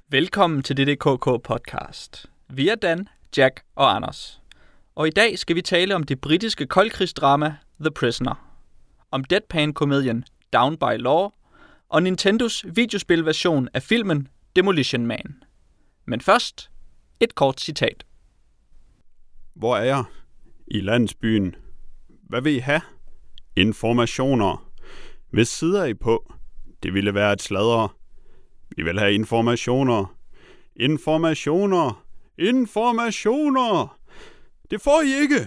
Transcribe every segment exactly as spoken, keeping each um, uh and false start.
Velkommen til D D K K podcast. Vi er Dan, Jack og Anders. Og i dag skal vi tale om det britiske koldkrigsdrama The Prisoner, om deadpan-komedien Down by Law og Nintendos videospilversion af filmen Demolition Man. Men først et kort citat. Hvor er jeg? I landsbyen. Hvad vil I have? Informationer. Hvad sidder I på? Det ville være et sladre. Vi vil have informationer. Informationer. Informationer. Det får I ikke.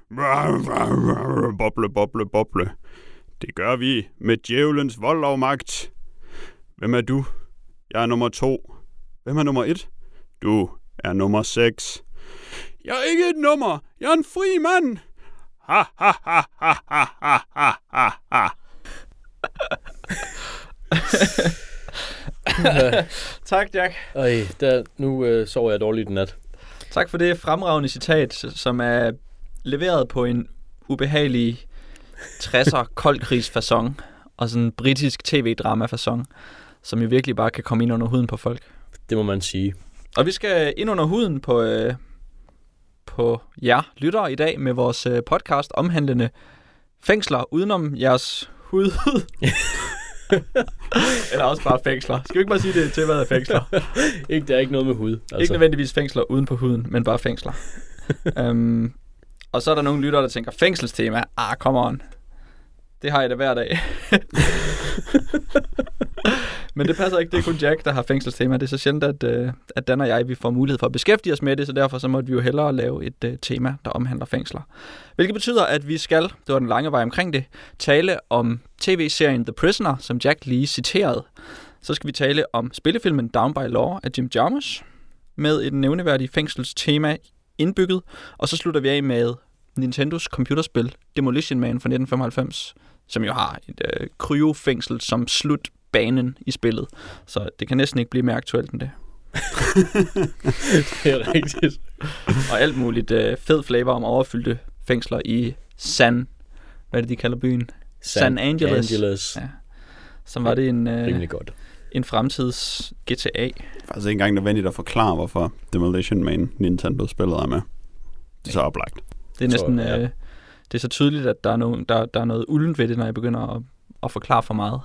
Boble, boble, boble. Det gør vi med djævelens vold og magt. Hvem er du? Jeg er nummer to. Hvem er nummer et? Du er nummer seks. Jeg er ikke et nummer. Jeg er en fri mand. Ha, ha, ha, ha, ha, ha, ha, ha. Tak, Jack. Ej, der, nu øh, sover jeg dårligt i nat. Tak for det fremragende citat, som er leveret på en ubehagelig tresser koldkrigsfacon og sådan en britisk tv-drama-facon, som jo virkelig bare kan komme ind under huden på folk. Det må man sige. Og vi skal ind under huden på, øh, på jer lyttere i dag med vores øh, podcast omhandlende fængsler udenom jeres hud. Eller også bare fængsler. Skal vi ikke bare sige det til, hvad er fængsler? ikke, der er ikke noget med hud. Altså. Ikke nødvendigvis fængsler uden på huden, men bare fængsler. um, og så er der nogle lyttere, der tænker, fængselstema, ah, come on. Det har jeg da hver dag. Men det passer ikke, det er kun Jack, der har fængselstema. Det er så sjældent, at, uh, at Dan og jeg vi får mulighed for at beskæftige os med det, så derfor så måtte vi jo hellere lave et uh, tema, der omhandler fængsler. Hvilket betyder, at vi skal, det var den lange vej omkring det, tale om tv-serien The Prisoner, som Jack lige citerede. Så skal vi tale om spillefilmen Down by Law af Jim Jarmusch, med et nævneværdigt fængselstema indbygget, og så slutter vi af med Nintendos computerspil Demolition Man fra nitten femoghalvfems, som jo har et øh, kryofængsel som slutbanen i spillet. Så det kan næsten ikke blive mere aktuelt end det. Det er rigtigt. Og alt muligt øh, fed flavor om overfyldte fængsler i San... Hvad er det, de kalder byen? San, San Angeles. Angeles. Ja. Så var det en, øh, godt. en fremtids G T A. Faktisk ikke engang nødvendigt at forklare, hvorfor Demolition Man Nintendo-spillet er med. Det er så oplagt. Det er næsten... Så, ja. øh, det er så tydeligt, at der er, nogen, der, der er noget uldent ved det, når jeg begynder at, at forklare for meget.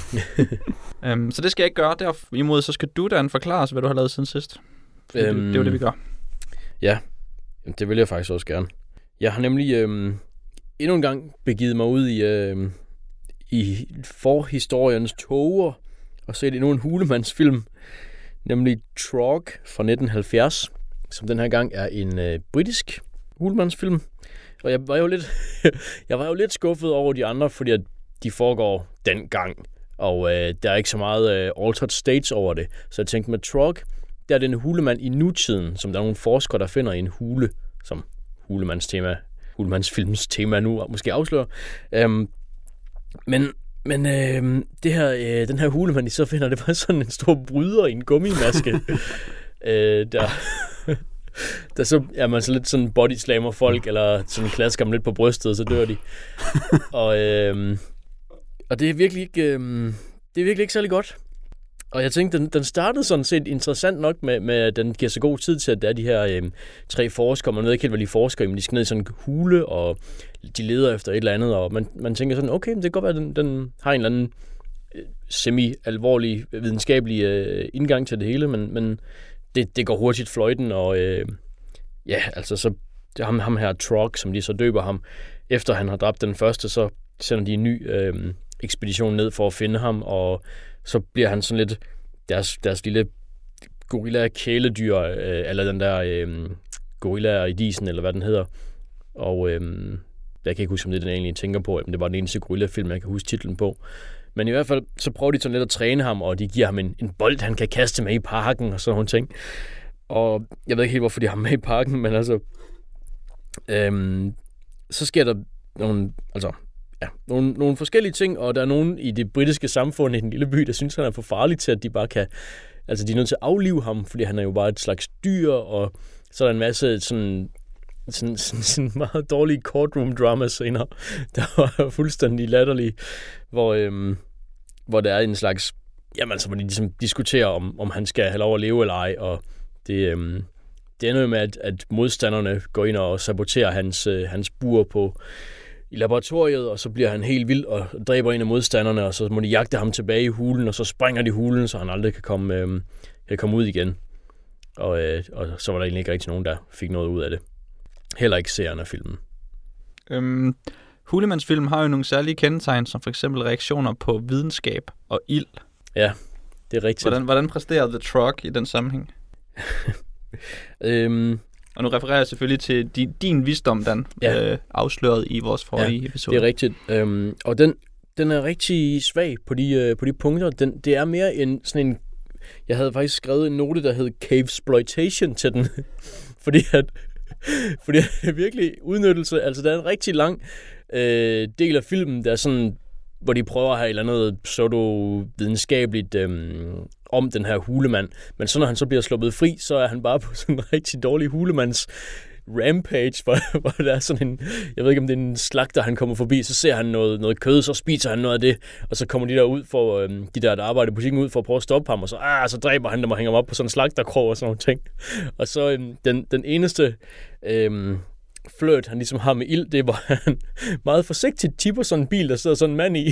um, så det skal jeg ikke gøre. Derimod så skal du, Dan, forklare os, hvad du har lavet siden sidst. Øhm, det, det er jo det, vi gør. Ja, det vil jeg faktisk også gerne. Jeg har nemlig øhm, endnu en gang begivet mig ud i, øhm, i forhistoriens toger og set endnu en hulemandsfilm, nemlig Trog fra nitten halvfjerds, som den her gang er en øh, britisk hulemandsfilm. Og jeg var jo lidt, jeg var jo lidt skuffet over de andre, fordi at de foregår dengang, og øh, der er ikke så meget øh, altered states over det. Så jeg tænkte med Trog, der er den hulemand i nutiden, som der er nogle forskere, der finder i en hule, som hulemandstema, hulemandsfilms tema nu måske afslører. Øhm, men men øh, det her, øh, den her hulemand, de så finder, det var sådan en stor bryder i en gummimaske, øh, der... Der så er man så lidt sådan bodyslammer folk, eller sådan klasker dem lidt på brystet, og så dør de. og, øhm, og det er virkelig ikke, øhm, det er virkelig ikke særlig godt. Og jeg tænkte, den, den startede sådan set interessant nok med, med, at den giver så god tid til, at der er de her øhm, tre forskere. Man ved ikke helt, hvad de forsker i, men de skal ned i sådan en hule, og de leder efter et eller andet. Og man, man tænker sådan, okay, det kan godt være, at den, den har en eller anden øh, semi-alvorlig videnskabelig øh, indgang til det hele, men... men Det, det går hurtigt fløjten, og øh, ja, altså så det ham, ham her Trog, som de så døber ham, efter han har dræbt den første, så sender de en ny øh, ekspedition ned for at finde ham, og så bliver han sådan lidt deres, deres lille gorilla-kæledyr, øh, eller den der øh, gorilla i disen, eller hvad den hedder. Og øh, jeg kan ikke huske, om det er den egentlig tænker på, men det var den eneste gorilla-film, jeg kan huske titlen på. Men i hvert fald, så prøver de sådan lidt at træne ham, og de giver ham en, en bold, han kan kaste med i parken, og sådan nogle ting. Og jeg ved ikke helt, hvorfor de har ham med i parken, men altså... Øhm, så sker der nogle, altså, ja, nogle, nogle forskellige ting, og der er nogen i det britiske samfund i den lille by, der synes, han er for farlig til, at de bare kan... Altså, de er nødt til at aflive ham, fordi han er jo bare et slags dyr, og så er der en masse sådan... Sådan, sådan, sådan meget dårlige courtroom drama scener, der var fuldstændig latterlige, hvor, øhm, hvor der er en slags jamen altså, hvor de ligesom diskuterer, om, om han skal have lov at leve eller ej, og det, øhm, det ender jo med, at, at modstanderne går ind og saboterer hans, øh, hans bur på i laboratoriet, og så bliver han helt vild og dræber en af modstanderne, og så må de jagte ham tilbage i hulen, og så springer de hulen, så han aldrig kan komme, øh, kan komme ud igen. Og, øh, og så var der egentlig ikke rigtig nogen, der fik noget ud af det. Heller ikke seeren af filmen. Øhm, Hulemandsfilm har jo nogle særlige kendetegn, som for eksempel reaktioner på videnskab og ild. Ja, det er rigtigt. Hvordan, hvordan præsterer The Truck i den sammenhæng? øhm, Og nu refererer jeg selvfølgelig til din, din visdom, Dan, ja. øh, afsløret i vores forrige ja, episode. det er rigtigt. Øhm, og den, den er rigtig svag på de, øh, på de punkter. Den, det er mere en sådan en... Jeg havde faktisk skrevet en note, der hed Cavesploitation til den. fordi at... Fordi det er virkelig udnyttelse. Altså, der er en rigtig lang øh, del af filmen, der er sådan... hvor de prøver at have et eller andet pseudo-videnskabeligt øhm, om den her hulemand. Men så når han så bliver sluppet fri, så er han bare på sådan en rigtig dårlig hulemands rampage, hvor, hvor der er sådan en, jeg ved ikke om det er en slagter, han kommer forbi, så ser han noget, noget kød, så spiser han noget af det, og så kommer de der ud for, øhm, de der, der arbejder i butikken ud for at prøve at stoppe ham, og så, ah, så dræber han dem og hænger ham op på sådan en slagterkrog og sådan nogle ting. Og så øhm, den, den eneste... Øhm, flirt, han ligesom har med ild, det var han meget forsigtigt tipper sådan en bil, der sidder sådan en mand i.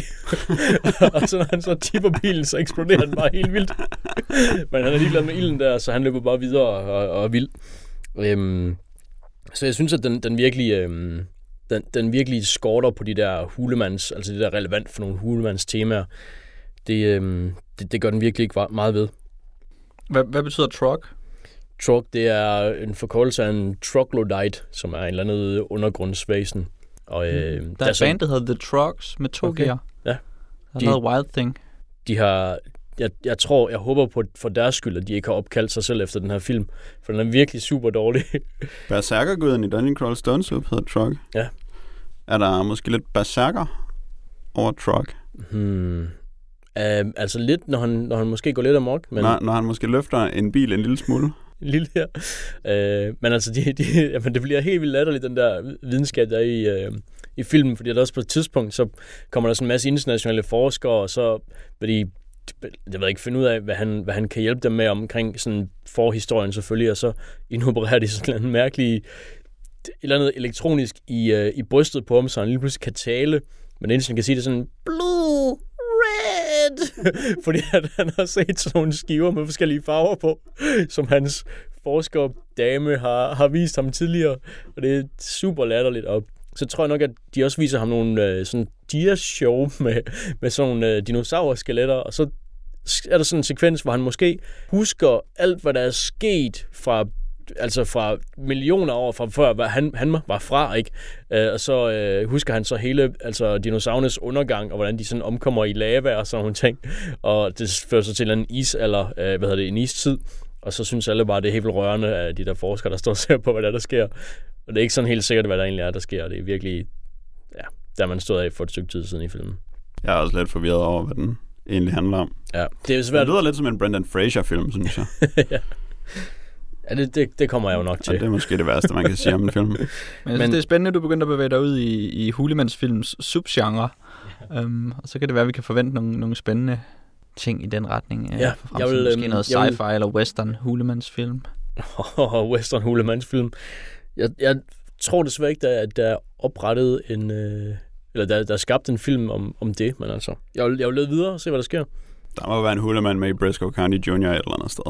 Og så når han så tipper bilen, så eksploderer den bare helt vildt. Men han er ligeglad med ilden der, så han løber bare videre og, og er vild. Øhm, så jeg synes, at den, den virkelig øhm, den, den virkelig skorter på de der hulemands, altså det der relevant for nogle hulemands temaer. Det, øhm, det, det gør den virkelig ikke meget ved. Hvad, hvad betyder truck? Truck, det er en forkortelse af en troglodyte, som er en eller anden undergrundsvæsen. Og, øh, der, der er et band, der hedder The Trucks med to okay. G'er. Ja. Der er noget Wild Thing. De har... Jeg, jeg tror, jeg håber på for deres skyld, at de ikke har opkaldt sig selv efter den her film. For den er virkelig super dårlig. Berserkerguden i Dungeon Crawl Stone Soup hedder Truck. Ja. Er der måske lidt berserker over Truck? Hmm... Uh, altså lidt, når han, når han måske går lidt amok. Men... Når, når han måske løfter en bil en lille smule. En lille her. Uh, men altså, de, de, jamen, det bliver helt vildt latterligt, den der videnskab, der er i, uh, i filmen. Fordi der også på et tidspunkt, så kommer der sådan en masse internationale forskere, og så vil de, jeg ved ikke, finde ud af, hvad han, hvad han kan hjælpe dem med omkring sådan forhistorien selvfølgelig, og så indopererer de sådan en mærkelig et eller andet elektronisk i, uh, i brystet på ham, så han lige pludselig kan tale. Men indtil han kan sige det sådan, blue, red, fordi at han har set sådan nogle skiver med forskellige farver på, som hans forskerdame har, har vist ham tidligere, og det er super latterligt. Og så tror jeg nok, at de også viser ham nogle øh, sådan dia-show med, med sådan nogle øh, dinosaurskeletter, og så er der sådan en sekvens, hvor han måske husker alt, hvad der er sket fra altså fra millioner år fra før, hvad han, han var fra, ikke? Øh, og så øh, husker han så hele altså dinosaurernes undergang, og hvordan de sådan omkommer i lava og sådan nogle ting. Og det fører så til en isalder, øh, hvad hedder det, en istid. Og så synes alle bare, det er helt vildt rørende af de der forskere, der står og ser på, hvad der, der sker. Og det er ikke sådan helt sikkert, hvad der egentlig er, der sker. Det er virkelig, ja, der man stod af for et stykke tid siden i filmen. Jeg er også lidt forvirret over, hvad den egentlig handler om. Ja, det er svært. Det lyder lidt som en Brendan Fraser-film, synes jeg. Ja. Ja, det, det, det kommer jeg jo nok til. Ja, det er måske det værste, man kan sige om en film. Men jeg synes, Men, det er spændende, at du begynder at bevæge dig ud i, i Hulemandsfilms subgenre. Ja. Um, og så kan det være, at vi kan forvente nogle, nogle spændende ting i den retning. Ja, for jeg vil, måske noget sci-fi vil... eller western Hulemandsfilm. Western Hulemandsfilm. Jeg, jeg tror desværre ikke, at der er oprettet en... Øh, eller der, der er skabt en film om, om det, men altså... Jeg vil, jeg vil lede videre og se, hvad der sker. Der må være en Hulemand med i Briscoe County junior et eller andet sted.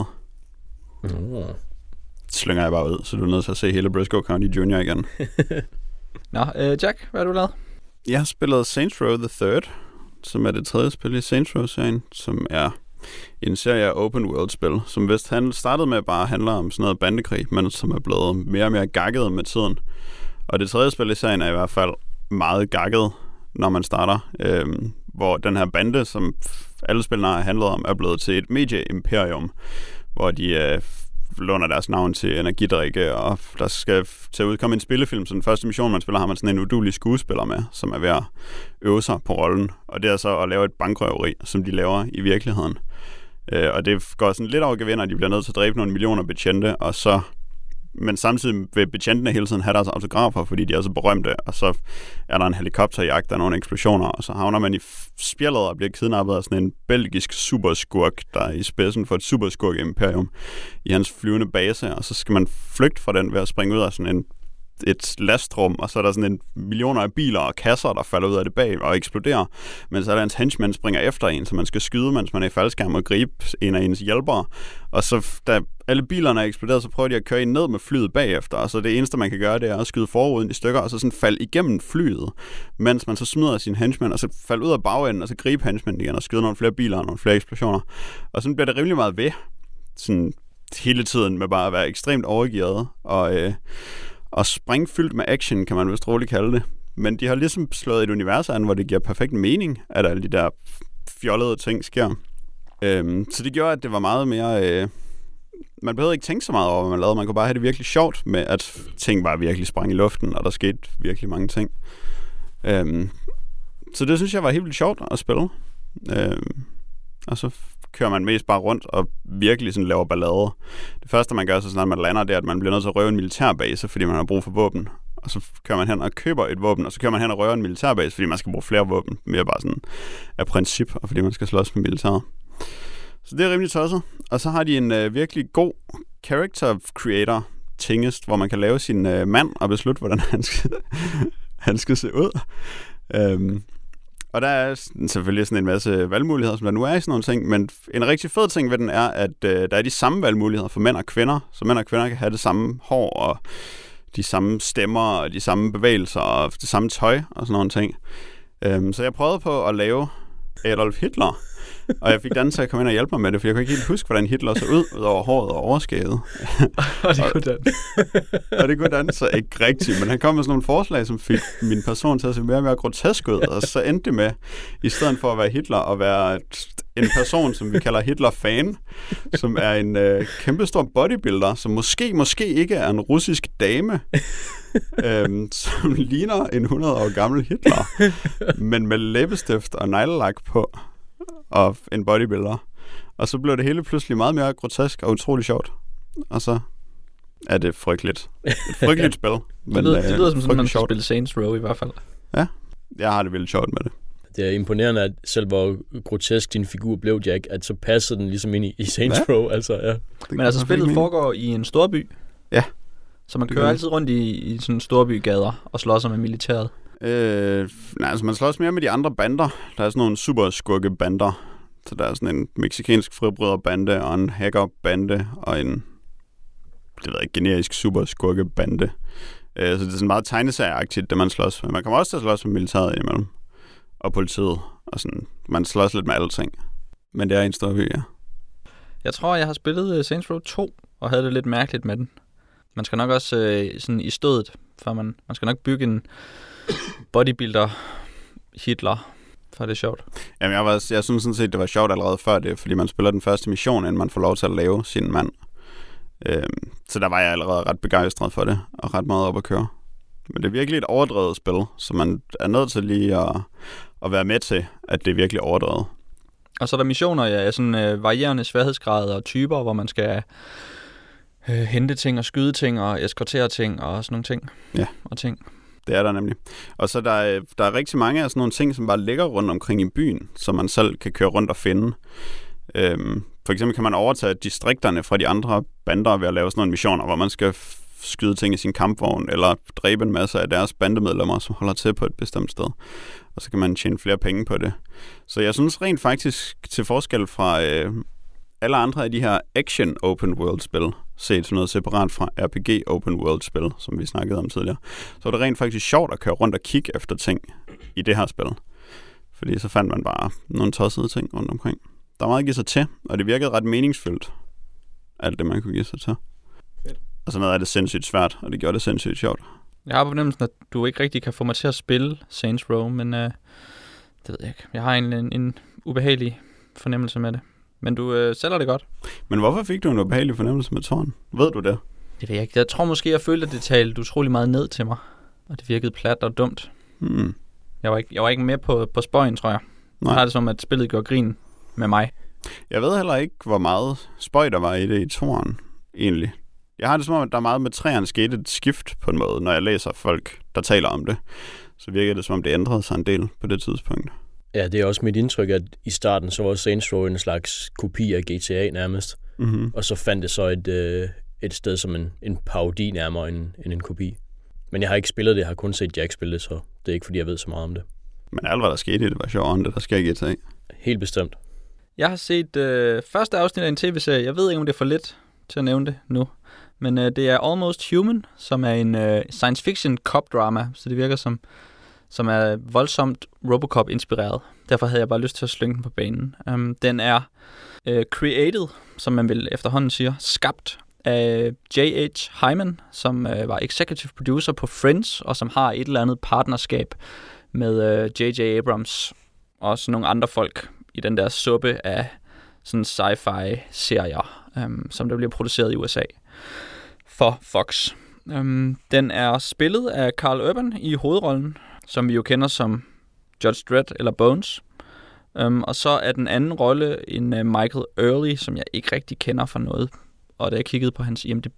Mm. Slynger jeg bare ud, så du er nødt til at se hele Briscoe County junior igen. Nå, øh, Jack, hvad har du lavet? Jeg har spillet Saints Row the Third, som er det tredje spil i Saints Row-serien, som er en serie af open world-spil, som vist han startede med bare handler om sådan noget bandekrig, men som er blevet mere og mere gakket med tiden. Og det tredje spil i serien er i hvert fald meget gakket, når man starter, øhm, hvor den her bande, som alle spillene har handlet om, er blevet til et medie-imperium, hvor de øh, låner deres navn til energidrikke, og der skal til at udkomme en spillefilm, så den første mission, man spiller, har man sådan en uduelig skuespiller med, som er ved at øve sig på rollen, og det er så at lave et bankrøveri, som de laver i virkeligheden. Øh, og det går sådan lidt over gevind, at de bliver nødt til at dræbe nogle millioner betjente, og så men samtidig vil betjentene hele tiden have deres autografer, fordi de er så berømte, og så er der en helikopterjagt, der er nogle eksplosioner, og så havner man i spjældet og bliver kidnappet af sådan en belgisk superskurk, der er i spidsen for et superskurk-imperium i hans flyvende base, og så skal man flygte fra den ved at springe ud af sådan en et lastrum, og så er der sådan en millioner af biler og kasser, der falder ud af det bag og eksploderer, men så er der ens henchman springer efter en, så man skal skyde, mens man er i faldskærm og gribe en af ens hjælpere, og så da alle bilerne er eksploderet, så prøver de at køre en ned med flyet bagefter, og så det eneste, man kan gøre, det er at skyde forruden i stykker, og så sådan falde igennem flyet, mens man så smider sin henchman, og så falde ud af bagenden, og så gribe henchman igen, og skyde nogle flere biler og nogle flere eksplosioner. Og sådan bliver det rimelig meget ved, sådan hele tiden med bare at være ekstremt overgearet, og øh, og sprængfyldt med action, kan man vist roligt kalde det. Men de har ligesom slået et univers an, hvor det giver perfekt mening, at alle de der fjollede ting sker. Øhm, så det gjorde, at det var meget mere... Øh, man behøvede ikke tænke så meget over, hvad man lavede. Man kunne bare have det virkelig sjovt med, at ting bare virkelig sprang i luften, og der skete virkelig mange ting. Øhm, så det synes jeg var helt vildt sjovt at spille. Øhm, og så kører man mest bare rundt og virkelig sådan laver ballade. Det første, man gør, så snart man lander, det er, at man bliver nødt til at røve en militærbase, fordi man har brug for våben. Og så kører man hen og køber et våben, og så kører man hen og røver en militærbase, fordi man skal bruge flere våben. Mere bare sådan af princip, og fordi man skal slås med militæret. Så det er rimelig tosset. Og så har de en øh, virkelig god character creator tingest, hvor man kan lave sin øh, mand og beslutte, hvordan han skal, han skal se ud. Øhm, Og der er selvfølgelig sådan en masse valgmuligheder, som der nu er i sådan nogle ting, men en rigtig fed ting ved den er, at øh, der er de samme valgmuligheder for mænd og kvinder, så mænd og kvinder kan have det samme hår, og de samme stemmer, og de samme bevægelser, og det samme tøj, og sådan nogle ting. Øhm, så jeg prøvede på at lave Adolf Hitler, og jeg fik Dan til at komme ind og hjælpe mig med det, for jeg kunne ikke helt huske, hvordan Hitler så ud, ud over håret og overskægget. og det kunne Dan. og det kunne Dan så ikke rigtigt, men han kom med sådan nogle forslag, som fik min person til at se mere og mere grotesk ud, og så endte det med, i stedet for at være Hitler, at være en person, som vi kalder Hitler-fan, som er en øh, kæmpestor bodybuilder, som måske, måske ikke er en russisk dame, øhm, som ligner en hundrede år gammel Hitler, men med læbestift og neglelak på, og en bodybuilder. Og så blev det hele pludselig meget mere grotesk og utrolig sjovt. Og så er det frygteligt. Et frygteligt spil. Men, det lyder, det lyder som sådan, man skal sjovt. spille Saints Row i hvert fald. Ja, jeg har det vildt sjovt med det. Det er imponerende, at selv hvor grotesk din figur blev, Jack, at så passede den ligesom ind i, i Saints ja. Row. Altså, ja. Men altså, spillet foregår i en storby. Ja. Så man kører altid rundt i, i sådan storbygader og slår sig med militæret. Øh, nej, altså man slås mere med de andre bander. Der er sådan nogle super skurke bander. Så der er sådan en mexikansk fribryderbande og en hackerbande og en, det ved jeg, generisk super skurke bande. Øh, så det er sådan meget tegneserieagtigt, det man slås med. Man kommer også til at slås med militæret imellem. Og politiet. Og sådan, man slås lidt med alle ting. Men det er en stor by, ja. Jeg tror, jeg har spillet uh, Saints Row to og havde det lidt mærkeligt med den. Man skal nok også øh, sådan i stødet, for man, man skal nok bygge en bodybuilder Hitler, for det er sjovt. Jamen, jeg, var, jeg synes sådan set, det var sjovt allerede før det, fordi man spiller den første mission, inden man får lov til at lave sin mand. Øhm, så der var jeg allerede ret begejstret for det, og ret meget op at køre. Men det er virkelig et overdrevet spil, så man er nødt til lige at, at være med til, at det er virkelig overdrevet. Og så er der missioner af ja, sådan øh, varierende sværhedsgrader og typer, hvor man skal øh, hente ting og skyde ting og eskortere ting og sådan nogle ting. Ja. Og ting. Det er der nemlig. Og så der er, der er rigtig mange af sådan nogle ting, som bare ligger rundt omkring i byen, som man selv kan køre rundt og finde. Øhm, for eksempel kan man overtage distrikterne fra de andre bander ved at lave sådan nogle missioner, hvor man skal f- skyde ting i sin kampvogn, eller dræbe en masse af deres bandemedlemmer, som holder til på et bestemt sted. Og så kan man tjene flere penge på det. Så jeg synes rent faktisk, til forskel fra øh, alle andre af de her action open world-spil, set sådan noget separat fra R P G open world-spil, som vi snakkede om tidligere, så er det rent faktisk sjovt at køre rundt og kigge efter ting i det her spil. Fordi så fandt man bare nogle tossede ting rundt omkring. Der var meget at give sig til, og det virkede ret meningsfyldt, alt det, man kunne give sig til. Fedt. Og så noget af det sindssygt svært, og det gjorde det sindssygt sjovt. Jeg har på fornemmelsen, at du ikke rigtig kan få mig til at spille Saints Row, men øh, det ved jeg ikke. Jeg har en, en, en ubehagelig fornemmelse med det. Men du øh, sælger det godt. Men hvorfor fik du en ubehagelig fornemmelse med tårn? Ved du det? Det ved jeg ikke. Jeg tror måske, jeg følte, at det talte utrolig meget ned til mig. Og det virkede plat og dumt. Hmm. Jeg var ikke, jeg var ikke med på, på spøjen, tror jeg. Nej. Jeg har det som, at spillet gjorde grin med mig. Jeg ved heller ikke, hvor meget spøj der var i det i toren, egentlig. jeg har det som om, at der er meget med træerne skete et skift på en måde, når jeg læser folk, der taler om det. Så virker det som om, det ændrede sig en del på det tidspunkt. Ja, det er også mit indtryk, at i starten så var Saints Row en slags kopi af G T A nærmest. Mm-hmm. Og så fandt det så et, øh, et sted som en, en parodi nærmere end, end en kopi. Men jeg har ikke spillet det, jeg har kun set Jack spille det, så det er ikke, fordi jeg ved så meget om det. Men alt, hvad der skete i det, var sjovere end det, der sker i G T A. Helt bestemt. Jeg har set øh, første afsnit af en tv-serie. Jeg ved ikke, om det er for lidt til at nævne det nu. Men øh, det er Almost Human, som er en øh, science fiction cop-drama. Så det virker som, som er voldsomt Robocop-inspireret. Derfor havde jeg bare lyst til at slynge den på banen. Um, den er øh, created, som man vil efterhånden siger, skabt af J H Hyman, som øh, var executive producer på Friends, og som har et eller andet partnerskab med øh, J J Abrams og også nogle andre folk i den der suppe af sådan sci-fi-serier, øhm, som der bliver produceret i U S A for Fox. Øhm, den er spillet af Karl Urban i hovedrollen, som vi jo kender som Judge Dredd eller Bones. Øhm, og så er den anden rolle en uh, Michael Early, som jeg ikke rigtig kender fra noget. Og da jeg kiggede på hans I M D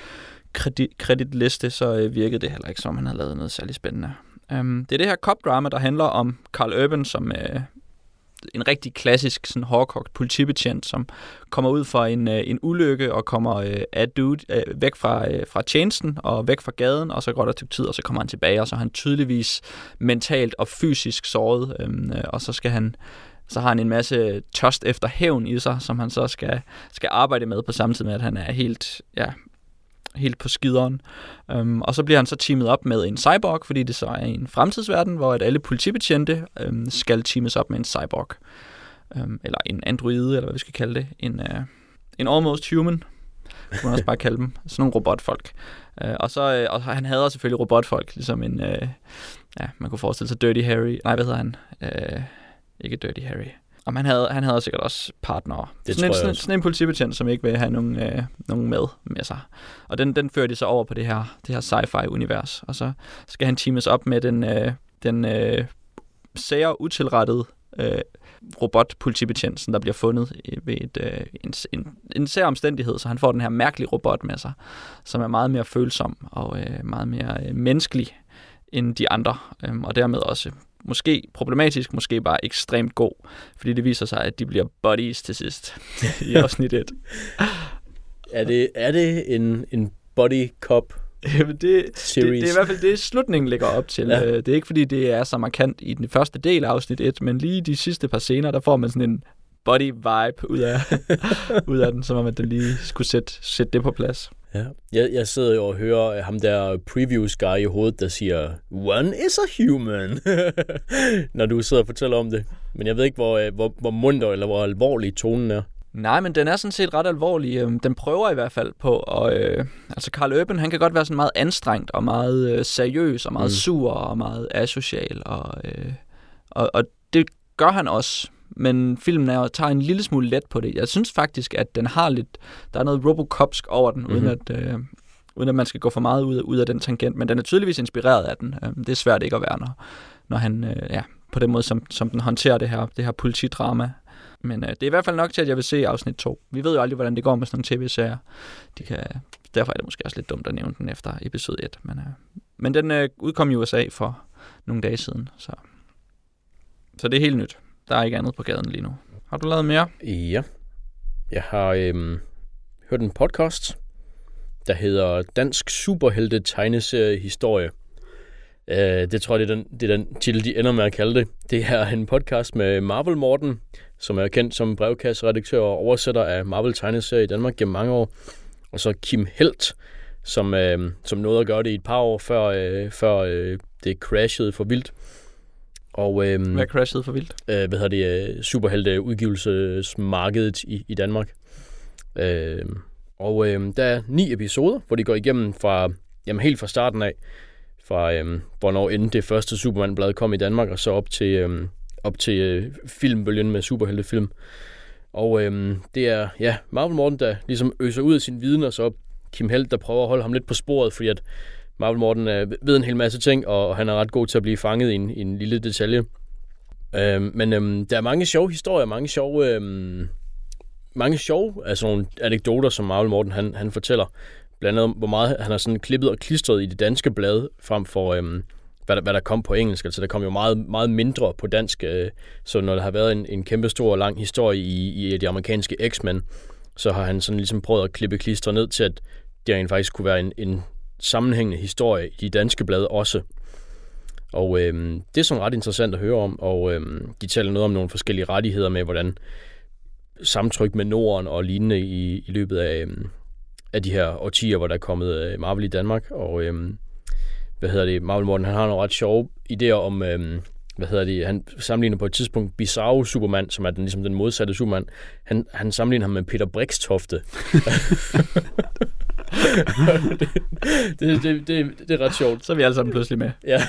B-kreditliste, så øh, virkede det heller ikke som, han havde lavet noget særlig spændende. Um, det er det her cop-drama, der handler om Karl Urban, som øh, en rigtig klassisk sådan hårdkogt politibetjent, som kommer ud fra en, øh, en ulykke og kommer øh, af dude, øh, væk fra, øh, fra tjenesten og væk fra gaden, og så går der et tid, og så kommer han tilbage, og så er han tydeligvis mentalt og fysisk såret, øh, og så skal han så har han en masse tørst efter hævn i sig, som han så skal, skal arbejde med på samme tid med, at han er helt, ja, helt på skideren. Um, og så bliver han så teamet op med en cyborg, fordi det så er en fremtidsverden, hvor at alle politibetjente um, skal teames op med en cyborg. Um, eller en androide, eller hvad vi skal kalde det. En, uh, en almost human, kunne man også bare kalde dem. Sådan nogle robotfolk. Uh, og, så, uh, og han hader selvfølgelig robotfolk, ligesom en, uh, ja, man kunne forestille sig Dirty Harry. Nej, hvad hedder han? Uh, ikke Dirty Harry. Og han havde, han havde sikkert også partnere. Det sådan, en, sådan, sådan en politibetjent, som ikke vil have nogen, øh, nogen med med sig. Og den, den fører de så over på det her, det her sci-fi-univers. Og så skal han teames op med den, øh, den øh, sære, utilrettede øh, robot-politibetjent, der bliver fundet ved et, øh, en, en, en sær omstændighed. Så han får den her mærkelige robot med sig, som er meget mere følsom og øh, meget mere øh, menneskelig end de andre. Øh, og dermed også måske problematisk, måske bare ekstremt god, fordi det viser sig, at de bliver buddies til sidst i afsnit et. Er det, er det en, en buddy cop Jamen det, det, det er i hvert fald det, slutningen ligger op til. Ja. Det er ikke, fordi det er så markant i den første del af afsnit et, men lige de sidste par scener, der får man sådan en buddy-vibe ud af, ud af den, som om at den lige skulle sætte, sætte det på plads. Ja. Jeg, jeg sidder jo og hører ham der previews guy i hovedet, der siger, one is a human, når du sidder og fortæller om det. Men jeg ved ikke, hvor, hvor, hvor munter eller hvor alvorlig tonen er. Nej, men den er sådan set ret alvorlig. Den prøver i hvert fald på, og øh, altså Karl Urban, han kan godt være sådan meget anstrengt og meget øh, seriøs og meget mm. sur og meget asocial, og, øh, og, og det gør han også. Men filmen er, tager en lille smule let på det. Jeg synes faktisk, at den har lidt, der er noget Robocopsk over den, mm-hmm. uden, at, øh, uden at man skal gå for meget ud, ud af den tangent. Men den er tydeligvis inspireret af den. Det er svært ikke at være, når, når han øh, ja, på den måde, som, som den håndterer det her, det her politidrama. Men øh, det er i hvert fald nok til, at jeg vil se afsnit to. Vi ved jo aldrig, hvordan det går med sådan nogle tv-serier. De kan, derfor er det måske også lidt dumt at nævne den efter episode et. Men, øh, men den øh, udkom i U S A for nogle dage siden. Så, så det er helt nyt. Der er ikke andet på gaden lige nu. Har du lavet mere? Ja. Jeg har øhm, hørt en podcast, der hedder Dansk Superhelte Tegneserie Historie. Øh, det tror jeg, det er, den, det er den titel, de ender med at kalde det. Det er en podcast med Marvel Morten, som er kendt som brevkasseredaktør og oversætter af Marvel tegneserier i Danmark gennem mange år. Og så Kim Helt, som, øh, som nåede at gøre det i et par år, før, øh, før øh, det crashede for vildt. Og, øhm, hvad crashede for vildt? Øh, hvad hedder det? Superhelte udgivelsesmarkedet i, i Danmark. Øh, og øh, der er ni episoder, hvor de går igennem fra, jamen helt fra starten af, fra øh, hvornår inden det første Superman-blad kom i Danmark, og så op til, øh, op til øh, filmbølgen med superheltefilm. Og øh, det er ja, Marvel Morten, der ligesom øser ud af sin viden, og så Kim Helt, der prøver at holde ham lidt på sporet, fordi at Marvel Morten øh, ved en hel masse ting, og han er ret god til at blive fanget i en, i en lille detalje. Øh, men øh, der er mange sjove historier, mange sjove, øh, mange sjove altså nogle anekdoter, som Marvel Morten han, han fortæller. blandt andet, hvor meget han har sådan klippet og klistret i det danske blad, frem for øhm, hvad, der, hvad der kom på engelsk. Altså der kom jo meget, meget mindre på dansk, øh, så når der har været en, en kæmpe stor og lang historie i, i de amerikanske X-Men, så har han sådan ligesom prøvet at klippe klister ned til, at det rent faktisk kunne være en, en sammenhængende historie i de danske blade også. Og øhm, det er sådan ret interessant at høre om, og øhm, de taler noget om nogle forskellige rettigheder med, hvordan samtryk med Norden og lignende i, i løbet af, øhm, af de her årtier, hvor der er kommet øh, Marvel i Danmark. Og øhm, hvad hedder det, Marvel Morten, han har nogle ret sjove idéer om, øhm, hvad hedder det, han sammenligner på et tidspunkt Bizarro Superman, som er den, ligesom den modsatte Superman. Han, han sammenligner ham med Peter Brixtofte. det, det, det, det, det er ret sjovt. Så er vi alle sammen pludselig med. Ja.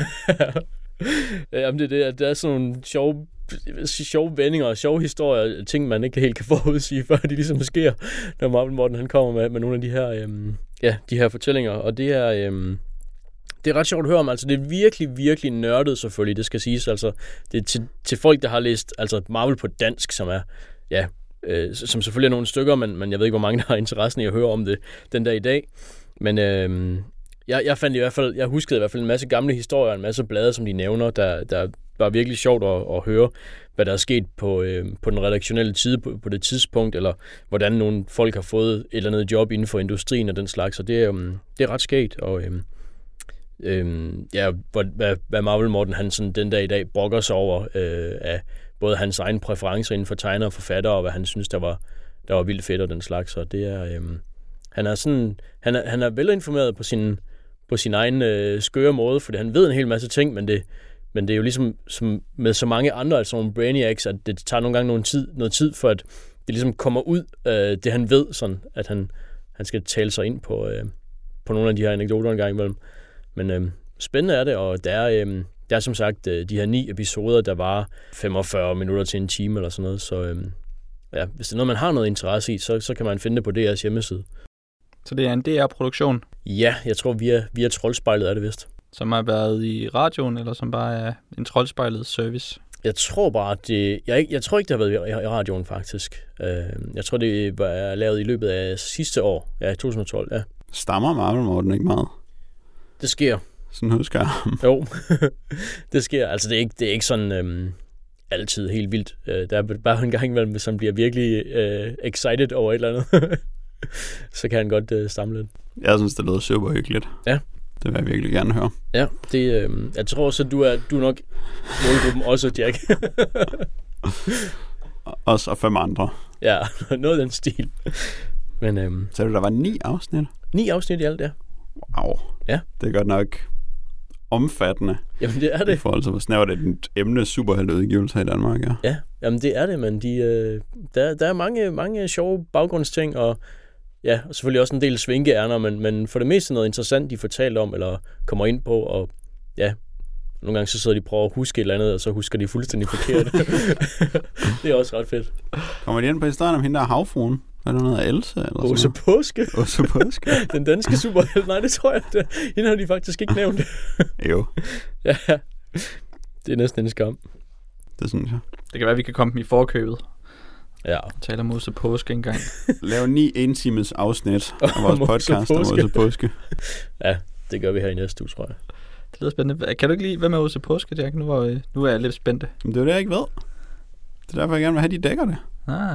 Jamen det, det, der er sådan nogle sjove, sjove vendinger og sjove historier, ting man ikke helt kan forudsige, før de ligesom sker, når Marvel Morten han kommer med, med nogle af de her, øhm, ja, de her fortællinger. Og det er, øhm, det er ret sjovt at høre om. Altså det er virkelig, virkelig nørdet selvfølgelig, det skal siges. Altså det er til, til folk, der har læst altså Marvel på dansk, som er, ja, øh, som selvfølgelig er nogle stykker, men, men jeg ved ikke, hvor mange der har interessen i at høre om det den dag i dag. Men øh, jeg, jeg fandt i hvert fald, jeg huskede i hvert fald en masse gamle historier, en masse blade, som de nævner, der, der var virkelig sjovt at, at høre, hvad der er sket på, øh, på den redaktionelle tid, på, på det tidspunkt, eller hvordan nogle folk har fået et eller andet job inden for industrien og den slags, og det, øh, det er ret skægt, og øh, øh, ja, hvad, hvad Marvel Morten han sådan den dag i dag brokker sig over øh, af både hans egne præferencer inden for tegner og forfatter, og hvad han synes, der var, der var vildt fedt og den slags, og det er, øh, han er sådan, han er, han er velinformeret på sin, på sin egen øh, skøre måde, fordi han ved en hel masse ting, men det, men det er jo ligesom som med så mange andre, altså nogle brainiacs, at det tager nogle gange nogle tid, noget tid, for at det ligesom kommer ud, øh, det han ved, sådan at han, han skal tale sig ind på, øh, på nogle af de her anekdoter en gang imellem. Men øh, spændende er det, og der er, øh, der er som sagt øh, de her ni episoder, der var femogfyrre minutter til en time eller sådan noget, så øh, ja, hvis det er noget, man har noget interesse i, så, så kan man finde det på D R's hjemmeside. Så det er en D R-produktion? Ja, jeg tror via, via Troldspejlet er det vist. Som har været i radioen, eller som bare er en Troldspejlet service? Jeg tror bare, det... Jeg, jeg tror ikke, det har været i, i radioen, faktisk. Uh, jeg tror, det var lavet i løbet af sidste år. Ja, to tusind og tolv, ja. Stammer Marvel Morten ikke meget? Det sker. Sådan husker jeg ham. Jo, det sker. Altså, det er ikke, det er ikke sådan øhm, altid helt vildt. Uh, der er bare en gang imellem, hvis han bliver virkelig uh, excited over et eller andet. Så kan han godt uh, stamme lidt. Jeg synes, det lyder super hyggeligt. Ja. Det vil jeg virkelig gerne høre. Ja, det, øh, jeg tror også, at du er, du er nok målgruppen også, Jack. Os og fem andre. Ja, noget af den stil. Men, øhm, så du, der var ni afsnit? Ni afsnit i alt, ja. Wow. Ja. Det er godt nok omfattende. Jamen, det er det. I forhold til, hvor snævert er et emne superhelteudgivelser i Danmark, ja. Ja, jamen det er det, men de, øh, der, der er mange, mange sjove baggrundsting, og ja, og selvfølgelig også en del svinkeærner, men, men for det meste noget interessant, de fortæller om, eller kommer ind på, og ja, nogle gange så sidder de og prøver at huske et eller andet, og så husker de fuldstændig forkert. Det er også ret fedt. Kommer de ind på historien om hende der havfruen? Er der noget af Else? Eller Åse Påske. Åse Påske. Den danske superhelt. Nej, det tror jeg. Det. Hende har de faktisk ikke nævnt. Jo. Ja, det er næsten en skam. Det synes jeg. Det kan være, vi kan komme dem i forkøbet. Ja. Tale om Åse Påske engang. Lav ni en times afsnit af vores podcast om Åse Påske. Ja, det gør vi her i næste uge, tror jeg. Det lyder spændende. Kan du ikke lide, hvad med Åse Påske, Jack? Nu, var, nu er jeg lidt spændt. Men det er det, jeg ikke ved. Det er derfor, jeg gerne vil have, de dækker det. Ah.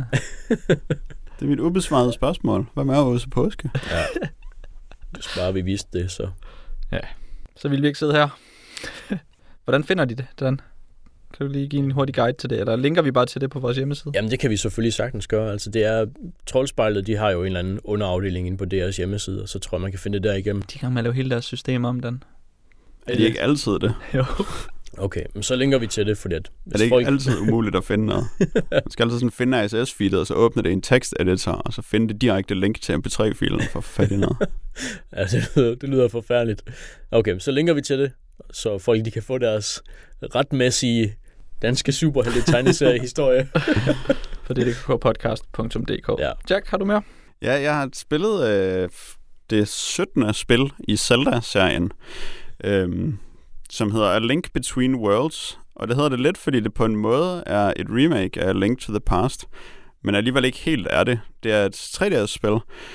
Det er mit ubesvarede spørgsmål. Hvad med Åse Påske? Ja. Hvis bare vi vidste det, så... Ja, så ville vi ikke sidde her. Hvordan finder de det, Dan? Kan du lige give en hurtig guide til det, eller linker vi bare til det på vores hjemmeside? Jamen, det kan vi selvfølgelig sagtens gøre. Altså, det er... Troldspejlet, de har jo en eller anden underafdeling inde på deres hjemmeside, og så tror jeg, man kan finde det der igennem. De kan med at lave hele deres system om, Dan. Er det ikke altid det? Jo. Okay, men så linker vi til det, fordi at... Er det ikke folk... altid umuligt at finde noget? Man skal altid sådan finde R S S-feedet, og så åbne det i en teksteditor, og så finde det direkte link til M P tre filen for at få fat i noget. Ja, det lyder, det lyder forfærdeligt. Okay, så linker vi til det, så folk de kan få deres retmæssige danske superhelte tegneseriehistorie. På d d k podcast punktum d k. Ja. Jack, har du mere? Ja, jeg har spillet øh, det syttende spil i Zelda-serien, øh, som hedder A Link Between Worlds. Og det hedder det lidt, fordi det på en måde er et remake af A Link to the Past, men alligevel ikke helt er det. Det er et tre D-spil,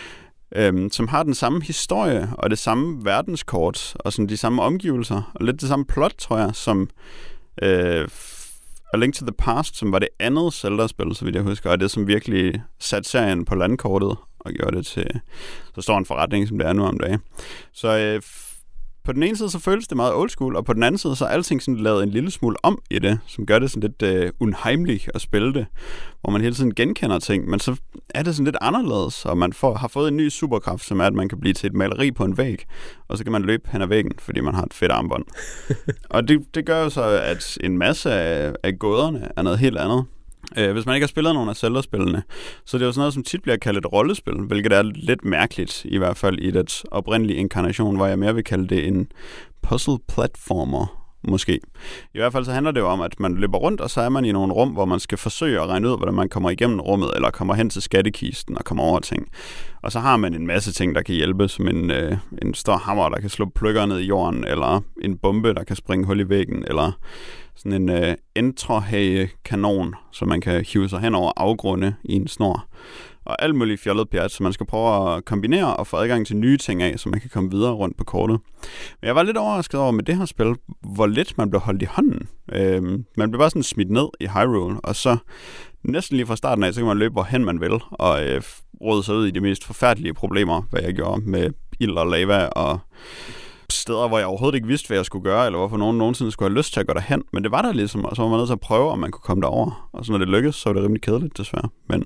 øhm, som har den samme historie og det samme verdenskort og sådan de samme omgivelser og lidt det samme plot, tror jeg, som øh, A Link to the Past, som var det andet Zelda-spil, så vidt jeg husker, og det, som virkelig satte serien på landkortet og gjorde det til så stor en forretning, som det er nu om dagen. Så øh, på den ene side, så føles det meget old school, og på den anden side, så er alting sådan lavet en lille smule om i det, som gør det sådan lidt øh, unheimlich at spille det, hvor man hele tiden genkender ting, men så er det sådan lidt anderledes, og man får, har fået en ny superkraft, som er, at man kan blive til et maleri på en væg, og så kan man løbe hen ad væggen, fordi man har et fedt armbånd. Og det, det gør jo så, at en masse af, af gåderne er noget helt andet. Øh, hvis man ikke har spillet nogen af Zelda-spillene, så det er jo sådan noget, som tit bliver kaldt et rollespil, hvilket er lidt mærkeligt, i hvert fald i dets oprindelige inkarnation, hvor jeg mere vil kalde det en puzzle-platformer, måske. I hvert fald så handler det jo om, at man løber rundt, og så er man i nogle rum, hvor man skal forsøge at regne ud, hvordan man kommer igennem rummet, eller kommer hen til skattekisten og kommer over ting. Og så har man en masse ting, der kan hjælpe, som en, øh, en stor hammer, der kan slå pløkker ned i jorden, eller en bombe, der kan springe hul i væggen, eller sådan en øh, entrehage-kanon, så man kan hive sig hen over afgrunde i en snor. Og alt muligt fjollet pjat, så man skal prøve at kombinere og få adgang til nye ting af, så man kan komme videre rundt på kortet. Men jeg var lidt overrasket over med det her spil, hvor lidt man blev holdt i hånden. Øhm, man blev bare sådan smidt ned i Hyrule, og så næsten lige fra starten af, så kan man løbe hvorhen man vil, og øh, råde sig ud i de mest forfærdelige problemer, hvad jeg gjorde med ild og lava og steder, hvor jeg overhovedet ikke vidste, hvad jeg skulle gøre, eller hvorfor nogen nogensinde skulle have lyst til at gå derhen. Men det var der ligesom, og så var man nødt til at prøve, om man kunne komme derover. Og så når det lykkedes, så var det rimelig kedeligt, desværre. Men,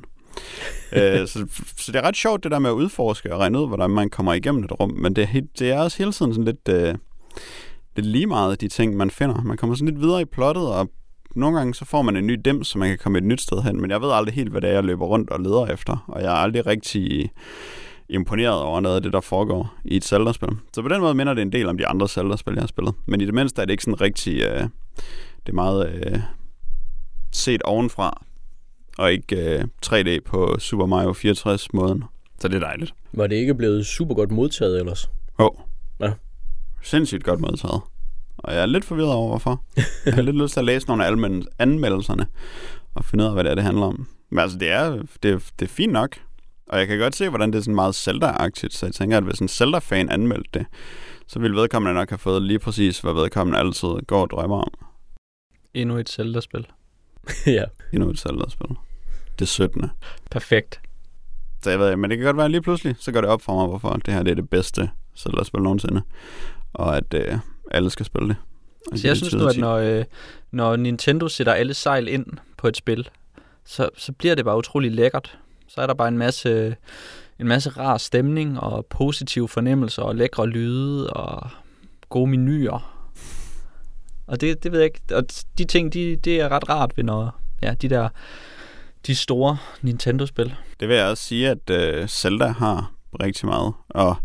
øh, så, så det er ret sjovt, det der med at udforske og regne ud, hvordan man kommer igennem et rum. Men det, det er også hele tiden sådan lidt, øh, lidt lige meget, de ting, man finder. Man kommer sådan lidt videre i plottet, og nogle gange så får man en ny dims, så man kan komme et nyt sted hen. Men jeg ved aldrig helt, hvad det er, jeg løber rundt og leder efter. Og jeg er aldrig rigtig imponeret over noget af det, der foregår i et Zelda-spil. Så på den måde minder det en del om de andre Zelda-spil, jeg har spillet. Men i det mindste er det ikke sådan rigtig øh, det er meget øh, set ovenfra, og ikke øh, tre D på Super Mario fireogtres-måden. Så det er dejligt. Var det ikke blevet super godt modtaget ellers? Jo. Oh. Ja. Sindssygt godt modtaget. Og jeg er lidt forvirret over, hvorfor. Jeg har lidt lyst til at læse nogle af anmeldelserne og finde ud af, hvad det er, det handler om. Men altså, det er, det, det er fint nok. Og jeg kan godt se, hvordan det er sådan meget Zelda-agtigt, så jeg tænker, at hvis en Zelda-fan anmeldte det, så ville vedkommende nok have fået lige præcis, hvad vedkommende altid går og drømmer om. Endnu et Zelda-spil. Ja. Endnu et Zelda-spil. Det syttende. Perfekt. Så jeg ved, men det kan godt være lige pludselig, så går det op for mig, hvorfor det her det er det bedste Zelda-spil nogensinde. Og at øh, alle skal spille det. Så jeg synes nu, at når, øh, når Nintendo sætter alle sejl ind på et spil, så, så bliver det bare utrolig lækkert. Så er der bare en masse, en masse rar stemning og positive fornemmelser og lækre lyde og gode menuer. Og det, det ved jeg ikke. Og de ting, de, det er ret rart ved når, ja, de der de store Nintendo-spil. Det vil jeg også sige, at uh, Zelda har rigtig meget. Og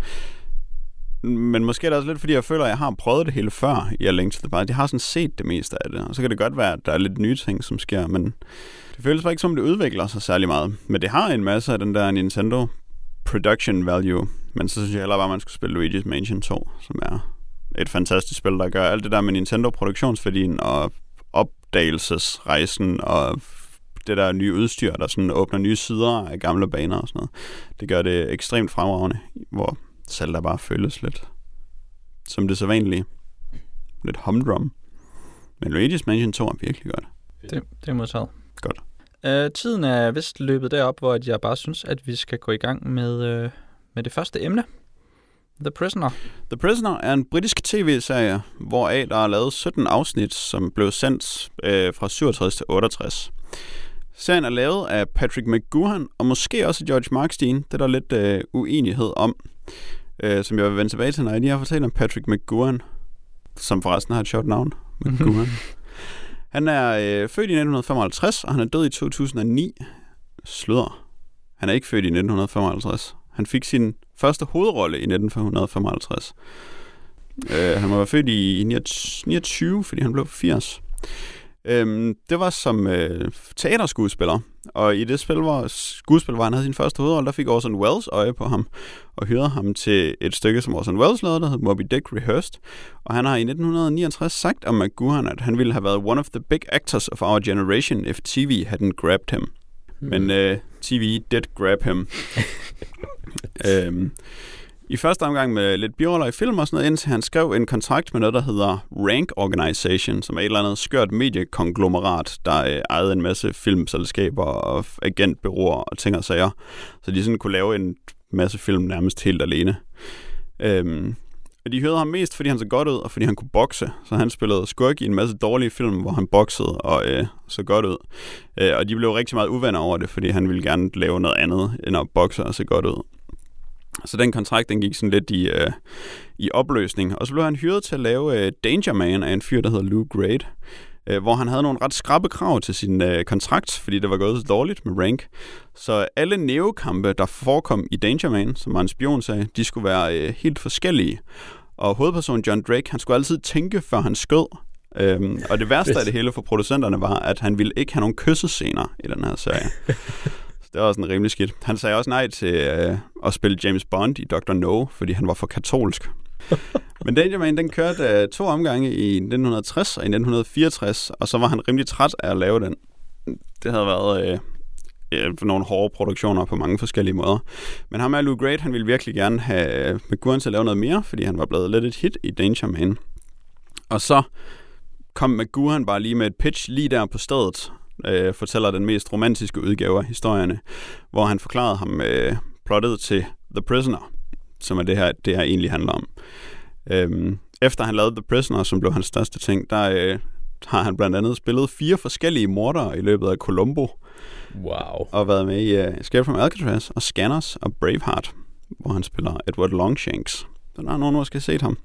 men måske er det også lidt, fordi jeg føler, at jeg har prøvet det hele før i A Link to the Past. Jeg har sådan set det meste af det, og så kan det godt være, at der er lidt nye ting, som sker, men det føles bare ikke som, det udvikler sig særlig meget. Men det har en masse af den der Nintendo production value, men så synes jeg heller bare, at man skulle spille Luigi's Mansion to, som er et fantastisk spil, der gør alt det der med Nintendo-produktionsværdien og opdagelsesrejsen og det der nye udstyr, der sådan åbner nye sider af gamle baner og sådan noget. Det gør det ekstremt fremragende, hvor Zelda bare føles lidt som det sædvanlige. Lidt humdrum. Men Luigi's Mansion to er virkelig godt. Det, det er modtaget. Godt. Uh, tiden er vist løbet derop, hvor jeg bare synes, at vi skal gå i gang med, uh, med det første emne. The Prisoner. The Prisoner er en britisk tv-serie, hvoraf der er lavet sytten afsnit, som blev sendt øh, fra syvogtres til otteogtres. Serien er lavet af Patrick McGoohan, og måske også George Markstein. Det er der lidt øh, uenighed om, øh, som jeg vil vende tilbage til, når jeg lige har fortalt om Patrick McGoohan, som forresten har et sjovt navn. McGoohan. Han er øh, født i nitten femoghalvtreds, og han er død i to tusind og ni. Sludder. Han er ikke født i nitten femoghalvtreds. Han fik sin første hovedrolle i nitten femoghalvtreds. Øh, han var født i niogtyve, fordi han blev firs. Øhm, det var som øh, teaterskuespiller, og i det spil, hvor skuespil var, han havde sin første hovedrolle, der fik Orson Welles øje på ham, og hyrede ham til et stykke, som Orson Welles lavede, der hed Moby Dick Rehearsed. Og han har i nitten niogtres sagt om McGoohan, at han ville have været one of the big actors of our generation if T V hadn't grabbed him. Mm. Men øh, T V did grab him. øhm, I første omgang med lidt biroller i film og sådan noget, indtil han skrev en kontrakt med noget, der hedder Rank Organization, som er et eller andet skørt mediekonglomerat, der øh, ejede en masse filmselskaber og agentbureauer og ting og sager. Så de sådan kunne lave en masse film nærmest helt alene. Øhm, de hørte ham mest, fordi han så godt ud, og fordi han kunne bokse. Så han spillede skurk i en masse dårlige film, hvor han boksede og øh, så godt ud. Øh, og de blev rigtig meget uvenner over det, fordi han ville gerne lave noget andet end at bokse og se godt ud. Så den kontrakt, den gik sådan lidt i, øh, i opløsning. Og så blev han hyret til at lave øh, Danger Man af en fyr, der hedder Lou Grade, øh, hvor han havde nogle ret skrappe krav til sin øh, kontrakt, fordi det var gået så dårligt med Rank. Så alle Neo-kampe, der forekom i Danger Man, som var en spionsag, de skulle være øh, helt forskellige. Og hovedpersonen John Drake, han skulle altid tænke, før han skød. Øhm, og det værste af det hele for producenterne var, at han ville ikke have nogen kyssescener i den her serie. Det var også en rimelig skidt. Han sagde også nej til øh, at spille James Bond i doktor No, fordi han var for katolsk. Men Danger Man, den kørte øh, to omgange i nitten tres og i nitten fireogtres, og så var han rimelig træt af at lave den. Det havde været øh, for nogle hårde produktioner på mange forskellige måder. Men ham og Lou Grade, han ville virkelig gerne have McGoohan til at lave noget mere, fordi han var blevet lidt et hit i Danger Man. Og så kom McGoohan bare lige med et pitch lige der på stedet, Øh, fortæller den mest romantiske udgave af historierne, hvor han forklarede ham øh, plottet til The Prisoner, som er det her, det her egentlig handler om. Øhm, efter han lavede The Prisoner, som blev hans største ting, der øh, har han blandt andet spillet fire forskellige mordere i løbet af Columbo. Wow. Og været med i uh, Escape from Alcatraz og Scanners og Braveheart, hvor han spiller Edward Longshanks. Så der er nogen, der skal se ham.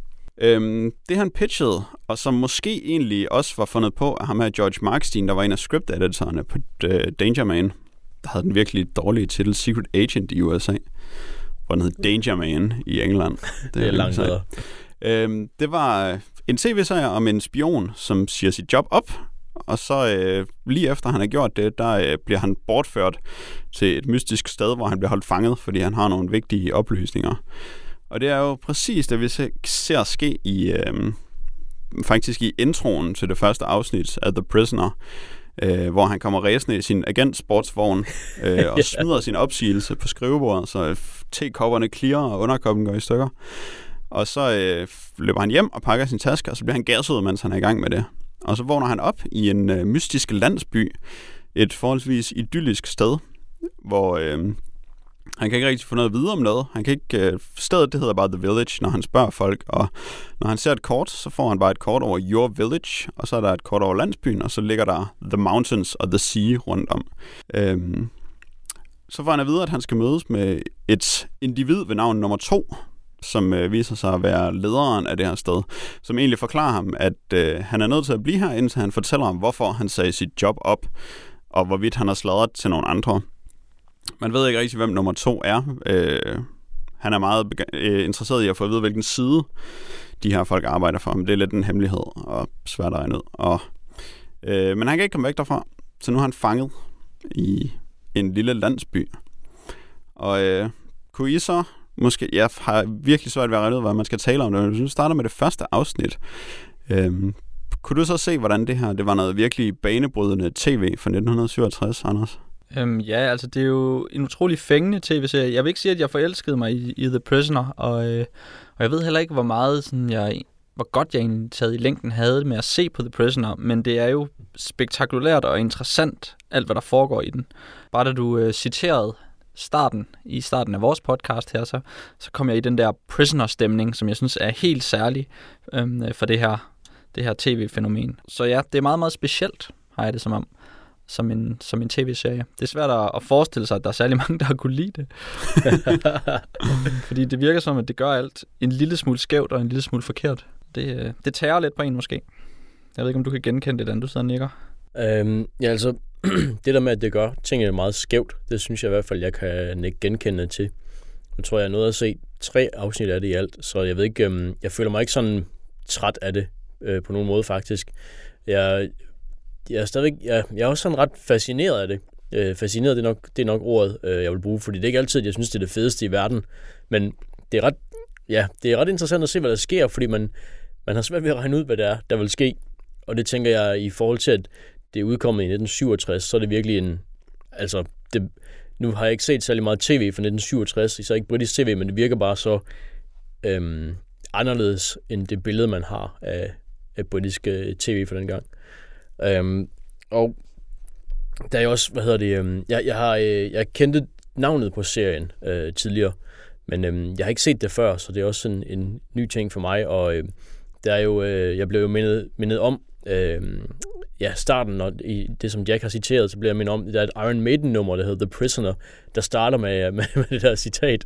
Øhm, det han pitchede, og som måske egentlig også var fundet på af ham her George Markstein, der var en af script-editorerne på uh, Danger Man, der havde den virkelig dårlige titel Secret Agent i U S A, hvor den hed Danger Man i England. Det, det er langt bedre. Øhm, det var en tv-serie om en spion, som siger sit job op, og så øh, lige efter han har gjort det, der øh, bliver han bortført til et mystisk sted, hvor han bliver holdt fanget, fordi han har nogle vigtige oplysninger. Og det er jo præcis det, vi ser ske i øh, faktisk i introen til det første afsnit af The Prisoner, øh, hvor han kommer ræsende i sin agentsportsvogn øh, og smider sin opsigelse på skrivebordet, så tekopperne klirrer og underkoppen går i stykker. Og så øh, løber han hjem og pakker sin taske, og så bliver han gasset, mens han er i gang med det. Og så vågner han op i en øh, mystisk landsby, et forholdsvis idyllisk sted, hvor øh, han kan ikke rigtig få noget at vide om noget. Han kan ikke, øh, stedet det hedder bare The Village, når han spørger folk, og når han ser et kort, så får han bare et kort over Your Village, og så er der et kort over landsbyen, og så ligger der The Mountains og The Sea rundt om. Øh, så får han at vide, at han skal mødes med et individ ved navn nummer to, som øh, viser sig at være lederen af det her sted, som egentlig forklarer ham, at øh, han er nødt til at blive her, indtil han fortæller ham, hvorfor han sagde sit job op, og hvorvidt han har sladret til nogle andre. Man ved ikke rigtig, hvem nummer to er. Øh, han er meget bega- øh, interesseret i at få at vide, hvilken side de her folk arbejder for. Men det er lidt en hemmelighed og svært at regne ud. Og, øh, men han kan ikke komme væk derfra, så nu er han fanget i en lille landsby. Og øh, kunne I så måske, jeg har virkelig svært ved at regne ud, hvad man skal tale om det. Hvis vi starter med det første afsnit. Øhm, kunne du så se, hvordan det her, det var noget virkelig banebrydende tv fra nitten syvogtres, Anders? Øhm, ja, altså det er jo en utrolig fængende tv-serie. Jeg vil ikke sige, at jeg forelskede mig i, i The Prisoner, og, øh, og jeg ved heller ikke, hvor meget sådan, jeg, hvor godt jeg egentlig taget i længden havde med at se på The Prisoner, men det er jo spektakulært og interessant, alt hvad der foregår i den. Bare da du øh, citerede starten, i starten af vores podcast her, så, så kom jeg i den der prisoner-stemning, som jeg synes er helt særlig øhm, for det her, det her tv-fænomen. Så ja, det er meget, meget specielt, har jeg det som om, som en, som en tv-serie. Det er svært at forestille sig, at der er særlig mange, der har kunne lide det. Fordi det virker som, at det gør alt en lille smule skævt og en lille smule forkert. Det, det tager lidt på en måske. Jeg ved ikke, om du kan genkende det, Dan, du sidder og nikker. Øhm, ja, altså, det der med, at det gør tingene meget skævt, det synes jeg i hvert fald, jeg kan ikke genkende til. Nu tror jeg, jeg nåede at se tre afsnit af det i alt, så jeg ved ikke, øhm, jeg føler mig ikke sådan træt af det øh, på nogen måde faktisk. Jeg, jeg er stadigvæk, jeg, jeg er også sådan ret fascineret af det. Øh, fascineret, det er, nok, det er nok ordet, øh, jeg vil bruge, fordi det er ikke altid, jeg synes, det er det fedeste i verden, men det er ret, ja, det er ret interessant at se, hvad der sker, fordi man, man har svært ved at regne ud, hvad der er, der vil ske. Og det tænker jeg, i forhold til, at det er udkommet i nitten syvogtres, så er det virkelig en, altså, det, nu har jeg ikke set særlig meget tv fra nitten syvogtres, især ikke britisk tv, men det virker bare så øhm, anderledes end det billede, man har af, af britisk tv fra den gang. Øhm, og der er jo også, hvad hedder det, øhm, jeg, jeg har øh, jeg kendte navnet på serien øh, tidligere, men øhm, jeg har ikke set det før, så det er også en, en ny ting for mig, og øh, der er jo, øh, jeg blev jo mindet, mindet om, øh, ja, starten, og i det, som Jack har citeret, så bliver jeg mindet om, der er et Iron Maiden-nummer, der hedder The Prisoner, der starter med, med, med det der citat.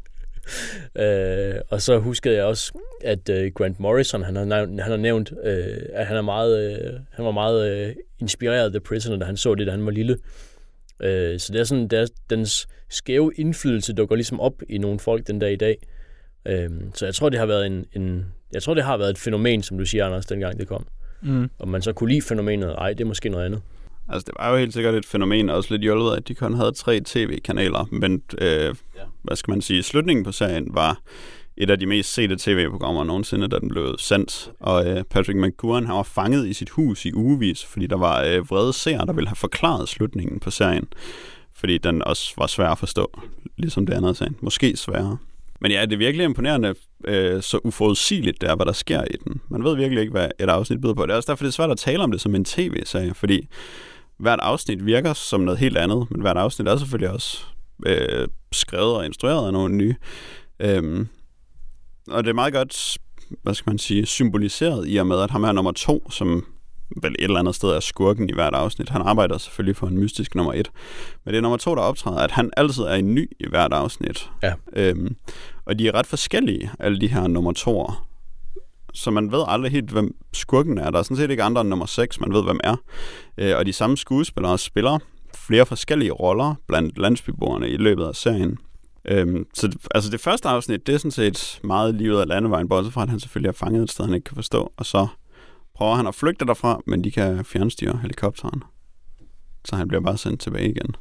øh, og så huskede jeg også, at øh, Grant Morrison, han har nævnt, han har nævnt øh, at han, er meget, øh, han var meget øh, inspireret af The Prisoner, da han så det, da han var lille. Øh, så det er sådan, der, dens skæve indflydelse dukker ligesom op i nogle folk den dag i dag. Øh, så jeg tror, det har været en, en, jeg tror, det har været et fænomen, som du siger, Anders, dengang det kom. Mm. Og man så kunne lide fænomenet, ej, det er måske noget andet. Altså, det var jo helt sikkert et fænomen, også lidt hjulpet, at de kun havde tre tv-kanaler, men øh, ja. hvad skal man sige, slutningen på serien var et af de mest sete tv-programmer nogensinde, da den blev sendt, og øh, Patrick McGoohan, han var fanget i sit hus i ugevis, fordi der var øh, vrede seere, der ville have forklaret slutningen på serien, fordi den også var svær at forstå, ligesom det andet serien. Måske sværere. Men ja, det er virkelig imponerende, øh, så uforudsigeligt det er, hvad der sker i den. Man ved virkelig ikke, hvad et afsnit byder på. Det er også derfor, det er svært at tale om det som en tv-serie, fordi hvert afsnit virker som noget helt andet, men hvert afsnit er selvfølgelig også øh, skrevet og instrueret af nogle nye. Øhm, og det er meget godt, hvad skal man sige, symboliseret i og med, at ham er nummer to, som vel et eller andet sted er skurken i hvert afsnit. Han arbejder selvfølgelig for en mystisk nummer et. Men det er nummer to, der optræder, at han altid er en ny i hvert afsnit. Ja. Øhm, og de er ret forskellige, alle de her nummer toer. Så man ved aldrig helt, hvem skurken er. Der er sådan set ikke andre end nummer seks, man ved, hvem er. Øh, og de samme skuespillere spiller flere forskellige roller blandt landsbyboerne i løbet af serien. Øhm, så altså det første afsnit, det er sådan set meget livet af landevejen, bortset fra, at han selvfølgelig er fanget et sted, han ikke kan forstå. Og så prøver han at flygte derfra, men de kan fjernstyre helikopteren. Så han bliver bare sendt tilbage igen.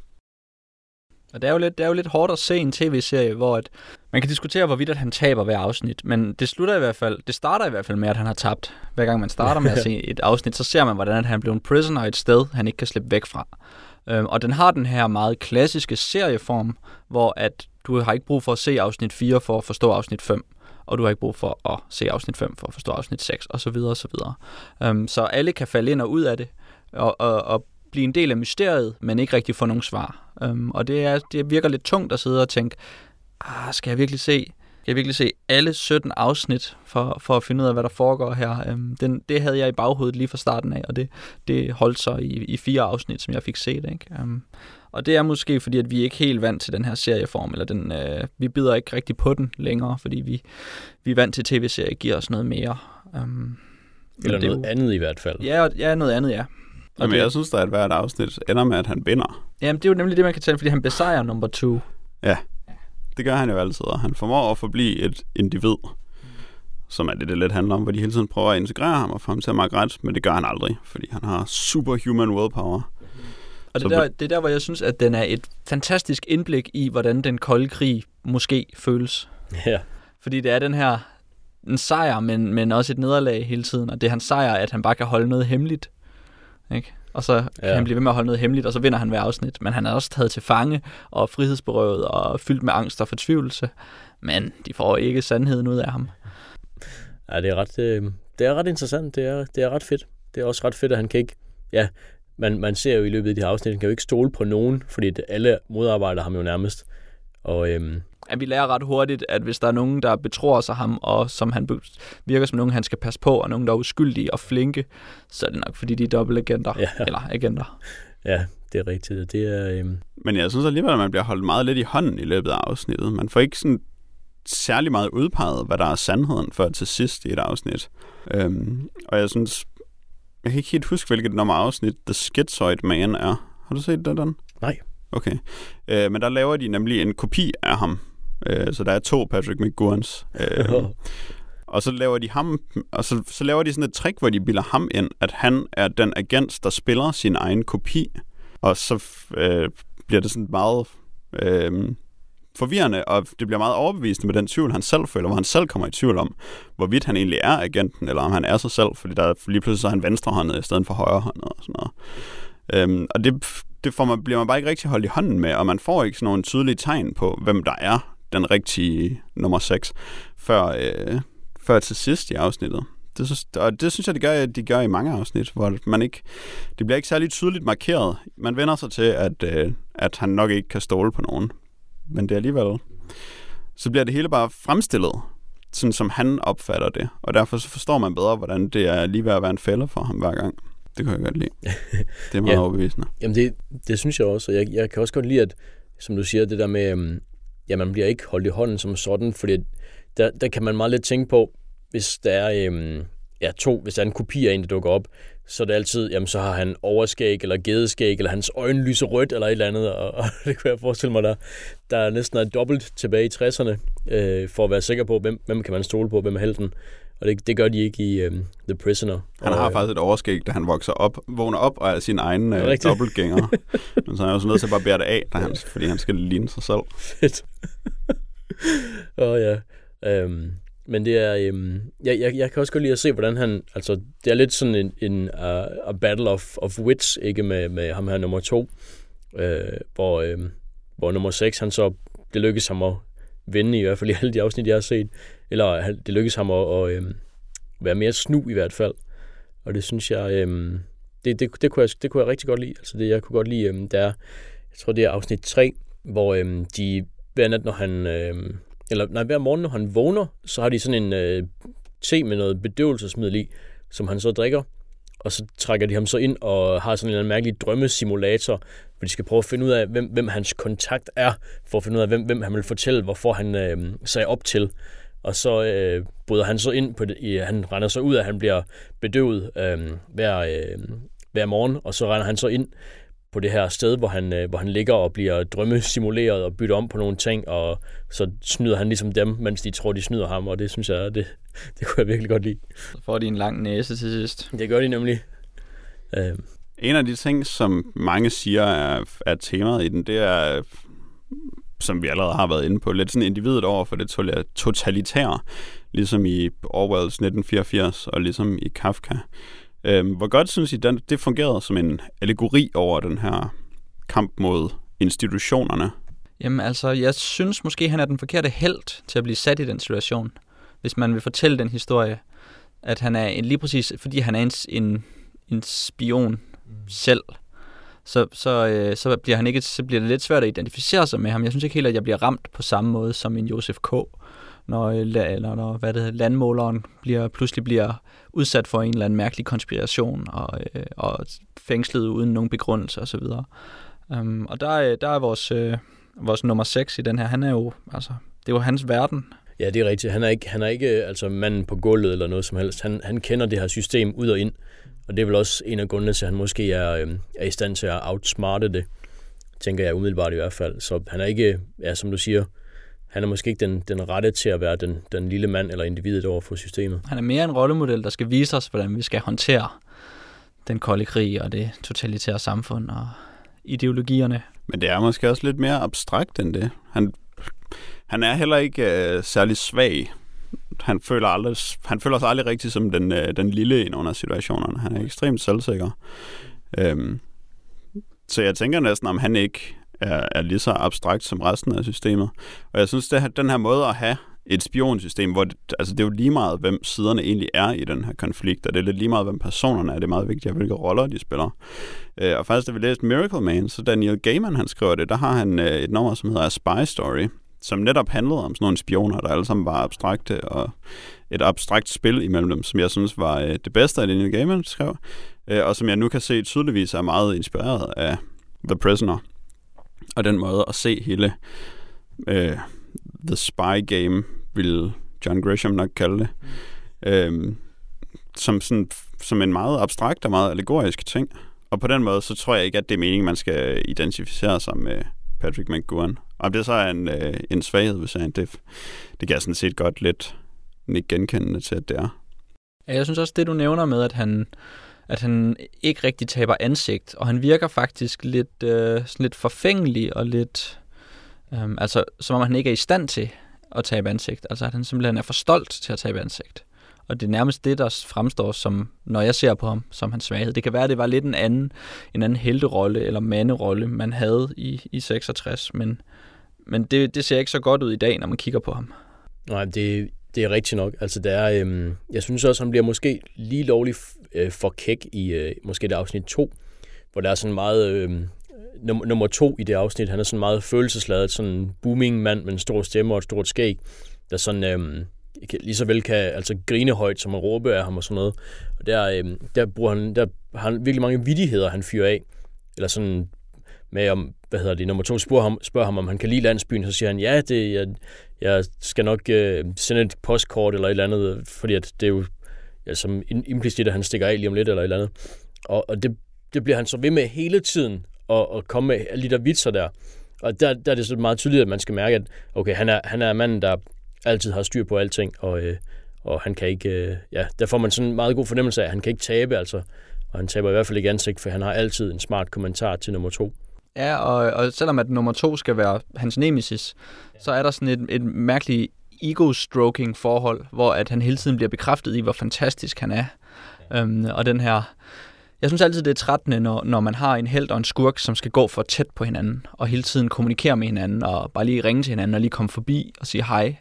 Og det er jo lidt, det er jo lidt hårdt at se en tv-serie, hvor at man kan diskutere, hvorvidt at han taber hver afsnit, men det slutter i hvert fald, det starter i hvert fald med, at han har tabt. Hver gang man starter med at se et afsnit, så ser man, hvordan han bliver en prisoner et sted, han ikke kan slippe væk fra. Øhm, og den har den her meget klassiske serieform, hvor at du har ikke brug for at se afsnit fire for at forstå afsnit fem. Og du har ikke brug for at se afsnit fem for at forstå afsnit seks, og så videre, og så videre. Um, så alle kan falde ind og ud af det, og, og, og blive en del af mysteriet, men ikke rigtig få nogen svar. Um, og det, er, det virker lidt tungt at sidde og tænke, ah, skal jeg virkelig se, skal jeg virkelig se alle sytten afsnit, for, for at finde ud af, hvad der foregår her? Um, den, det havde jeg i baghovedet lige fra starten af, og det, det holdt så i, i fire afsnit, som jeg fik set, ikke? Um, Og det er måske fordi, at vi ikke helt vant til den her serieform, eller den, øh, vi bider ikke rigtig på den længere, fordi vi, vi er vant til tv-serier, giver os noget mere. Um, eller noget jo andet i hvert fald. Ja, ja noget andet, ja. Og Jamen, det, jeg synes da, at hvert afsnit ender med, at han binder. Jamen, det er jo nemlig det, man kan tale, fordi han besejrer nummer to. Ja, det gør han jo altid, og han formår at forblive et individ, som er det, det lidt handler om, hvor de hele tiden prøver at integrere ham og få ham til at makke ret, men det gør han aldrig, fordi han har superhuman willpower. Og det, der, det er der, hvor jeg synes, at den er et fantastisk indblik i, hvordan den kolde krig måske føles. Ja. Fordi det er den her en sejr, men, men også et nederlag hele tiden. Og det er hans sejr, at han bare kan holde noget hemmeligt. Ikke? Og så kan ja. han blive ved med at holde noget hemmeligt, og så vinder han hver afsnit. Men han er også taget til fange og frihedsberøvet og fyldt med angst og fortvivlelse. Men de får ikke sandheden ud af ham. Ja, det er ret, øh, det er ret interessant. Det er, det er ret fedt. Det er også ret fedt, at han kan ikke... Ja, Man, man ser jo i løbet af de her afsnit, han kan jo ikke stole på nogen, fordi det, alle modarbejder ham jo nærmest. Og, øhm... ja, vi lærer ret hurtigt, at hvis der er nogen, der betror sig ham, og som han virker som nogen, han skal passe på, og nogen, der er uskyldige og flinke, så er det nok, fordi de er dobbeltagenter, ja. eller agenter. Ja, det er rigtigt. Det er, øhm... Men jeg synes alligevel, at man bliver holdt meget lidt i hånden i løbet af afsnittet. Man får ikke sådan særlig meget udpeget, hvad der er sandheden, før til sidst i et afsnit. Øhm, og jeg synes... Jeg kan ikke helt huske, hvilket nummer afsnit The Schizoid Man er. Har du set det, Dan? Nej. Okay. Øh, men der laver de nemlig en kopi af ham. Øh, så der er to Patrick McGoohans. Øh, og så laver de ham, og så, så laver de sådan et trick, hvor de bilder ham ind, at han er den agent, der spiller sin egen kopi. Og så øh, bliver det sådan meget... Øh, forvirrende, og det bliver meget overbevisende med den tvivl, han selv føler, hvor han selv kommer i tvivl om, hvorvidt han egentlig er agenten, eller om han er sig selv, fordi der lige pludselig så er han venstrehåndet i stedet for højrehåndet og sådan noget. Øhm, og det, det får man, bliver man bare ikke rigtig holdt i hånden med, og man får ikke sådan nogle tydelige tegn på, hvem der er den rigtige nummer seks, før, øh, før til sidst i afsnittet. Det synes, og det synes jeg, de gør, de gør i mange afsnit, hvor man ikke, det bliver ikke særlig tydeligt markeret. Man vender sig til, at, øh, at han nok ikke kan stole på nogen. Men det er alligevel, så bliver det hele bare fremstillet, sådan som han opfatter det. Og derfor så forstår man bedre, hvordan det er lige ved at være en fælde for ham hver gang. Det kan jeg godt lide. Det er meget ja. overbevisende. Jamen det, det synes jeg også, og jeg, jeg kan også godt lide, at, som du siger, det der med, um, ja, man bliver ikke holdt i hånden som sådan, fordi der, der kan man meget lidt tænke på, hvis der er um, ja, to, hvis der er en kopi af en, der dukker op, så er det altid, jamen så har han overskæg, eller gedeskæg, eller hans øjne lyser rødt, eller et eller andet, og, og det kan jeg forestille mig, der, der er næsten er dobbelt tilbage i tresserne, øh, for at være sikker på, hvem, hvem kan man stole på, hvem er helten. Og det, det gør de ikke i um, The Prisoner. Han har og, faktisk et overskæg, da han vokser op, vågner op og er sin egen uh, dobbeltgænger. Men så er han jo så nødt til at barbere det af, da han, fordi han skal ligne sig selv. Fedt. Åh oh, ja. Um, men det er... Um, jeg, jeg, jeg kan også godt lide at se, hvordan han... Altså, det er lidt sådan en, en uh, a battle of, of wits, ikke med, med ham her nummer to. Uh, hvor, um, hvor nummer seks, han så... Det lykkes ham at vinde, i hvert fald i alle de afsnit, jeg har set. Eller det lykkes ham at, at øhm, være mere snu i hvert fald. Og det synes jeg, øhm, det, det, det, kunne jeg, det kunne jeg rigtig godt lide. Altså det, jeg kunne godt lide, øhm, der, jeg tror det er afsnit tre, hvor øhm, de hver nat, når han, øhm, eller nej, hver morgen, når han vågner, så har de sådan en øh, te med noget bedøvelsesmiddel i, som han så drikker. Og så trækker de ham så ind og har sådan en eller anden mærkelig drømmesimulator, hvor de skal prøve at finde ud af, hvem, hvem hans kontakt er, for at finde ud af, hvem, hvem han vil fortælle, hvorfor han øh, sagde op til. Og så øh, bryder han så ind på det, i, han render så ud af, at han bliver bedøvet øh, hver, øh, hver morgen, og så render han så ind på det her sted, hvor han, øh, hvor han ligger og bliver drømmesimuleret og bytter om på nogle ting, og så snyder han ligesom dem, mens de tror, de snyder ham, og det synes jeg, det, det kunne jeg virkelig godt lide. Så får de en lang næse til sidst. Det gør de nemlig. Øh. En af de ting, som mange siger er, er temaet i den, det er, som vi allerede har været inde på, lidt sådan individet over for det totalitære, ligesom i Orwells nitten fireogfirs og ligesom i Kafka. Øhm, hvor godt synes I, den, det fungerede som en allegori over den her kamp mod institutionerne? Jamen altså, jeg synes måske, han er den forkerte helt til at blive sat i den situation, hvis man vil fortælle den historie, at han er en, lige præcis, fordi han er en, en, en spion mm. selv, så, så, øh, så, bliver han ikke, så bliver det lidt svært at identificere sig med ham. Jeg synes ikke helt, at jeg bliver ramt på samme måde som en Joseph K., når, eller når hvad det, landmåleren bliver, pludselig bliver udsat for en eller anden mærkelig konspiration og, øh, og fængslet uden nogen begrundelse osv. Um, og der, der er vores, øh, vores nummer seks i den her. Han er jo, altså, det er jo hans verden. Ja, det er rigtigt. Han er ikke, han er ikke altså manden på gulvet eller noget som helst. Han, han kender det her system ud og ind. Og det er vel også en af grundene til, at han måske er, øh, er i stand til at outsmarte det. Tænker jeg umiddelbart i hvert fald. Så han er ikke, ja, som du siger, han er måske ikke den, den rette til at være den, den lille mand eller individet over for systemet. Han er mere en rollemodel, der skal vise os, hvordan vi skal håndtere den kolde krig og det totalitære samfund og ideologierne. Men det er måske også lidt mere abstrakt end det. Han, han er heller ikke øh, særlig svag. Han føler, aldrig, han føler sig aldrig rigtig som den, øh, den lille ind under situationerne. Han er ekstremt selvsikker. Øhm, så jeg tænker næsten, om han ikke er, er lige så abstrakt som resten af systemet. Og jeg synes, at den her måde at have et spionsystem, hvor det, altså det er jo lige meget, hvem siderne egentlig er i den her konflikt, og det er lidt lige meget, hvem personerne er. Det er meget vigtigt, hvilke roller de spiller. Øh, og faktisk, da vi læste Miracle Man, så da Neil Gaiman, han skriver det, der har han øh, et nummer, som hedder A Spy Story, som netop handlede om sådan nogle spioner, der alle sammen var abstrakte, og et abstrakt spil imellem dem, som jeg synes var øh, det bedste af det, Neil Gaiman skrev, øh, og som jeg nu kan se tydeligvis er meget inspireret af The Prisoner, og den måde at se hele øh, The Spy Game, vil John Grisham nok kalde det, mm. øh, som, sådan, som en meget abstrakt og meget allegorisk ting. Og på den måde, så tror jeg ikke, at det er meningen, man skal identificere sig med Patrick McGoohan. Og det så er en, øh, en svaghed ved sagen, det, det kan jeg sådan set godt lidt ikke genkendende til, at det er. Ja, jeg synes også, det du nævner med, at han, at han ikke rigtig taber ansigt, og han virker faktisk lidt, øh, sådan lidt forfængelig og lidt, øh, altså som om han ikke er i stand til at tabe ansigt. Altså at han simpelthen er for stolt til at tabe ansigt. Og det er nærmest det, der fremstår som, når jeg ser på ham, som hans svaghed. Det kan være, at det var lidt en anden, en anden helterolle eller manderolle, man havde i, i seksogtres, men, men det, det ser ikke så godt ud i dag, når man kigger på ham. Nej, det, det er rigtigt nok. Altså, det er, øhm, jeg synes også, han bliver måske lige lovligt øh, for kæk i øh, måske det afsnit to, hvor der er sådan meget... Øh, num- nummer to i det afsnit, han er sådan meget følelsesladet, sådan en booming mand med en stor stemme og et stort skæg, der sådan øhm, lige så vel kan altså grine højt, som at råbe af ham og sådan noget. Og der, øhm, der bruger han, der har han virkelig mange vittigheder, han fyrer af. Eller sådan med om, hvad hedder det, nummer to spørger ham, spørger ham, om han kan lide landsbyen, så siger han, ja, det, jeg, jeg skal nok øh, sende et postkort eller et eller andet, fordi at det er jo ja, som implicit, at han stikker af lige om lidt eller et eller andet. Og, og det, det bliver han så ved med hele tiden, og, og komme med alle de der vitser der. Og der, der er det så meget tydeligt, at man skal mærke, at okay, han er, han er manden, der altid har styr på alting, og, øh, og han kan ikke, øh, ja, der får man sådan en meget god fornemmelse af, at han kan ikke tabe, altså. Og han taber i hvert fald ikke ansigt, for han har altid en smart kommentar til nummer to. Ja, og, og selvom at nummer to skal være hans nemesis, så er der sådan et, et mærkeligt ego-stroking forhold, hvor at han hele tiden bliver bekræftet i, hvor fantastisk han er. Ja. Øhm, og den her... Jeg synes altid, det er trættende, når, når man har en helt og en skurk, som skal gå for tæt på hinanden, og hele tiden kommunikere med hinanden, og bare lige ringe til hinanden, og lige komme forbi og sige hej.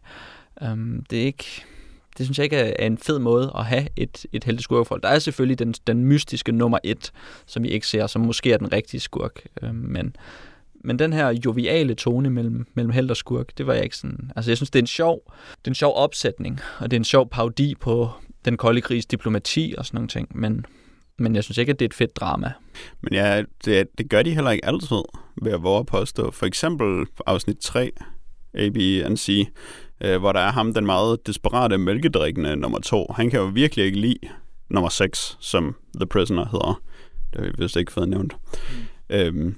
Um, det er ikke... Det synes jeg ikke er en fed måde at have et, et helte-skurkeforhold. Der er selvfølgelig den, den mystiske nummer et, som vi ikke ser, som måske er den rigtige skurk. Um, men, men den her joviale tone mellem, mellem helt og skurk, det var jeg ikke sådan... Altså, jeg synes, det er en sjov, det er en sjov opsætning, og det er en sjov parodi på den kolde krigs diplomati og sådan nogle ting, men... Men jeg synes ikke, at det er et fedt drama. Men ja, det, det gør de heller ikke altid, ved at våge at påstå. For eksempel afsnit tre, A, B and C, øh, hvor der er ham, den meget desperate mælkedrikkende nummer to. Han kan jo virkelig ikke lide nummer seks, som The Prisoner hedder. Det har vi vist ikke fået nævnt. Mm. Øhm,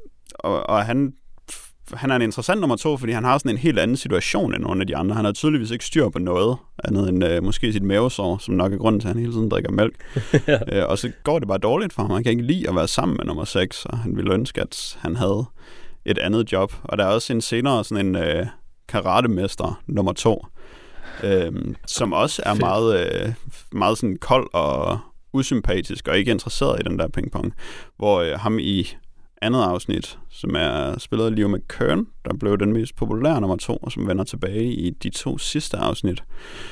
og, og han... Han er en interessant nummer to, fordi han har sådan en helt anden situation end nogle af de andre. Han har tydeligvis ikke styr på noget andet end øh, måske sit mavesår, som nok er grunden til, at han hele tiden drikker mælk. Ja. øh, og så går det bare dårligt for ham. Han kan ikke lide at være sammen med nummer seks, og han ville ønske, at han havde et andet job. Og der er også en senere sådan en øh, karatemester nummer to, øh, som også er meget, øh, meget sådan kold og usympatisk og ikke interesseret i den der pingpong, hvor øh, ham i andet afsnit, som er spillet af Leo McKern, der blev den mest populære nummer to, og som vender tilbage i de to sidste afsnit.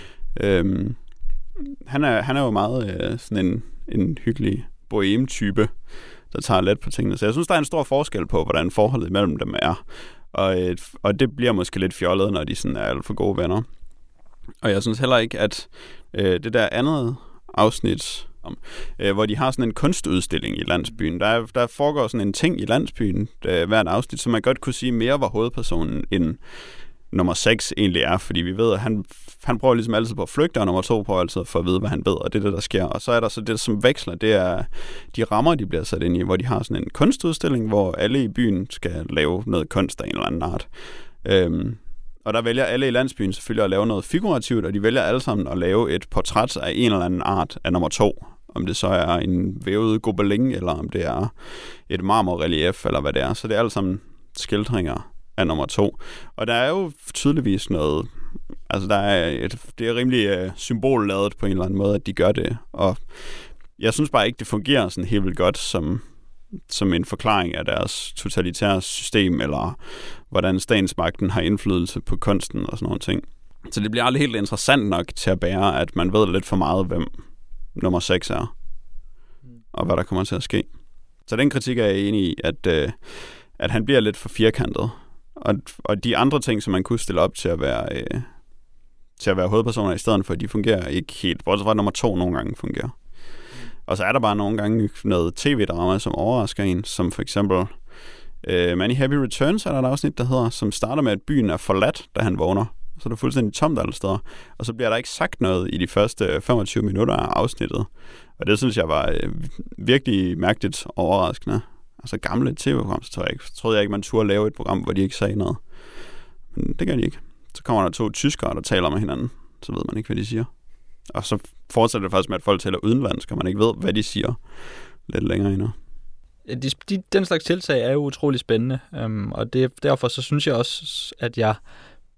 Øhm, han, er, han er jo meget øh, sådan en, en hyggelig boheme-type, der tager let på tingene. Så jeg synes, der er en stor forskel på, hvordan forholdet mellem dem er. Og, øh, og det bliver måske lidt fjollet, når de sådan er alt for gode venner. Og jeg synes heller ikke, at øh, det der andet afsnit, om, øh, hvor de har sådan en kunstudstilling i landsbyen. Der, der foregår sådan en ting i landsbyen øh, hvert afsnit, som man godt kunne sige mere var hovedpersonen end nummer seks egentlig er, fordi vi ved, at han, han prøver ligesom altid på at flygte, og nummer to prøver altid for at vide, hvad han ved, og det er det, der sker. Og så er der så det, som veksler, det er de rammer, de bliver sat ind i, hvor de har sådan en kunstudstilling, hvor alle i byen skal lave noget kunst af en eller anden art. Øhm, Og der vælger alle i landsbyen selvfølgelig at lave noget figurativt, og de vælger alle sammen at lave et portræt af en eller anden art af nummer to. Om det så er en vævet gobelin, eller om det er et marmorrelief, eller hvad det er. Så det er alle sammen skildringer af nummer to. Og der er jo tydeligvis noget... Altså, der er et, det er rimelig uh, symbolladet på en eller anden måde, at de gør det. Og jeg synes bare ikke, det fungerer sådan helt vildt godt som... som en forklaring af deres totalitære system, eller hvordan statsmagten har indflydelse på kunsten og sådan nogle ting. Så det bliver aldrig helt interessant nok til at bære, at man ved lidt for meget, hvem nummer seks er, og hvad der kommer til at ske. Så den kritik er jeg enig i, at, øh, at han bliver lidt for firkantet. Og, og de andre ting, som man kunne stille op til at være, øh, til at være hovedpersoner i stedet for, de fungerer ikke helt. Bortset fra, at nummer to nogle gange fungerer. Og så er der bare nogle gange noget tv-drama, som overrasker en, som for eksempel uh, Many Happy Returns er der et afsnit, der hedder, som starter med, at byen er forladt, da han vågner. Så er det fuldstændig tomt alle steder. Og så bliver der ikke sagt noget i de første femogtyve minutter af afsnittet. Og det synes jeg var uh, virkelig mærkeligt overraskende. Altså gamle tv-program, så tror jeg ikke, troede jeg ikke, man turde lave et program, hvor de ikke sagde noget. Men det gør de ikke. Så kommer der to tyskere, der taler med hinanden. Så ved man ikke, hvad de siger. Og så fortsætter det faktisk med, at folk taler udenlandsk, og man ikke ved, hvad de siger lidt længere endnu. De, de, den slags tiltag er jo utrolig spændende, øhm, og det, derfor så synes jeg også, at jeg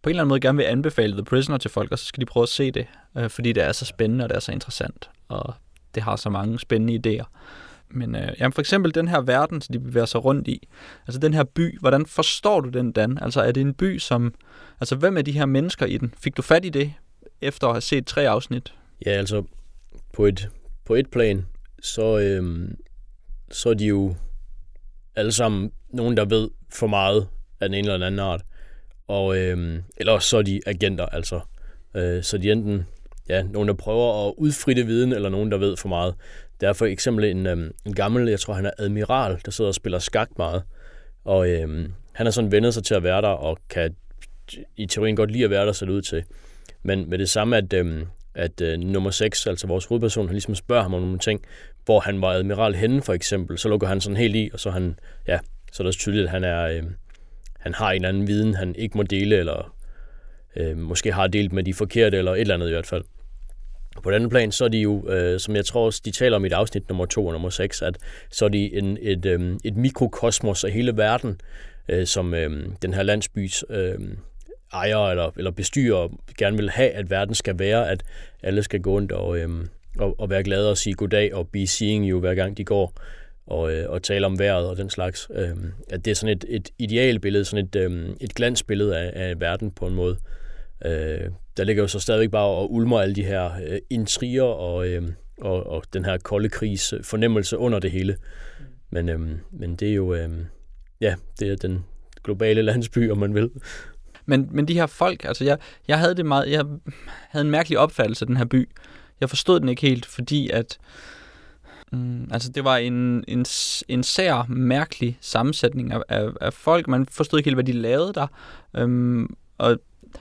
på en eller anden måde gerne vil anbefale The Prisoner til folk, og så skal de prøve at se det, øh, fordi det er så spændende, og det er så interessant, og det har så mange spændende idéer. Men øh, jamen for eksempel den her verden, som de bevæger sig rundt i, altså den her by, hvordan forstår du den, Dan? Altså er det en by, som, altså hvem er de her mennesker i den? Fik du fat i det, efter at have set tre afsnit? Ja, altså på et, på et plan, så, øhm, så er de jo alle sammen nogen, der ved for meget af den ene eller anden art. Og, øhm, eller så er de agenter, altså. Øh, så de er enten ja, nogen, der prøver at udfritte viden, eller nogen, der ved for meget. Der er for eksempel en, øhm, en gammel, jeg tror han er admiral, der sidder og spiller skak meget. Og øhm, han har sådan vendet sig til at være der, og kan i teorien godt lide at være der, ser det ud til. Men med det samme, at, øhm, at øh, nummer seks, altså vores hovedperson, han ligesom spørger ham om nogle ting, hvor han var admiral henne for eksempel, så lukker han sådan helt i, og så, han, ja, så er det tydeligt, at han, er, øh, han har en eller anden viden, han ikke må dele, eller øh, måske har delt med de forkerte, eller et eller andet i hvert fald. På den anden plan, så er de jo, øh, som jeg tror også, de taler om i et afsnit nummer to og nummer seks, at så er de en, et, øh, et mikrokosmos af hele verden, øh, som øh, den her landsbys øh, ejer eller, eller bestyrer gerne vil have, at verden skal være, at alle skal gå rundt og, øh, og, og være glade og sige goddag og be seeing you hver gang de går og, øh, og tale om vejret og den slags. Øh, at det er sådan et, et idealbillede, sådan et, øh, et glansbillede af, af verden på en måde. Øh, der ligger jo så stadigvæk bare og ulmer alle de her øh, intriger og, øh, og, og den her kolde krigs fornemmelse under det hele. Men, øh, men det er jo øh, ja, det er den globale landsby, om man vil. Men, men de her folk, altså jeg, jeg havde det meget, jeg havde en mærkelig opfattelse af den her by. Jeg forstod den ikke helt, fordi at mm, altså det var en, en, en sær, mærkelig sammensætning af, af, af folk. Man forstod ikke helt, hvad de lavede der. Øhm, og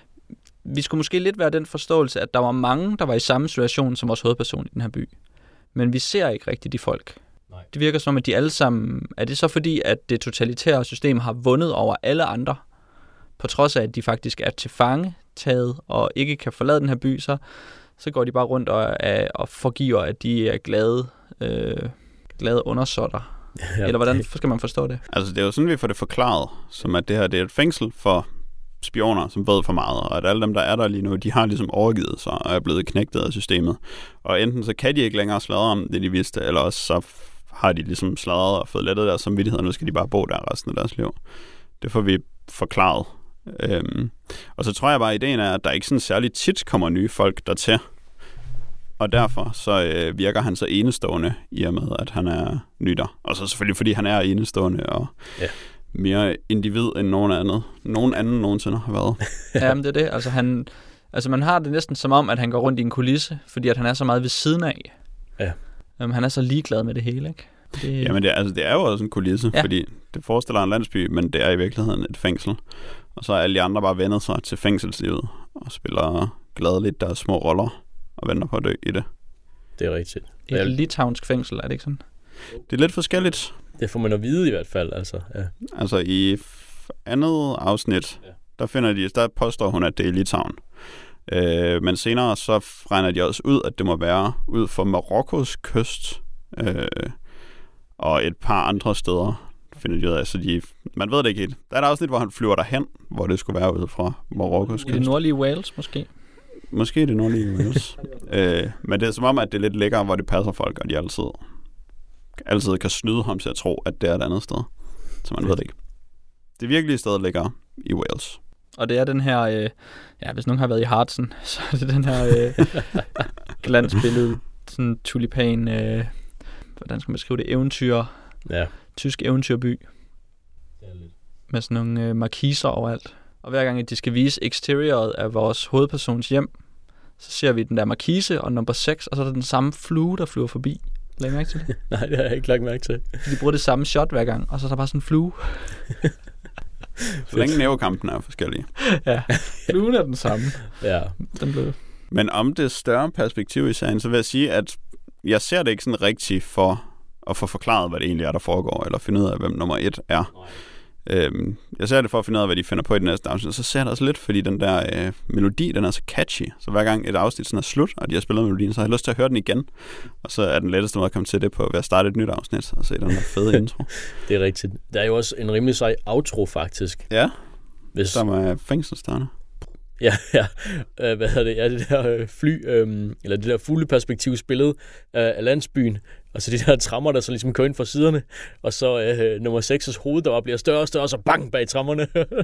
vi skulle måske lidt være den forståelse, at der var mange, der var i samme situation som vores hovedperson i den her by. Men vi ser ikke rigtig de folk. Nej. Det virker som, at de alle sammen... Er det så fordi, at det totalitære system har vundet over alle andre? På trods af, at de faktisk er til fange taget og ikke kan forlade den her by, så, så går de bare rundt og, og forgiver, at de er glade, øh, glade undersåtter. Ja, eller hvordan skal man forstå det? Altså, det er jo sådan, vi får det forklaret, som at det her det er et fængsel for spioner, som ved for meget, og at alle dem, der er der lige nu, de har ligesom overgivet sig og er blevet knægtet af systemet. Og enten så kan de ikke længere sladre om det, de vidste, eller også så har de ligesom sladret og fået lettet deres samvittighed, og nu skal de bare bo der resten af deres liv. Det får vi forklaret. Øhm, og så tror jeg bare, at ideen er, at der ikke sådan særligt tit kommer nye folk dertil. Og derfor så øh, virker han så enestående i og med, at han er ny der. Og så selvfølgelig, fordi han er enestående og ja. mere individ end nogen andet. Nogen anden nogensinde har været. Ja, men det er det. Altså, han, altså man har det næsten som om, at han går rundt i en kulisse, fordi at han er så meget ved siden af. Ja. Um, han er så ligeglad med det hele, ikke? Det... Jamen, det er, altså, det er jo også en kulisse, ja. Fordi det forestiller en landsby, men det er i virkeligheden et fængsel. Og så er alle de andre bare vendet sig til fængselslivet og spiller gladeligt deres små roller og venter på at dø i det. Det er rigtigt. Et litauisk fængsel, er det ikke sådan? Det er lidt forskelligt. Det får man at vide i hvert fald, altså. Ja. Altså i andet afsnit, ja. der finder de, der påstår hun, at det er Litauen. Øh, men senere så regner de også ud, at det må være ud for Marokkos kyst øh, og et par andre steder. Finder de ud af, så de, man ved det ikke helt. Der er et afsnit, hvor han flyver derhen, hvor det skulle være ude fra Marokkos kyst. I det nordlige Wales, måske? Måske i det nordlige Wales. øh, men det er som om, at det er lidt lækkere, hvor det passer folk, og de altid, altid kan snyde ham til at tro, at det er et andet sted. Så man ved det ikke. Det virkelige sted ligger i Wales. Og det er den her, øh, ja, hvis nogen har været i Hartsen, så er det den her øh, glansbillede, sådan tulipan, øh, hvordan skal man beskrive det, eventyr, ja. tysk eventyrby, med sådan nogle øh, markiser overalt. Og hver gang, at de skal vise exterioret af vores hovedpersons hjem, så ser vi den der markise og nummer seks, og så er der den samme flue, der flyver forbi. Læg mærke til det? Nej, det har jeg ikke lagt mærke til. De bruger det samme shot hver gang, og så er der bare sådan en flue. Så længe nævekampen er forskellige. Ja, fluen er den samme. Ja. Den blev... Men om det større perspektiv i serien, så vil jeg sige, at jeg ser det ikke sådan rigtigt for at få forklaret, hvad det egentlig er, der foregår, eller finde ud af, hvem nummer et er. Øhm, jeg ser det for at finde ud af, hvad de finder på i den næste afsnit, og så ser jeg det også lidt, fordi den der øh, melodi, den er så catchy, så hver gang et afsnit sådan er slut, og de har spillet melodien, så har jeg lyst til at høre den igen, og så er den letteste måde at komme til det på ved at starte et nyt afsnit, og se den der fede intro. Det er rigtigt. Der er jo også en rimelig sej outro, faktisk. Ja, Hvis... som er fængselsstørende. Ja, ja. Uh, hvad hedder det? Ja, det der fly, øhm, eller det der fugleperspektivsbillede af, af landsbyen, og så de der trammer, der så ligesom kører ind fra siderne, og så øh, nummer seks hoved, der bare bliver større og større, og så bang bag trammerne. det,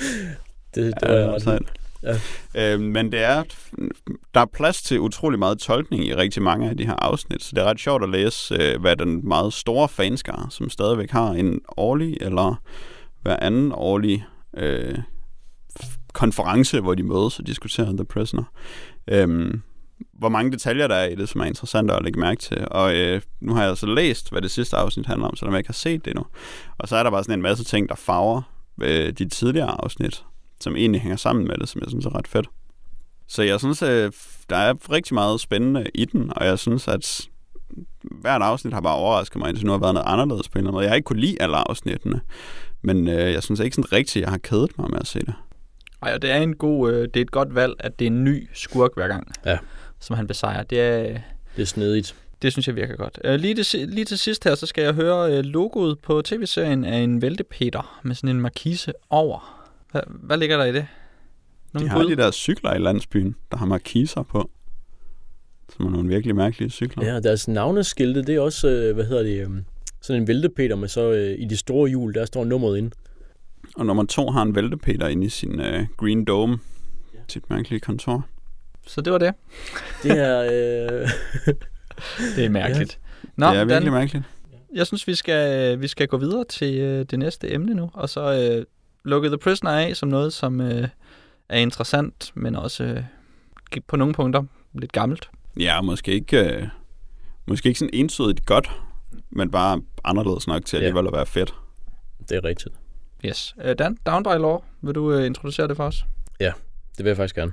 det ja, var ret vildt. Ja. Øh, men det er, der er plads til utrolig meget tolkning i rigtig mange af de her afsnit, så det er ret sjovt at læse, øh, hvad den meget store fanskare, som stadigvæk har en årlig eller hver anden årlig øh, konference, hvor de mødes og diskuterer The Prisoner. Øhm, hvor mange detaljer der er i det, som er interessant at lægge mærke til. Og øh, nu har jeg altså læst, hvad det sidste afsnit handler om, så jeg ikke har set det endnu. Og så er der bare sådan en masse ting, der farver øh, de tidligere afsnit, som egentlig hænger sammen med det, som jeg synes er ret fedt. Så jeg synes, øh, der er rigtig meget spændende i den, og jeg synes, at hvert afsnit har bare overrasket mig, indtil nu har været noget anderledes på en eller anden måde. Jeg har ikke kunne lide alle afsnittene, men øh, jeg synes ikke sådan rigtigt, jeg har kædet mig med at se det. Ej, og det er en god, øh, det er et godt valg, at det er en ny skurk hver gang, ja. som han besejrer. Det er, det er snedigt. Det synes jeg virker godt. Øh, lige, til, lige til sidst her, så skal jeg høre øh, logoet på tv-serien af en væltepeter med sådan en markise over. Hvad, hvad ligger der i det? Nogle de har bud? De der cykler i landsbyen, der har markiser på. Som er nogle virkelig mærkelige cykler. Ja, deres navneskilte, det er også, øh, hvad hedder det, øh, sådan en væltepeter med så øh, i de store hjul, der står nummeret inde. Og nummer to har en væltepeter inde i sin uh, Green Dome, ja. Sit mærkelige kontor. Så det var det. Det er... Øh... det er mærkeligt. Ja. Nå, det er virkelig Dan, mærkeligt. Jeg synes, vi skal, vi skal gå videre til uh, det næste emne nu, og så uh, lukke The Prisoner af som noget, som uh, er interessant, men også uh, på nogle punkter lidt gammelt. Ja, måske ikke, uh, måske ikke sådan entydigt godt, men bare anderledes nok til alligevel ja. At være fedt. Det er rigtigt. Yes. Uh, Dan, Down by Law, vil du uh, introducere det for os? Ja, det vil jeg faktisk gerne.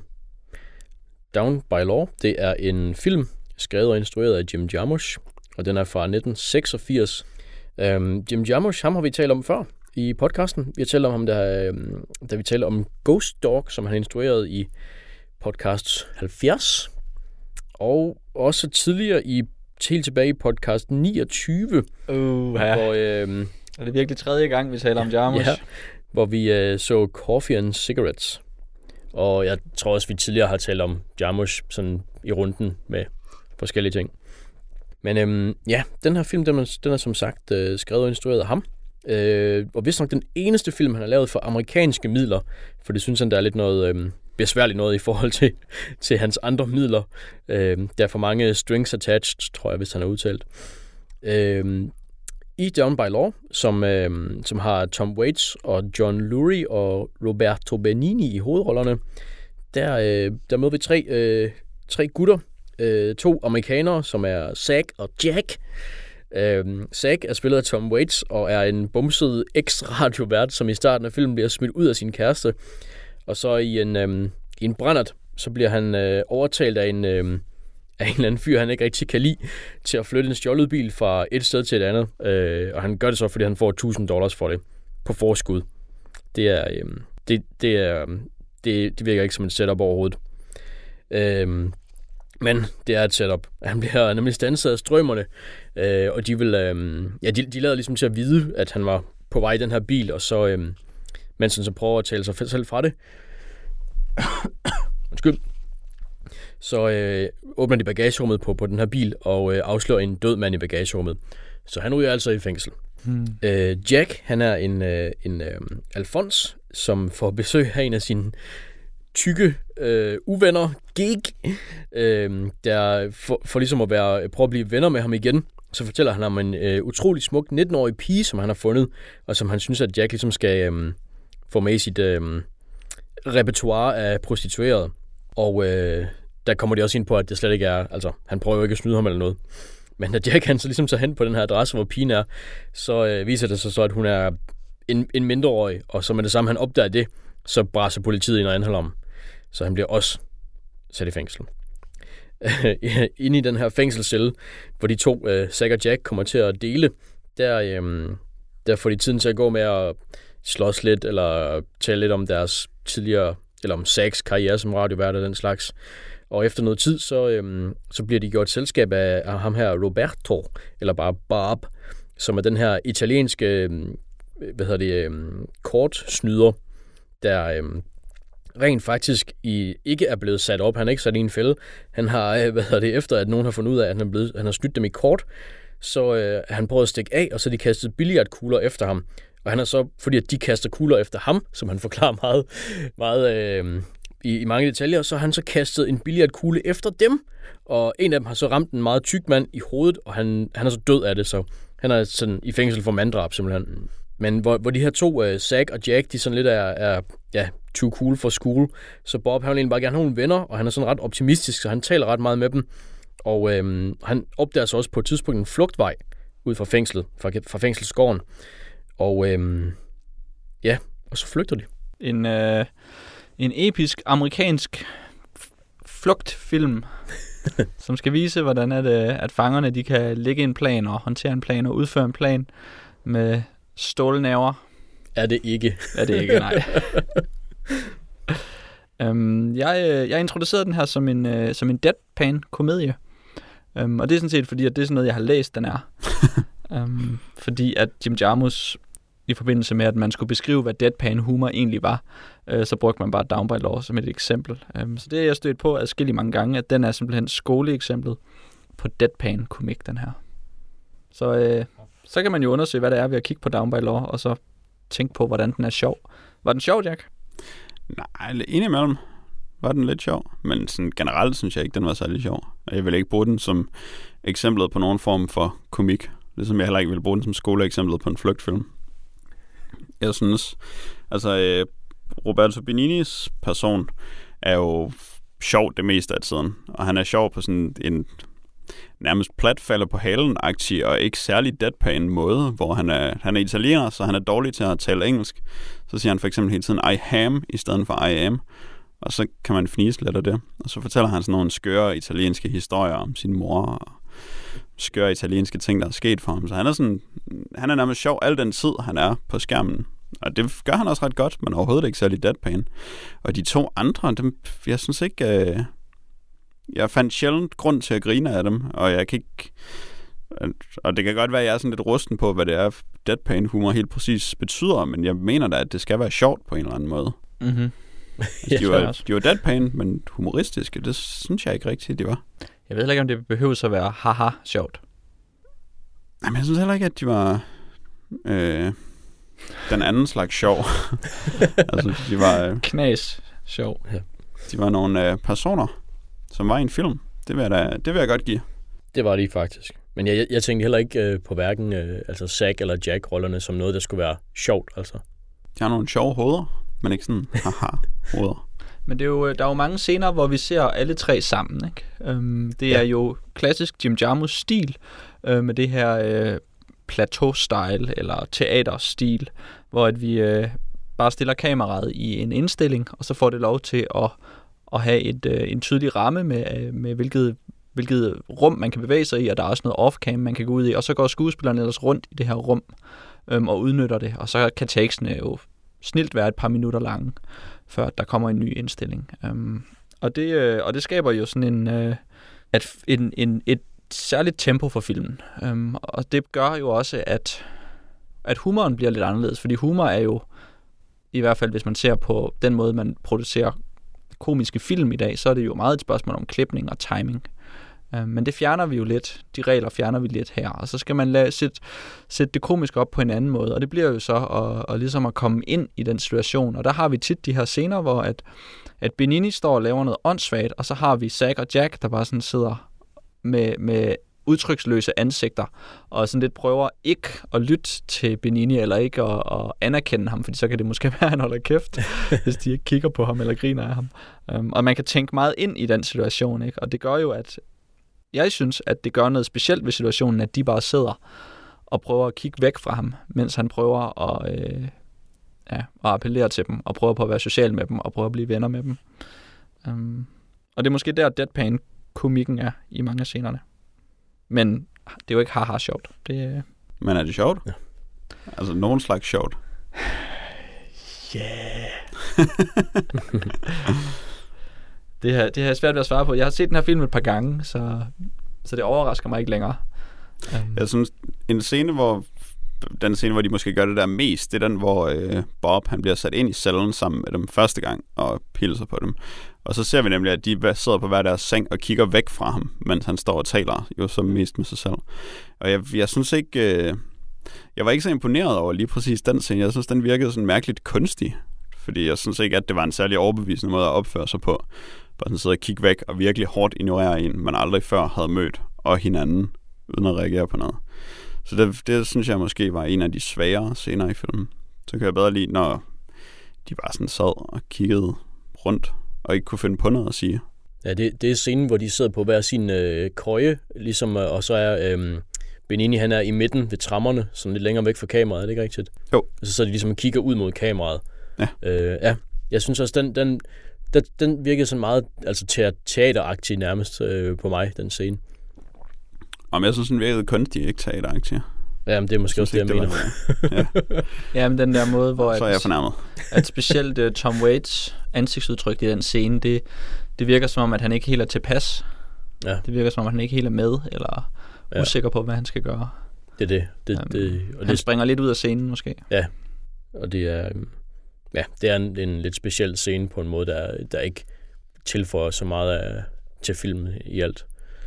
Down by Law, det er en film, skrevet og instrueret af Jim Jarmusch, og den er fra nitten seksogfirs. Um, Jim Jarmusch, ham har vi talt om før i podcasten. Vi har talt om ham, da, da vi talte om Ghost Dog, som han instruerede i podcast halvfjerds, og også tidligere i helt tilbage i podcast niogtyve. Uh, ja. Hvor, øhm, er det virkelig tredje gang, vi taler om Jarmusch? Ja, hvor vi øh, så Coffee and Cigarettes. Og jeg tror også, vi tidligere har talt om Jarmusch sådan i runden med forskellige ting. Men øhm, ja, den her film, den er, den er som sagt øh, skrevet og instrueret af ham. Øh, og vist nok den eneste film, han har lavet for amerikanske midler. For det synes han, der er lidt noget øh, besværligt noget i forhold til, til hans andre midler. Øh, der er for mange strings attached, tror jeg, hvis han har udtalt. Øh, I Down by Law, som, øh, som har Tom Waits og John Lurie og Roberto Benigni i hovedrollerne, der, øh, der møder vi tre, øh, tre gutter. Øh, to amerikanere, som er Zack og Jack. Øh, Zack er spillet af Tom Waits og er en bumset eks-radiovært, som i starten af filmen bliver smidt ud af sin kæreste. Og så i en, øh, i en brændert, så bliver han øh, overtalt af en, øh, af en eller anden fyr, han ikke rigtig kan lide, til at flytte en stjålet bil fra et sted til et andet. Øh, og han gør det så, fordi han får tusind dollars for det på forskud. Det er, øh, det, det, er, det, det virker ikke som en setup overhovedet. Øh, Men det er et setup. Han bliver nemlig standset af strømmerne, øh, og de vil, øh, ja, de, de lader ligesom til at vide, at han var på vej i den her bil, og så, øh, mens han så prøver at tale sig selv fra det, undskyld, så øh, åbner de bagagerummet på, på den her bil, og øh, afslører en død mand i bagagerummet. Så han ryger altså i fængsel. Hmm. Øh, Jack, han er en, øh, en øh, Alfons, som får besøg af en af sine tykke øh, uvenner, Gig, øh, der for, for ligesom at være, prøve at blive venner med ham igen, så fortæller han om en øh, utrolig smuk nitten-årig pige, som han har fundet, og som han synes, at Jack ligesom skal øh, få med i sit øh, repertoire af prostituerede. Og øh, der kommer de også ind på, at det slet ikke er, altså han prøver jo ikke at snyde ham eller noget. Men da Jack han så ligesom tager hen på den her adresse, hvor pigen er, så øh, viser det sig så, at hun er en, en mindreårig, og så med det samme han opdager det, så braser politiet ind og anholder ham. Så han bliver også sat i fængsel. Inde i den her fængselscelle, hvor de to, uh, Zack og Jack, kommer til at dele, der, um, der får de tiden til at gå med at slås lidt, eller tale lidt om deres tidligere, eller om Zacks karriere som radiovært og den slags. Og efter noget tid, så, um, så bliver de gjort selskab af, af ham her Roberto, eller bare Bob, som er den her italienske, hvad hedder det, um, kortsnyder, der, um, rent faktisk i, ikke er blevet sat op. Han er ikke sat i en fælde. Han har, hvad hedder det, efter at nogen har fundet ud af, at han, er blevet, han har snydt dem i kort, så øh, han prøvet at stikke af, og så de kastet billiardkugler efter ham. Og han er så, fordi at de kaster kugler efter ham, som han forklarer meget, meget øh, i, i mange detaljer, så har han så kastet en billiardkugle efter dem, og en af dem har så ramt en meget tyk mand i hovedet, og han, han er så død af det, så han er sådan i fængsel for manddrab simpelthen. Men hvor, hvor de her to, uh, Zack og Jack, de sådan lidt er, er ja, too cool for school, så Bob, han vil egentlig bare gerne have nogle venner, og han er sådan ret optimistisk, så han taler ret meget med dem. Og øhm, han opdager så også på et tidspunkt en flugtvej ud fra fængslet, fra, fra fængselsgården. Og øhm, ja, og så flygter de. En, øh, en episk amerikansk flugtfilm, som skal vise, hvordan at, at fangerne de kan lægge en plan og håndtere en plan og udføre en plan med stålnæver. Er det ikke? Er det ikke, nej. um, jeg, jeg introducerede den her som en, uh, som en deadpan-komedie. Um, og det er sådan set fordi, at det er sådan noget, jeg har læst, den er. um, fordi at Jim Jarmusch, i forbindelse med, at man skulle beskrive, hvad deadpan-humor egentlig var, uh, så brugte man bare Down by Law som et eksempel. Um, så det er jeg stødt på adskillige mange gange, at den er simpelthen skoleeksemplet på deadpan-komik, den her. Så, uh, så kan man jo undersøge, hvad det er ved at kigge på Down by Law, og så tænke på, hvordan den er sjov. Var den sjov, Jack? Nej, indimellem var den lidt sjov, men sådan generelt synes jeg ikke, den var særlig sjov. Jeg vil ikke bruge den som eksemplet på nogen form for komik, ligesom jeg heller ikke vil bruge den som skoleeksemplet på en flugtfilm. Jeg synes, altså øh, Roberto Beninis person er jo sjov det meste af tiden, og han er sjov på sådan en nærmest plat falder på halen-aktig og ikke særlig deadpan måde, hvor han er, han er italiener, så han er dårlig til at tale engelsk. Så siger han for eksempel hele tiden I ham i stedet for I am, og så kan man fnise lidt af det. Og så fortæller han sådan nogle skøre italienske historier om sin mor og skøre italienske ting, der er sket for ham. Så han er sådan, han er nærmest sjov al den tid, han er på skærmen. Og det gør han også ret godt, men overhovedet ikke særlig deadpan. Og de to andre, dem, jeg synes ikke... Øh, jeg fandt sjældent grund til at grine af dem, og jeg kan ikke... Og det kan godt være, at jeg er sådan lidt rusten på, hvad det er, deadpan humor helt præcis betyder, men jeg mener da, at det skal være sjovt på en eller anden måde. Mm-hmm. Altså, de, var, de var deadpan, men humoristiske, det synes jeg ikke rigtigt, de var. Jeg ved ikke, om det behøver at være haha sjovt. Nej, men jeg synes heller ikke, at de var øh, den anden slags sjov. Altså, de var... Øh, Knas sjov. Ja. De var nogle øh, personer, som var i en film. Det vil jeg, da, det vil jeg godt give. Det var de faktisk. Men jeg, jeg tænkte heller ikke øh, på hverken øh, altså Zack eller Jack-rollerne som noget, der skulle være sjovt. Altså. De har nogle sjove hoveder, men ikke sådan haha-hoveder. Men det er jo, der er jo mange scener, hvor vi ser alle tre sammen. Ikke? Øhm, det ja. er jo klassisk Jim Jarmusch-stil øh, med det her øh, plateau-style eller teaterstil, hvor at vi øh, bare stiller kameraet i en indstilling, og så får det lov til at at have et, øh, en tydelig ramme med, med hvilket, hvilket rum man kan bevæge sig i, og der er også noget off-cam, man kan gå ud i, og så går skuespillerne ellers rundt i det her rum øhm, og udnytter det, og så kan takesene jo snilt være et par minutter lange, før der kommer en ny indstilling. Øhm, og, det, øh, og det skaber jo sådan en, øh, at en, en, et særligt tempo for filmen, øhm, og det gør jo også, at, at humoren bliver lidt anderledes, fordi humor er jo, i hvert fald hvis man ser på den måde, man producerer komiske film i dag, så er det jo meget et spørgsmål om klipning og timing. Uh, men det fjerner vi jo lidt. De regler fjerner vi lidt her. Og så skal man lade, sætte, sætte det komiske op på en anden måde. Og det bliver jo så at, at, ligesom at komme ind i den situation. Og der har vi tit de her scener, hvor at, at Benigni står og laver noget åndssvagt, og så har vi Zack og Jack, der bare sådan sidder med, med udtryksløse ansigter, og sådan lidt prøver ikke at lytte til Benigni, eller ikke at, at anerkende ham, fordi så kan det måske være, at han holder kæft, hvis de ikke kigger på ham, eller griner af ham. Um, og man kan tænke meget ind i den situation, ikke? Og det gør jo, at jeg synes, at det gør noget specielt ved situationen, at de bare sidder og prøver at kigge væk fra ham, mens han prøver at, øh, ja, at appellere til dem, og prøver på at være social med dem, og prøver at blive venner med dem. Um, og det er måske der, deadpan-komikken er i mange af scenerne. Men det er jo ikke haha sjovt. Det... Men er det sjovt? Ja. Altså nogen slags sjovt? Ja. Yeah. det, her, det her er svært ved at svare på. Jeg har set den her film et par gange, så, så det overrasker mig ikke længere. Um... Jeg synes, en scene, hvor den scene, hvor de måske gør det der mest, det er den, hvor øh, Bob han bliver sat ind i cellen sammen med dem første gang og hilser på dem. Og så ser vi nemlig, at de sidder på hver deres seng og kigger væk fra ham, mens han står og taler jo som mest med sig selv. Og jeg, jeg synes ikke... Øh, jeg var ikke så imponeret over lige præcis den scene. Jeg synes, den virkede sådan mærkeligt kunstig. Fordi jeg synes ikke, at det var en særlig overbevisende måde at opføre sig på. Bare sådan sidde og kigge væk og virkelig hårdt ignorere en, man aldrig før havde mødt, og hinanden, uden at reagere på noget. Så det, det synes jeg måske var en af de svagere scener i filmen. Så kan jeg bedre lide, når de bare sådan sad og kiggede rundt, og ikke kunne finde på noget at sige. Ja, det, det er scenen, hvor de sidder på hver sin øh, køje, ligesom, og så er øh, Benigni, han er i midten ved trammerne, sådan lidt længere væk fra kameraet, er det ikke rigtigt? Jo. Og så sidder de ligesom og kigger ud mod kameraet. Ja. Øh, ja, jeg synes også, den, den, den, den virkede sådan meget altså teateragtig nærmest øh, på mig, den scene. Om jeg synes, den virkede kunstig, ikke teateragtig. Ja, men det er måske også det, jeg mener. ja. ja, men den der måde, hvor... Så er jeg fornærmet. At specielt uh, Tom Waits ansigtsudtryk i den scene, det, det virker som om, at han ikke helt er tilpas. Ja. Det virker som om, at han ikke helt er med, eller ja. usikker på, hvad han skal gøre. Det er det. det, um, det og han det, springer lidt ud af scenen, måske. Ja, og det er... Ja, det er en, en lidt speciel scene på en måde, der, der ikke tilføjer så meget af, til filmen i alt.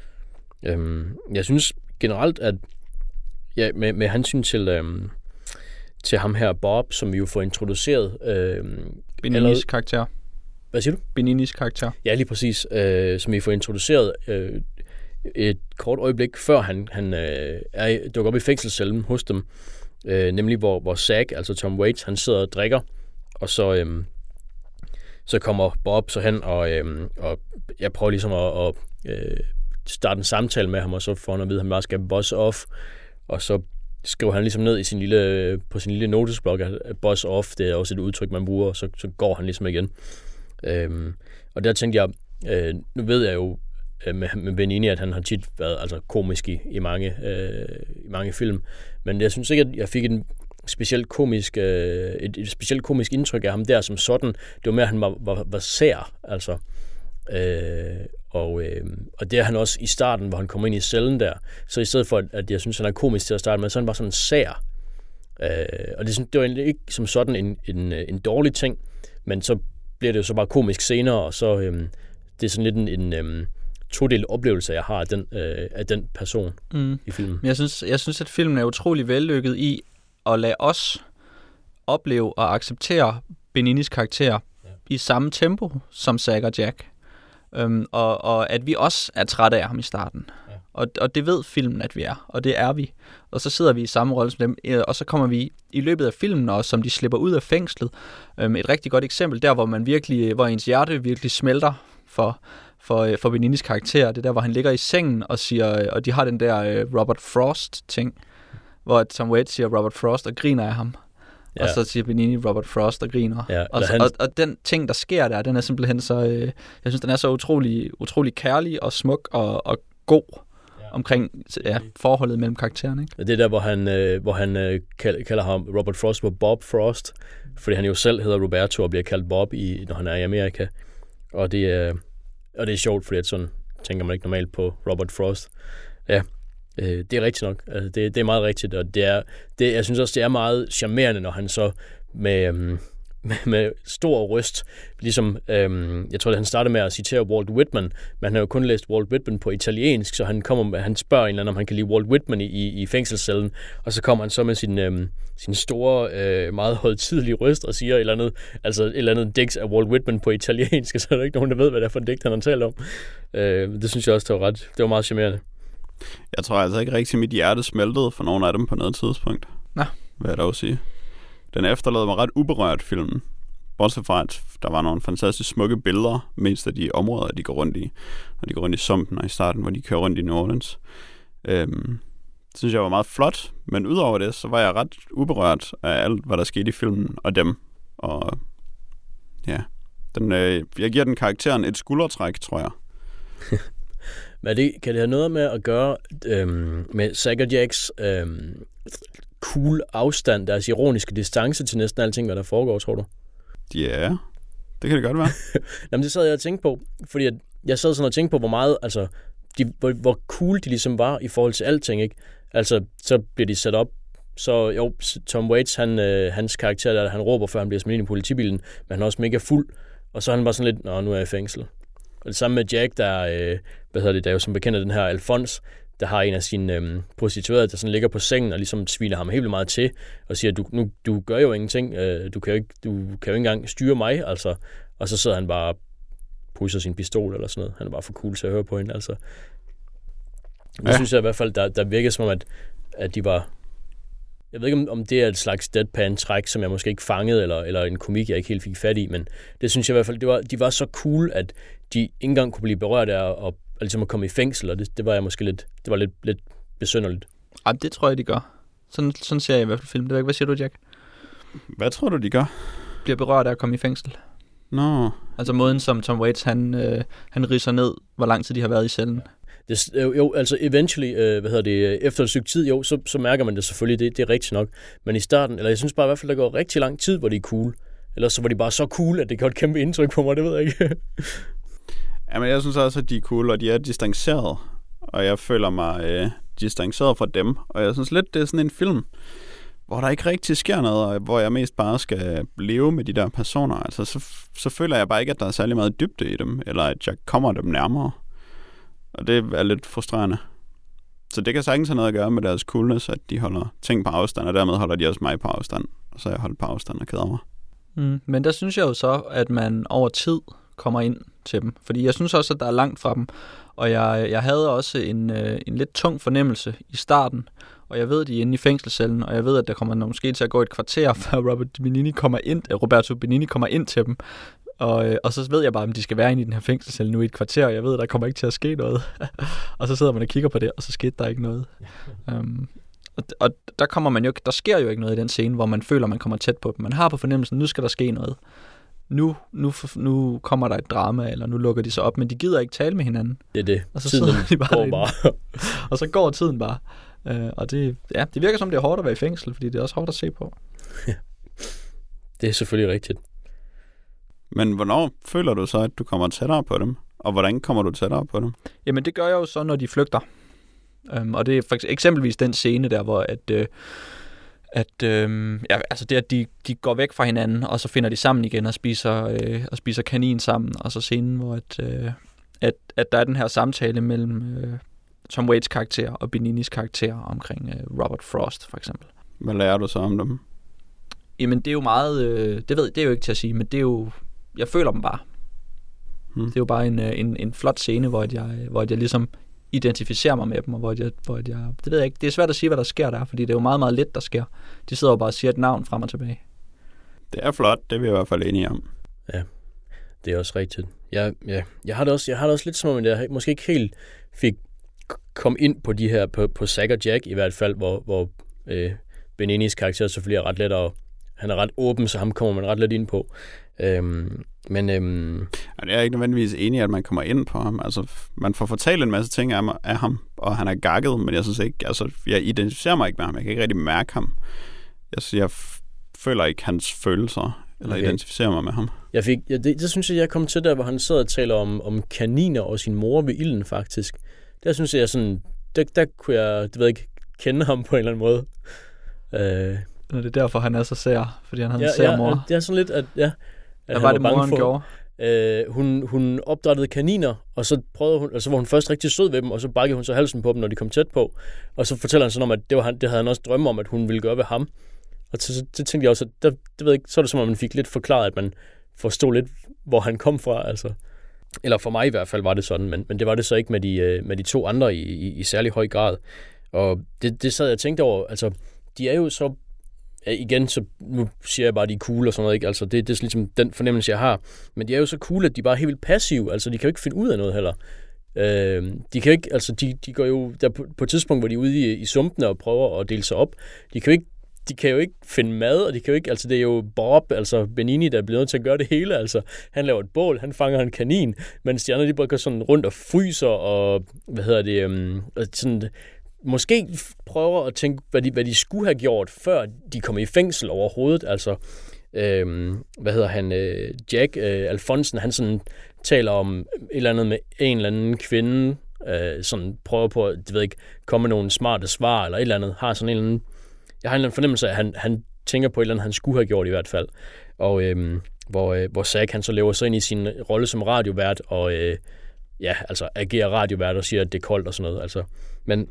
Um, jeg synes generelt, at ja, med, med hensyn til, um, til ham her, Bob, som vi jo får introduceret... Um, Benignis allerede... karakter. Hvad siger du? Benignis karakter. Ja, lige præcis. Uh, som vi får introduceret uh, et kort øjeblik, før han, han uh, er, dukker op i fængselscellen hos dem. Uh, nemlig hvor, hvor Zack, altså Tom Waits, han sidder og drikker. Og så, øhm, så kommer Bob så hen, og, øhm, og jeg prøver ligesom at, at øh, starte en samtale med ham, og så får han at vide, at han bare skal buzz off. Og så skriver han ligesom ned i sin lille, på sin lille notesblok, at buzz off, det er også et udtryk, man bruger, og så, så går han ligesom igen. Øhm, og der tænkte jeg, øh, nu ved jeg jo øh, med, med Benigni, at han har tit været altså, komisk i, i, mange, øh, i mange film. Men jeg synes ikke, at jeg fik en specielt komisk, øh, et, et specielt komisk indtryk af ham der som sådan. Det var mere, at han var, var, var sær, altså. Øh, og, øh, og det er han også i starten, hvor han kommer ind i cellen der. Så i stedet for, at, at jeg synes, han er komisk til at starte med, så er han bare sådan sær. Øh, og det, det var egentlig ikke som sådan en, en, en dårlig ting, men så bliver det jo så bare komisk senere, og så øh, det er sådan lidt en, en øh, todelt oplevelse, jeg har af den, øh, af den person mm. i filmen. Jeg synes, jeg synes, at filmen er utrolig vellykket i at lade os opleve og acceptere Benignis karakter ja. i samme tempo som Zack og Jack. Øhm, og, og at vi også er trætte af ham i starten. Ja. Og, og det ved filmen, at vi er. Og det er vi. Og så sidder vi i samme rolle som dem. Og så kommer vi i løbet af filmen også, som de slipper ud af fængslet. Øhm, et rigtig godt eksempel der, hvor man virkelig, hvor ens hjerte virkelig smelter for, for, for Benignis karakter. Det der, hvor han ligger i sengen og siger, og de har den der uh, Robert Frost-ting, hvor Tom Waits siger Robert Frost og griner af ham. Ja. Og så siger Benigni Robert Frost og griner. Ja, og, han... og, og den ting, der sker der, den er simpelthen så... Øh, jeg synes, den er så utrolig, utrolig kærlig og smuk og, og god ja. omkring ja, forholdet mellem karaktererne. Ikke? Det er der, hvor han, øh, hvor han øh, kalder ham Robert Frost for Bob Frost, fordi han jo selv hedder Roberto og bliver kaldt Bob, i, når han er i Amerika. Og det er, og det er sjovt, fordi at sådan tænker man ikke normalt på Robert Frost. Ja. Det er rigtigt nok. Altså, det, det er meget rigtigt, og det er, det, jeg synes også, det er meget charmerende, når han så med, øhm, med, med stor røst, ligesom, øhm, jeg tror, at han startede med at citere Walt Whitman, men han har jo kun læst Walt Whitman på italiensk, så han kommer med, han spørger en eller anden, om han kan lide Walt Whitman i, i, i fængselscellen, og så kommer han så med sin, øhm, sin store, øh, meget højtidelige røst og siger et eller andet, altså et eller andet digt af Walt Whitman på italiensk, så er der ikke nogen, der ved, hvad det er for en digt, han har talt om. Øh, det synes jeg også, det var ret, det var meget charmerende. Jeg tror altså ikke rigtig, mit hjerte smeltede for nogen af dem på noget tidspunkt. Nå. Vil jeg dog sige. Den efterlod mig ret uberørt, filmen. Bortset fra, at der var nogle fantastisk smukke billeder, mest af de områder, de går rundt i. Og de går rundt i sumpen, og i starten, hvor de kører rundt i New Orleans. Øhm, det synes jeg var meget flot, men udover det, så var jeg ret uberørt af alt, hvad der skete i filmen, og dem. Og ja, den, øh, jeg giver den karakteren et skuldertræk, tror jeg. Men det, kan det have noget med at gøre øhm, med Zack og Jacks øhm, cool afstand, deres ironiske distance til næsten alting, hvad der foregår, tror du? Ja, det kan det godt være. Jamen, det sad jeg og tænkte på, fordi at jeg sad sådan og tænkte på, hvor meget, altså, de, hvor, hvor cool de ligesom var i forhold til alting, ikke? Altså, så bliver de sat op så jo, Tom Waits, han, øh, hans karakter der, han råber, før han bliver smidt ind i politibilen, men han er også mega fuld, og så er han bare sådan lidt, nå, nu er jeg i fængsel. Og det samme med Jack, der, øh, hvad hedder det, der er jo som bekendt den her Alphonse, der har en af sine øh, prostituerede, der sådan ligger på sengen og ligesom sviner ham helt vildt meget til, og siger, du, nu, du gør jo ingenting, øh, du, kan jo ikke, du kan jo ikke engang styre mig, altså. Og så sidder han bare og pusser sin pistol eller sådan noget. Han er bare for cool til at høre på hende, altså. Jeg ja. synes jeg i hvert fald, der, der virker som om, at, at de var... Jeg ved ikke, om, om det er et slags deadpan-træk, som jeg måske ikke fangede, eller, eller en komik, jeg ikke helt fik fat i, men det synes jeg i hvert fald, det var, de var så cool, at de ikke engang kunne blive berørt af og, og ligesom at komme i fængsel, og det, det var jeg måske lidt, det var lidt, lidt besynderligt. Ej, det tror jeg, de gør. Sådan, sådan ser jeg i hvert fald film. Det ved ikke, hvad siger du, Jack? Hvad tror du, de gør? Bliver berørt af at komme i fængsel. Nå. No. Altså måden, som Tom Waits, han, øh, han ridser ned, hvor lang tid de har været i cellen. Det, jo, altså eventually, øh, hvad hedder det, efter et stykke tid, jo, så, så mærker man det selvfølgelig, det, det er rigtigt nok. Men i starten, eller jeg synes bare i hvert fald, der går rigtig lang tid, hvor de er cool. Ellers så var de bare så cool, at det gør et kæmpe indtryk på mig, det ved jeg ikke. Jamen, jeg synes også, at de er cool, og de er distanceret. Og jeg føler mig øh, distanceret fra dem. Og jeg synes lidt, det er sådan en film, hvor der ikke rigtig sker noget, og hvor jeg mest bare skal leve med de der personer. Altså, så, så føler jeg bare ikke, at der er særlig meget dybde i dem, eller at jeg kommer dem nærmere. Og det er lidt frustrerende. Så det kan sagtens have noget at gøre med deres coolness, at de holder ting på afstand, og dermed holder de også mig på afstand. Og så er jeg holdt på afstand og keder mig. Mm, men der synes jeg jo så, at man over tid kommer ind til dem. Fordi jeg synes også, at der er langt fra dem. Og jeg, jeg havde også en, en lidt tung fornemmelse i starten. Og jeg ved, at de er inde i fængselscellen, og jeg ved, at der kommer måske til at gå et kvarter, før Robert Benigni kommer ind, Roberto Benigni kommer ind til dem. Og, og så ved jeg bare, om de skal være inde i den her fængselscelle nu i et kvarter, og jeg ved, at der kommer ikke til at ske noget. Og så sidder man og kigger på det, og så skete der ikke noget. um, og, og der kommer man jo, der sker jo ikke noget i den scene, hvor man føler, man kommer tæt på dem. Man har på fornemmelsen, nu skal der ske noget. Nu, nu, nu kommer der et drama, eller nu lukker de sig op, men de gider ikke tale med hinanden. Det er det. Og så tiden sidder de bare, går bare. Og så går tiden bare. Uh, og det, ja, det virker som, det er hårdt at være i fængsel, fordi det er også hårdt at se på. Det er selvfølgelig rigtigt. Men hvornår føler du så, at du kommer tættere på dem? Og hvordan kommer du tættere på dem? Jamen, det gør jeg jo så, når de flygter. Um, og det er for eksempelvis den scene der, hvor at, uh, at uh, ja, altså det, at de, de går væk fra hinanden, og så finder de sammen igen og spiser, uh, og spiser kanin sammen. Og så scenen, hvor at, uh, at, at der er den her samtale mellem uh, Tom Waits karakter og Benignis karakter omkring uh, Robert Frost, for eksempel. Hvad lærer du så om dem? Jamen, det er jo meget... Uh, det ved det er jo ikke til at sige, men det er jo... Jeg føler dem bare. Hmm. Det er jo bare en, en, en flot scene, hvor jeg, hvor jeg ligesom identificerer mig med dem, og hvor jeg, hvor jeg... Det ved jeg ikke. Det er svært at sige, hvad der sker der, fordi det er jo meget, meget let, der sker. De sidder jo bare og siger et navn frem og tilbage. Det er flot, det er vi i hvert fald enige om. Ja, det er også rigtigt. Jeg, ja, jeg, har, det også, jeg har det også lidt som om, at jeg måske ikke helt fik kom ind på de her, på, på Zack og Jack i hvert fald, hvor, hvor øh, Benignis karakter selvfølgelig er ret let, og han er ret åben, så ham kommer man ret let ind på. Øhm, men øhm, jeg er ikke nødvendigvis enig i, at man kommer ind på ham. Altså, man får fortalt en masse ting af, af ham, og han er gakket, men jeg synes ikke, altså, jeg identificerer mig ikke med ham. Jeg kan ikke rigtig mærke ham. Jeg, jeg føler ikke hans følelser, eller okay. identificerer mig med ham. Jeg fik, ja, det, det synes jeg, jeg kom til der, hvor han sidder og taler om, om kaniner og sin mor ved ilden, faktisk. Der synes jeg sådan, der, der kunne jeg, det ved ikke, kende ham på en eller anden måde. Øh, det er derfor, han er så sær, fordi han havde ja, en sær ja, mor. Det er sådan lidt, at ja, hvad var det, moren gjorde? Øh, hun, hun opdrættede kaniner, og så prøvede hun, altså var hun først rigtig sød ved dem, og så bakkede hun så halsen på dem, når de kom tæt på. Og så fortæller han sådan om, at det, var han, det havde han også drømme om, at hun ville gøre ved ham. Og så, så det tænkte jeg også, at der, det ved jeg ikke, så er det som om, man fik lidt forklaret, at man forstod lidt, hvor han kom fra, altså. Eller for mig i hvert fald var det sådan, men, men det var det så ikke med de, med de to andre i, i, i særlig høj grad. Og det, det sad jeg og tænkte over, altså, de er jo så, igen, så nu siger jeg bare, at de er cool og sådan noget, ikke? Altså, det, det er ligesom den fornemmelse, jeg har. Men de er jo så cool, at de bare er helt vildt passive, altså, de kan jo ikke finde ud af noget heller. Øh, de kan ikke, altså, de, de går jo, der på, på et tidspunkt, hvor de er ude i, i sumpene og prøver at dele sig op, de kan jo ikke de kan jo ikke finde mad, og de kan jo ikke, altså det er jo Bob, altså Benigni, der er blevet nødt til at gøre det hele, altså han laver et bål, han fanger en kanin, mens de andre, de bare går sådan rundt og fryser, og hvad hedder det, um, sådan, måske prøver at tænke, hvad de, hvad de skulle have gjort, før de kom i fængsel overhovedet, altså, øhm, hvad hedder han, øh, Jack øh, Alfonsen, han sådan taler om et eller andet med en eller anden kvinde, øh, sådan prøver på at, det ved ikke, komme med nogle smarte svar, eller et eller andet, har sådan en eller anden jeg har en eller anden fornemmelse af, at han, han tænker på et eller andet, han skulle have gjort i hvert fald. Og øhm, hvor, øh, hvor Zack, han så lever sig ind i sin rolle som radiovært, og øh, ja, altså agerer radiovært og siger, at det er koldt og sådan noget. Altså, men,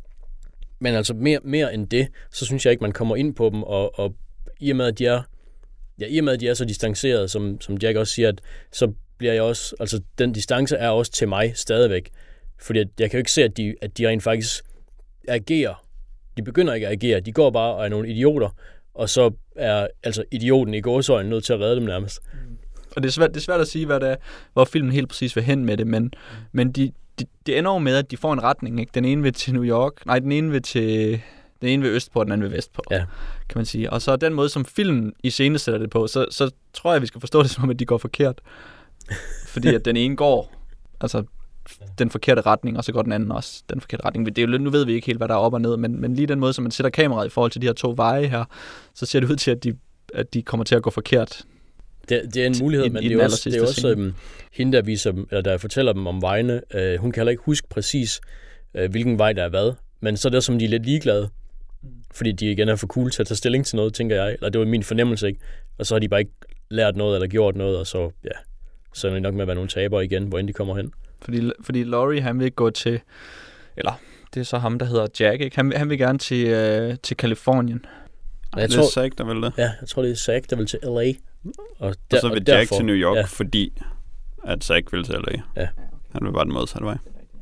men altså mere, mere end det, så synes jeg ikke, man kommer ind på dem, og, og i og med, at de er, ja, i og med, at de er så distanceret, som, som Jack også siger, at så bliver jeg også, altså den distance er også til mig stadigvæk. Fordi jeg kan jo ikke se, at de, at de rent faktisk agerer. De begynder ikke at agere. De går bare og er nogle idioter, og så er altså idioten i gåseøjne nødt til at redde dem nærmest. Og det er svært, det er svært at sige, hvad det er, hvor filmen helt præcis vil hen med det, men, mm. men de, de, det ender jo med, at de får en retning. Ikke? Den ene vil til New York, nej, den ene vil til den ene vil østpå, og den anden vil vestpå, ja. Kan man sige. Og så den måde, som filmen i scene sætter det på, så, så tror jeg, vi skal forstå det som, at de går forkert. Fordi at den ene går altså den forkerte retning, og så går den anden også den forkerte retning. Det er jo, nu ved vi ikke helt, hvad der er op og ned, men, men lige den måde, som man sætter kameraet i forhold til de her to veje her, så ser det ud til, at de, at de kommer til at gå forkert. Det, det er en mulighed, i, men i det er også, det er også um, hende, der viser dem, eller der fortæller dem om vejene. Uh, hun kan heller ikke huske præcis, uh, hvilken vej der er hvad, men så er det som, de er lidt ligeglade, fordi de igen er for cool til at tage stilling til noget, tænker jeg. Eller det var min fornemmelse, ikke? Og så har de bare ikke lært noget, eller gjort noget, og så, ja, så er det nok med at være nogle tabere igen, hvor end de kommer hen. Fordi, fordi Laurie, han vil gå til, eller det er så ham, der hedder Jack, ikke? Han, han vil gerne til, øh, til Kalifornien. Jeg det tror, er Zack, der vil det. Ja, jeg tror, det er Zack, der vil til L A. Og, der, og så vil og Jack derfor, til New York, ja. Fordi at Zack vil til L A. Ja. Han vil bare den modsatte vej.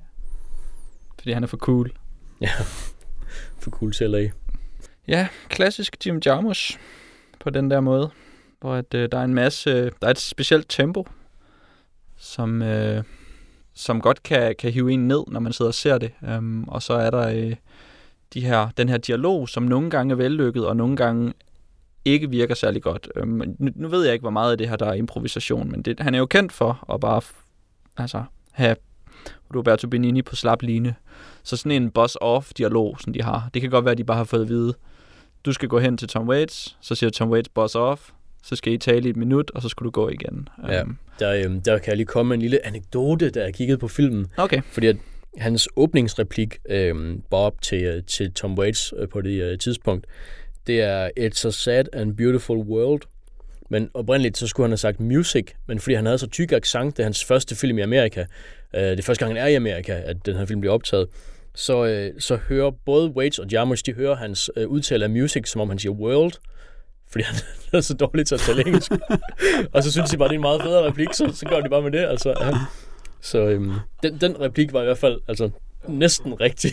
Fordi han er for cool. Ja, for cool til L A. Ja, klassisk Jim Jarmusch på den der måde, hvor at, øh, der er en masse, der er et specielt tempo, som, øh, som godt kan, kan hive en ned, når man sidder og ser det. Um, og så er der øh, de her, den her dialog, som nogle gange er vellykket, og nogle gange ikke virker særlig godt. Um, nu, nu ved jeg ikke, hvor meget af det her, der er improvisation, men det, han er jo kendt for at bare altså, have Roberto Benigni på slap line. Så sådan en boss-off-dialog, som de har, det kan godt være, at de bare har fået at vide, du skal gå hen til Tom Waits, så siger Tom Waits boss-off, så skal I tale i et minut, og så skal du gå igen. Ja, der, øhm, der kan jeg lige komme med en lille anekdote, da jeg kiggede på filmen. Okay. Fordi at hans åbningsreplik, øhm, Bob, til, til Tom Waits øh, på det øh, tidspunkt, det er It's a sad and beautiful world. Men oprindeligt, så skulle han have sagt music, men fordi han havde så tyk accent, det er hans første film i Amerika, øh, det er første gang, han er i Amerika, at den her film bliver optaget, så, øh, så hører både Waits og Jarmusch, de hører hans øh, udtale af music, som om han siger world, fordi han er så dårligt til at tale engelsk. Og så synes de bare, det er en meget federe replik, så, så gør de bare med det. Altså, ja. Så øhm, den, den replik var i hvert fald altså, næsten rigtig.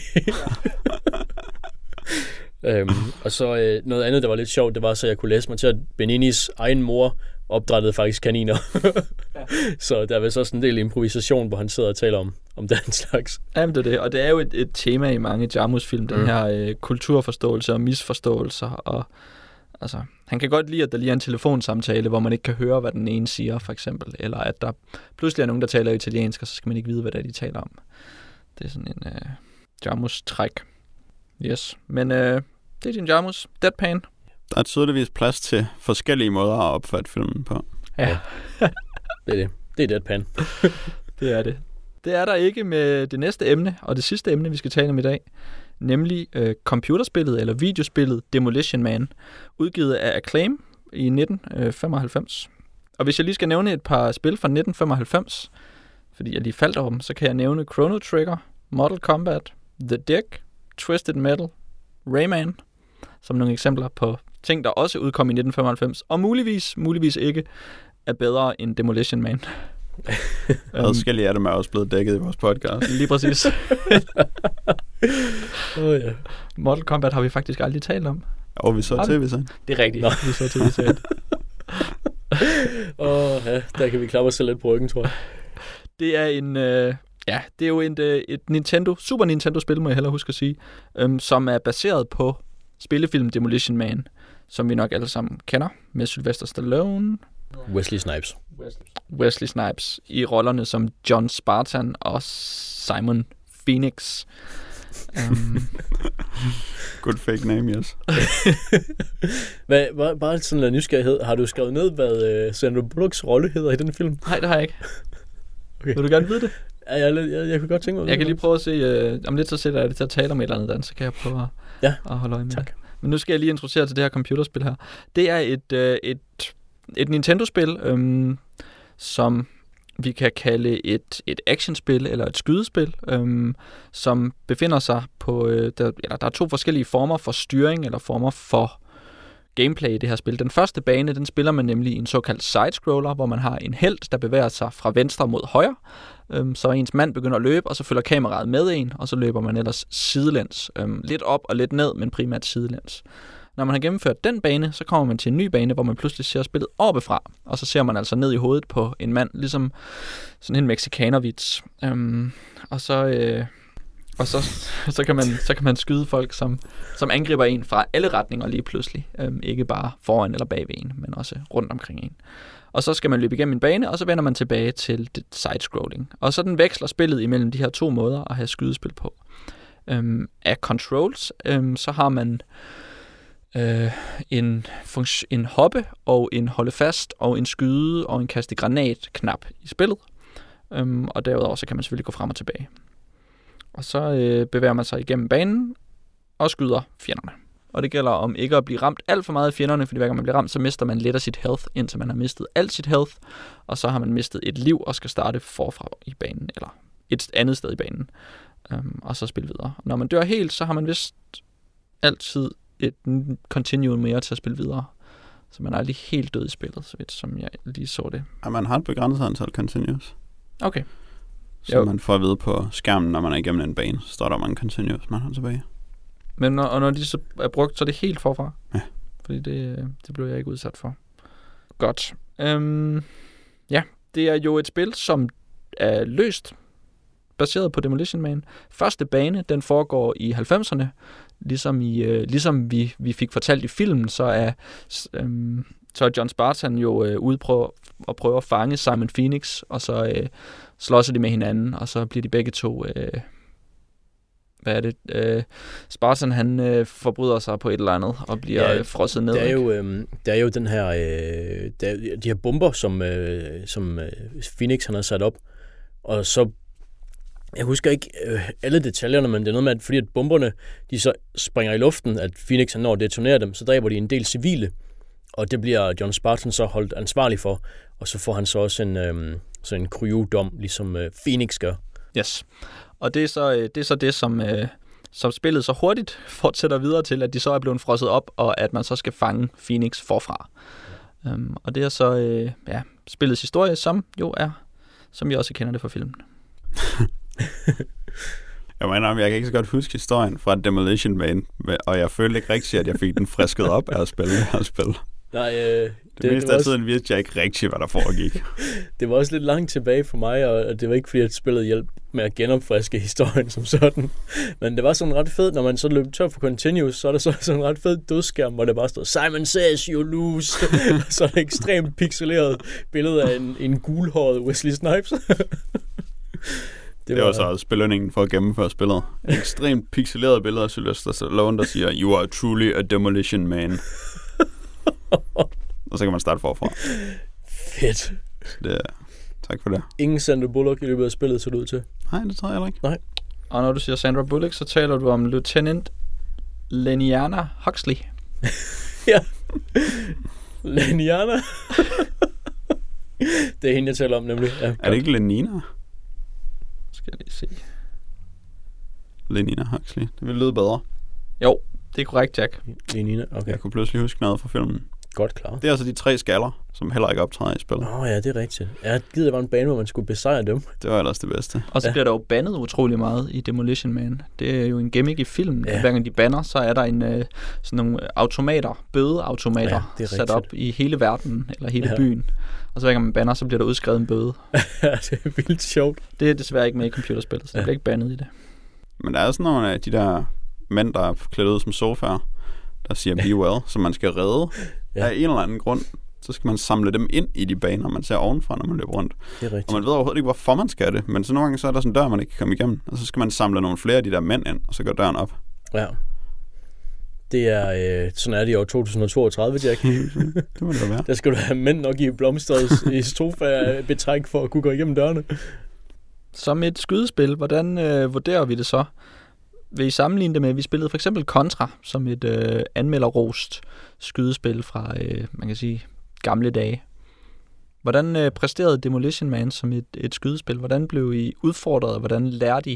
øhm, og så øh, noget andet, der var lidt sjovt, det var så, jeg kunne læse mig til, at Benignis egen mor opdrættede faktisk kaniner. Så der er vist også en del improvisation, hvor han sidder og taler om, om den slags. Jamen det er det, og det er jo et, et tema i mange Jarmusch-film, den mm. her øh, kulturforståelse og misforståelser, og altså, han kan godt lide, at der lige er en telefonsamtale, hvor man ikke kan høre, hvad den ene siger, for eksempel. Eller at der pludselig er nogen, der taler italiensk, og så skal man ikke vide, hvad det er, de taler om. Det er sådan en uh, Jarmusch-træk. Yes. Men uh, det er din Jarmusch. Deadpan. Der er tydeligvis plads til forskellige måder at opfatte filmen på. Ja. det er det. Det er Deadpan. Det er det. Det er der ikke med det næste emne, og det sidste emne, vi skal tale om i dag. Nemlig øh, computerspillet eller videospillet Demolition Man, udgivet af Acclaim i nitten femoghalvfems. Og hvis jeg lige skal nævne et par spil fra nitten femoghalvfems, fordi jeg lige faldt over dem, så kan jeg nævne Chrono Trigger, Mortal Kombat, The Dick, Twisted Metal, Rayman, som nogle eksempler på ting, der også udkom i nitten femoghalvfems, og muligvis, muligvis ikke er bedre end Demolition Man. Adskillige af dem er også blevet dækket i vores podcast. Lige præcis. oh, ja. Mortal Kombat har vi faktisk aldrig talt om. Og vi så til, vi så. Det er rigtigt. Nå. Vi så til, vi så. Åh, oh, ja, der kan vi klappe os selv lidt på ryggen, tror jeg. Det er en, øh, ja, det er jo en, øh, et Nintendo, Super Nintendo-spil, må jeg hellere huske at sige, øhm, som er baseret på spillefilm Demolition Man, som vi nok alle sammen kender, med Sylvester Stallone, Wesley Snipes. Wesley Snipes i rollerne som John Spartan og Simon Phoenix. Um. Good fake name, yes. hvad, bare, bare sådan en nysgerrighed. Har du skrevet ned, hvad uh, Sandra Bullocks rolle hedder i den film? Nej, det har jeg ikke. Okay. Vil du gerne vide det? Ja, jeg, jeg, jeg, jeg kunne godt tænke mig. Jeg kan lige prøve at se, uh, om lidt så sætter jeg det til at tale om et eller andet, dan, så kan jeg prøve at, ja. at holde øje med tak. det. Men nu skal jeg lige introducere til det her computerspil her. Det er et, øh, et, et Nintendo-spil, øhm, som vi kan kalde et, et actionspil eller et skydespil, øhm, som befinder sig på... Øh, der, eller der er to forskellige former for styring eller former for gameplay i det her spil. Den første bane, den spiller man nemlig i en såkaldt side-scroller, hvor man har en helt, der bevæger sig fra venstre mod højre. Øhm, så ens mand begynder at løbe, og så følger kameraet med en, og så løber man ellers sidelæns. Øhm, lidt op og lidt ned, men primært sidelæns. Når man har gennemført den bane, så kommer man til en ny bane, hvor man pludselig ser spillet oppefra, og så ser man altså ned i hovedet på en mand, ligesom sådan en mexikanervits. Øhm, og så... Øh, Og så, så, kan man, så kan man skyde folk, som, som angriber en fra alle retninger lige pludselig. Øhm, ikke bare foran eller bagved en, men også rundt omkring en. Og så skal man løbe igennem en bane, og så vender man tilbage til det side-scrolling. Og så den veksler spillet imellem de her to måder at have skydespil på. Øhm, af controls, øhm, så har man øh, en, funks- en hoppe og en holde fast og en skyde og en kaste granat-knap i spillet. Øhm, og derudover så kan man selvfølgelig gå frem og tilbage. Og så øh, bevæger man sig igennem banen og skyder fjenderne. Og det gælder om ikke at blive ramt alt for meget af fjenderne, fordi hver gang man bliver ramt, så mister man lidt af sit health, indtil man har mistet alt sit health. Og så har man mistet et liv og skal starte forfra i banen, eller et andet sted i banen, øhm, og så spille videre. Og når man dør helt, så har man vist altid et continue mere til at spille videre. Så man er aldrig helt død i spillet, så vidt som jeg lige så det. Ja, man har et begrænset antal continues. Okay. Så jo. Man får at vide på skærmen, når man er igennem en bane, så står der mange continues, man har tilbage. Men når, og når de så er brugt, så er det helt forfra? Ja. Fordi det, det blev jeg ikke udsat for. Godt. Øhm, ja, det er jo et spil, som er løst, baseret på Demolition Man. Første bane, den foregår i halvfemserne. Ligesom, i, øh, ligesom vi, vi fik fortalt i filmen, så er, øhm, så er John Spartan jo øh, ude på at prøve at fange Simon Phoenix, og så øh, slås de med hinanden, og så bliver de begge to... Øh, hvad er det? Øh, Spartan, han øh, forbryder sig på et eller andet, og bliver ja, øh, frosset ned. Der er, jo, øh, der er jo den her... Øh, der, de her bomber, som, øh, som øh, Phoenix han har sat op, og så... Jeg husker ikke øh, alle detaljerne, men det er noget med, at fordi at bomberne, de så springer i luften, at Phoenix han når at detonere dem, så dræber de en del civile, og det bliver John Spartan så holdt ansvarlig for, og så får han så også en, øh, så en kryodom, ligesom øh, Phoenix gør. Yes. Og det er så det, er så det som, øh, som spillet så hurtigt fortsætter videre til, at de så er blevet frosset op, og at man så skal fange Phoenix forfra. Ja. Um, og det er så øh, ja, spillets historie, som jo er, som vi også kender det fra filmen. Jeg mener, jeg kan ikke så godt huske historien fra Demolition Man, og jeg følte ikke rigtig, at jeg fik den frisket op af at spille det her spil. Nej, øh, det, det meste af tiden vidste jeg ikke rigtig, hvad der foregik. Det var også lidt langt tilbage for mig, og det var ikke fordi, at spillet hjalp med at genopfriske historien som sådan. Men det var sådan ret fedt, når man så løb tør for continues, så er der så sådan en ret fed dødskærm, hvor det bare står, Simon says you lose. Så er det et ekstremt pixeleret billede af en, en gulhåret Wesley Snipes. det, det var, var så også belønningen for at gennemføre spillet. Et ekstremt pixeleret billede af Sylvester Stallone, der siger, you are truly a demolition man. Og så kan man starte forfra. Fedt. Det, tak for det. Ingen Sandra Bullock i løbet af spillet, så det ud til. Nej, det tror jeg heller ikke. Nej. Og når du siger Sandra Bullock, så taler du om Lieutenant Leniana Huxley. Ja. Leniana. Det er hende, jeg taler om, nemlig. Ja, er det ikke Lenina? Skal jeg lige se. Lenina Huxley. Det vil lyde bedre. Jo, det er korrekt, Jack. Lenina, okay. Jeg kunne pludselig huske noget fra filmen. Godt klar. Det er altså de tre skaller, som heller ikke optræder i spillet. Åh oh, ja, det er rigtigt. Jeg givet, der var en bane, hvor man skulle besejre dem. Det var ellers det bedste. Og så ja. bliver der jo bandet utrolig meget i Demolition Man. Det er jo en gimmick i filmen. Ja. Hver gang de banner, så er der en, øh, sådan nogle automater, bødeautomater, ja, sat op i hele verden, eller hele ja. byen. Og så hver gang man banner, så bliver der udskrevet en bøde. Ja, det er vildt sjovt. Det er desværre ikke med i computerspillet, så ja. det bliver ikke bandet i det. Men der er sådan nogle af de der mænd, der er klædt ud som sofaer, der siger be well, som man skal redde. Ja. Af en eller anden grund, så skal man samle dem ind i de baner, man ser ovenfra, når man løber rundt. Det er rigtigt. Og man ved overhovedet ikke, hvorfor man skal det. Men så nogle gange så er der sådan en dør, man ikke kan komme igennem. Og så skal man samle nogle flere af de der mænd ind, og så går døren op. Ja. Det er, øh, sådan er det i år to tusind og toogtredive, Jack. Det må det være. Der skal du have mænd nok i blomstret i sofa betræk for at kunne gå igennem dørene. Som et skydespil, hvordan øh, vurderer vi det så? vil I sammenligne det med, at vi spillede for eksempel Contra, som et øh, anmelderrost skydespil fra, øh, man kan sige, gamle dage. Hvordan øh, præsterede Demolition Man som et, et skydespil? Hvordan blev I udfordret? Hvordan lærte I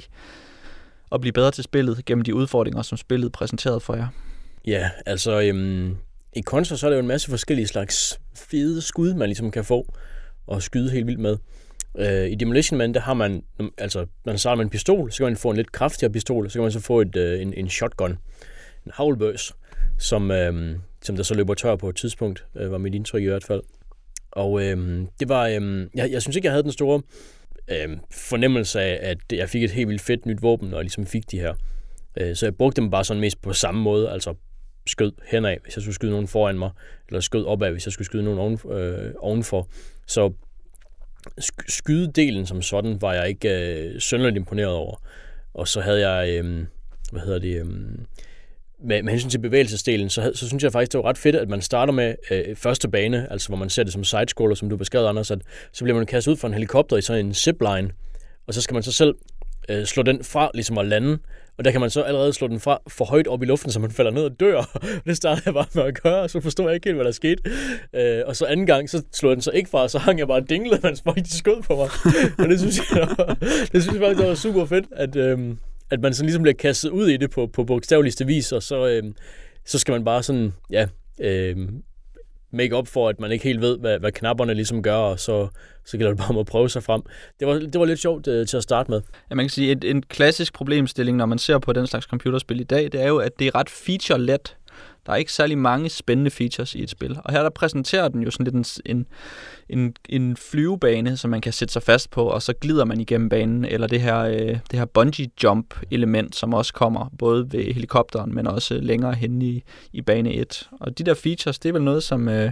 at blive bedre til spillet gennem de udfordringer, som spillet præsenterede for jer? Ja, altså øhm, i Contra, så er der jo en masse forskellige slags fede skud, man ligesom kan få og skyde helt vildt med. Øh, I Demolition Man, der har man, altså når man starter med en pistol, så kan man få en lidt kraftigere pistol, så kan man så få et, øh, en, en shotgun, en haglbøs, som, øh, som der så løber tør på et tidspunkt, øh, var mit indtryk i hvert fald. Og øh, det var, øh, jeg, jeg synes ikke, jeg havde den store øh, fornemmelse af, at jeg fik et helt vildt fedt nyt våben, når jeg ligesom fik de her. Øh, så jeg brugte dem bare sådan mest på samme måde, altså skød henad, hvis jeg skulle skyde nogen foran mig, eller skød opad, hvis jeg skulle skyde nogen oven, øh, ovenfor. Så sk- skydedelen som sådan var jeg ikke øh, synderligt imponeret over. Og så havde jeg, øh, hvad hedder det, øh, med, med hensyn til bevægelsesdelen, så, så synes jeg faktisk, det var ret fedt, at man starter med øh, første bane, altså hvor man ser det som sidescroller, som du beskrev, Anders, at så bliver man kastet ud fra en helikopter i sådan en zipline, og så skal man så selv øh, slå den fra, ligesom at lande, og der kan man så allerede slå den fra for højt op i luften, så man falder ned og dør. Det startede jeg bare med at gøre, og så forstod jeg ikke helt, hvad der skete. Øh, og så anden gang, så slog den så ikke fra, og så hang jeg bare dinglet, mens folk de skød på mig. Og det synes jeg, var, det synes jeg faktisk det var super fedt, at, øh, at man sådan ligesom bliver kastet ud i det på, på bogstaveligste vis, og så, øh, så skal man bare sådan, ja, øh, make up for, at man ikke helt ved, hvad, hvad knapperne ligesom gør, og så, så gælder det bare om at prøve sig frem. Det var, det var lidt sjovt uh, til at starte med. Ja, man kan sige, at en klassisk problemstilling, når man ser på den slags computerspil i dag, det er jo, at det er ret feature-let. Der er ikke særlig mange spændende features i et spil. Og her der præsenterer den jo sådan lidt en, en, en flyvebane, som man kan sætte sig fast på, og så glider man igennem banen, eller det her, øh, det her bungee jump element, som også kommer både ved helikopteren, men også længere hen i, i bane et. Og de der features, det er vel noget, som, øh,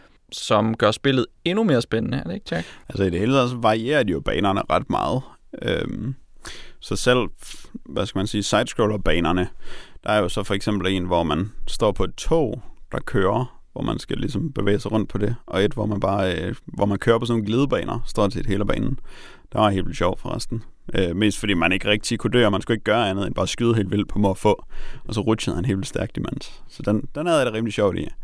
som gør spillet endnu mere spændende, er det ikke, Jack? Altså i det hele taget varierer de jo banerne ret meget. Øhm, så selv, hvad skal man sige, sidescroller-banerne, der er jo så for eksempel en, hvor man står på et tog, der kører, hvor man skal ligesom bevæge sig rundt på det, og et, hvor man bare, øh, hvor man kører på sådan nogle glidebaner, stort set hele banen. Det var helt vildt sjovt forresten. Øh, mest fordi man ikke rigtig kunne dø, og man skulle ikke gøre andet end bare skyde helt vildt på må få, og så rutsjede han helt vildt stærkt imens. Så den, den havde jeg det rimelig sjovt i.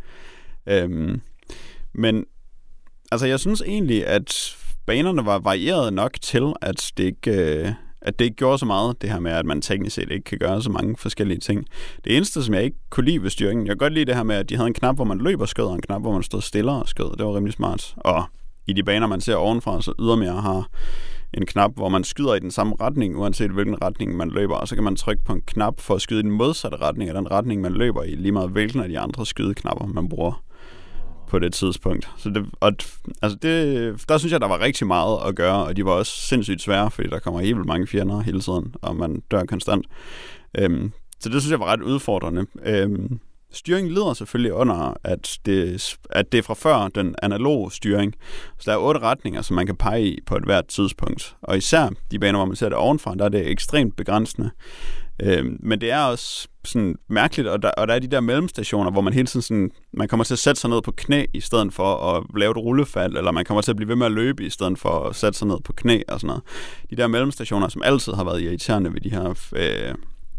Øhm, men altså jeg synes egentlig, at banerne var varieret nok til, at det ikke... Øh, at det ikke gjorde så meget, det her med, at man teknisk set ikke kan gøre så mange forskellige ting. Det eneste, som jeg ikke kunne lide ved styringen, jeg kan godt lide det her med, at de havde en knap, hvor man løber og skød, og en knap, hvor man stod stille og skød. Det var rimelig smart. Og i de baner, man ser ovenfra, så ydermere har en knap, hvor man skyder i den samme retning, uanset hvilken retning man løber, og så kan man trykke på en knap for at skyde i den modsatte retning af den retning, man løber i, lige meget hvilken af de andre skydeknapper, man bruger på det tidspunkt. Så det, og, altså det, der synes jeg, der var rigtig meget at gøre, og de var også sindssygt svære, fordi der kommer helt vildt mange fjender hele tiden, og man dør konstant. Øhm, så det synes jeg var ret udfordrende. Øhm, styringen lider selvfølgelig under, at det, at det er fra før den analoge styring. Så der er otte retninger, som man kan pege i på et hvert tidspunkt. Og især de baner, hvor man ser det ovenfra, der er det ekstremt begrænsende. Øhm, men det er også sådan mærkeligt, og der, og der er de der mellemstationer, hvor man hele tiden sådan, man kommer til at sætte sig ned på knæ, i stedet for at lave et rullefald, eller man kommer til at blive ved med at løbe, i stedet for at sætte sig ned på knæ og sådan noget. De der mellemstationer, som altid har været irriterende ved de her øh,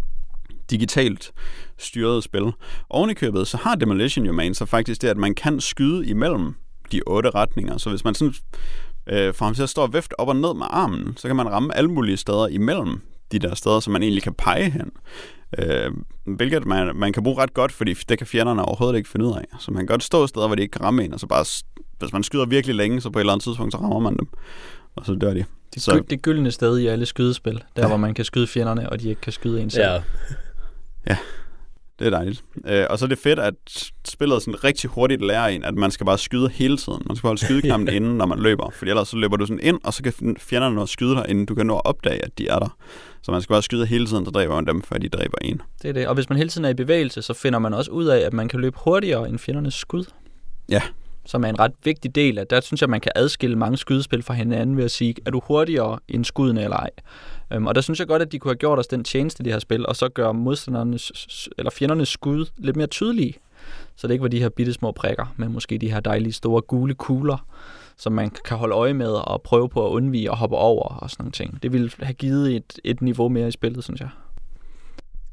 digitalt styrede spil. Oven i købet, så har Demolition Man så faktisk det, at man kan skyde imellem de otte retninger. Så hvis man sådan øh, får ham til at stå og vifte op og ned med armen, så kan man ramme alle mulige steder imellem de der steder, som man egentlig kan pege hen. Øh, hvilket man, man kan bruge ret godt, fordi det kan fjenderne overhovedet ikke finde ud af. Så man kan godt stå steder, hvor de ikke kan ramme en, og så bare, hvis man skyder virkelig længe, så på et eller andet tidspunkt, så rammer man dem. Og så dør de. Det, så, det gyldne sted i alle skydespil, der ja. Hvor man kan skyde fjenderne, og de ikke kan skyde en selv. Ja. Ja, det er dejligt. Øh, og så er det fedt, at spillet sådan rigtig hurtigt lærer en, at man skal bare skyde hele tiden. Man skal holde skydeknappen yeah. inde, når man løber. Fordi ellers så løber du sådan ind, og så kan fjenderne nå at skyde dig, inden du kan nå at opdage, at de er der. Så man skal bare skyde hele tiden, så dræber man dem, før de dræber en. Det er det. Og hvis man hele tiden er i bevægelse, så finder man også ud af, at man kan løbe hurtigere end fjendernes skud. Ja. Som er en ret vigtig del af. Der synes jeg, man kan adskille mange skydespil fra hinanden ved at sige, er du hurtigere end skuddene eller ej? Um, og der synes jeg godt, at de kunne have gjort os den tjeneste i det her spil, og så gøre modstandernes, eller fjendernes skud lidt mere tydelige. Så det ikke var de her bitte små prikker, men måske de her dejlige store gule kugler, som man kan holde øje med og prøve på at undvige og hoppe over og sådan nogle ting. Det ville have givet et, et niveau mere i spillet, synes jeg.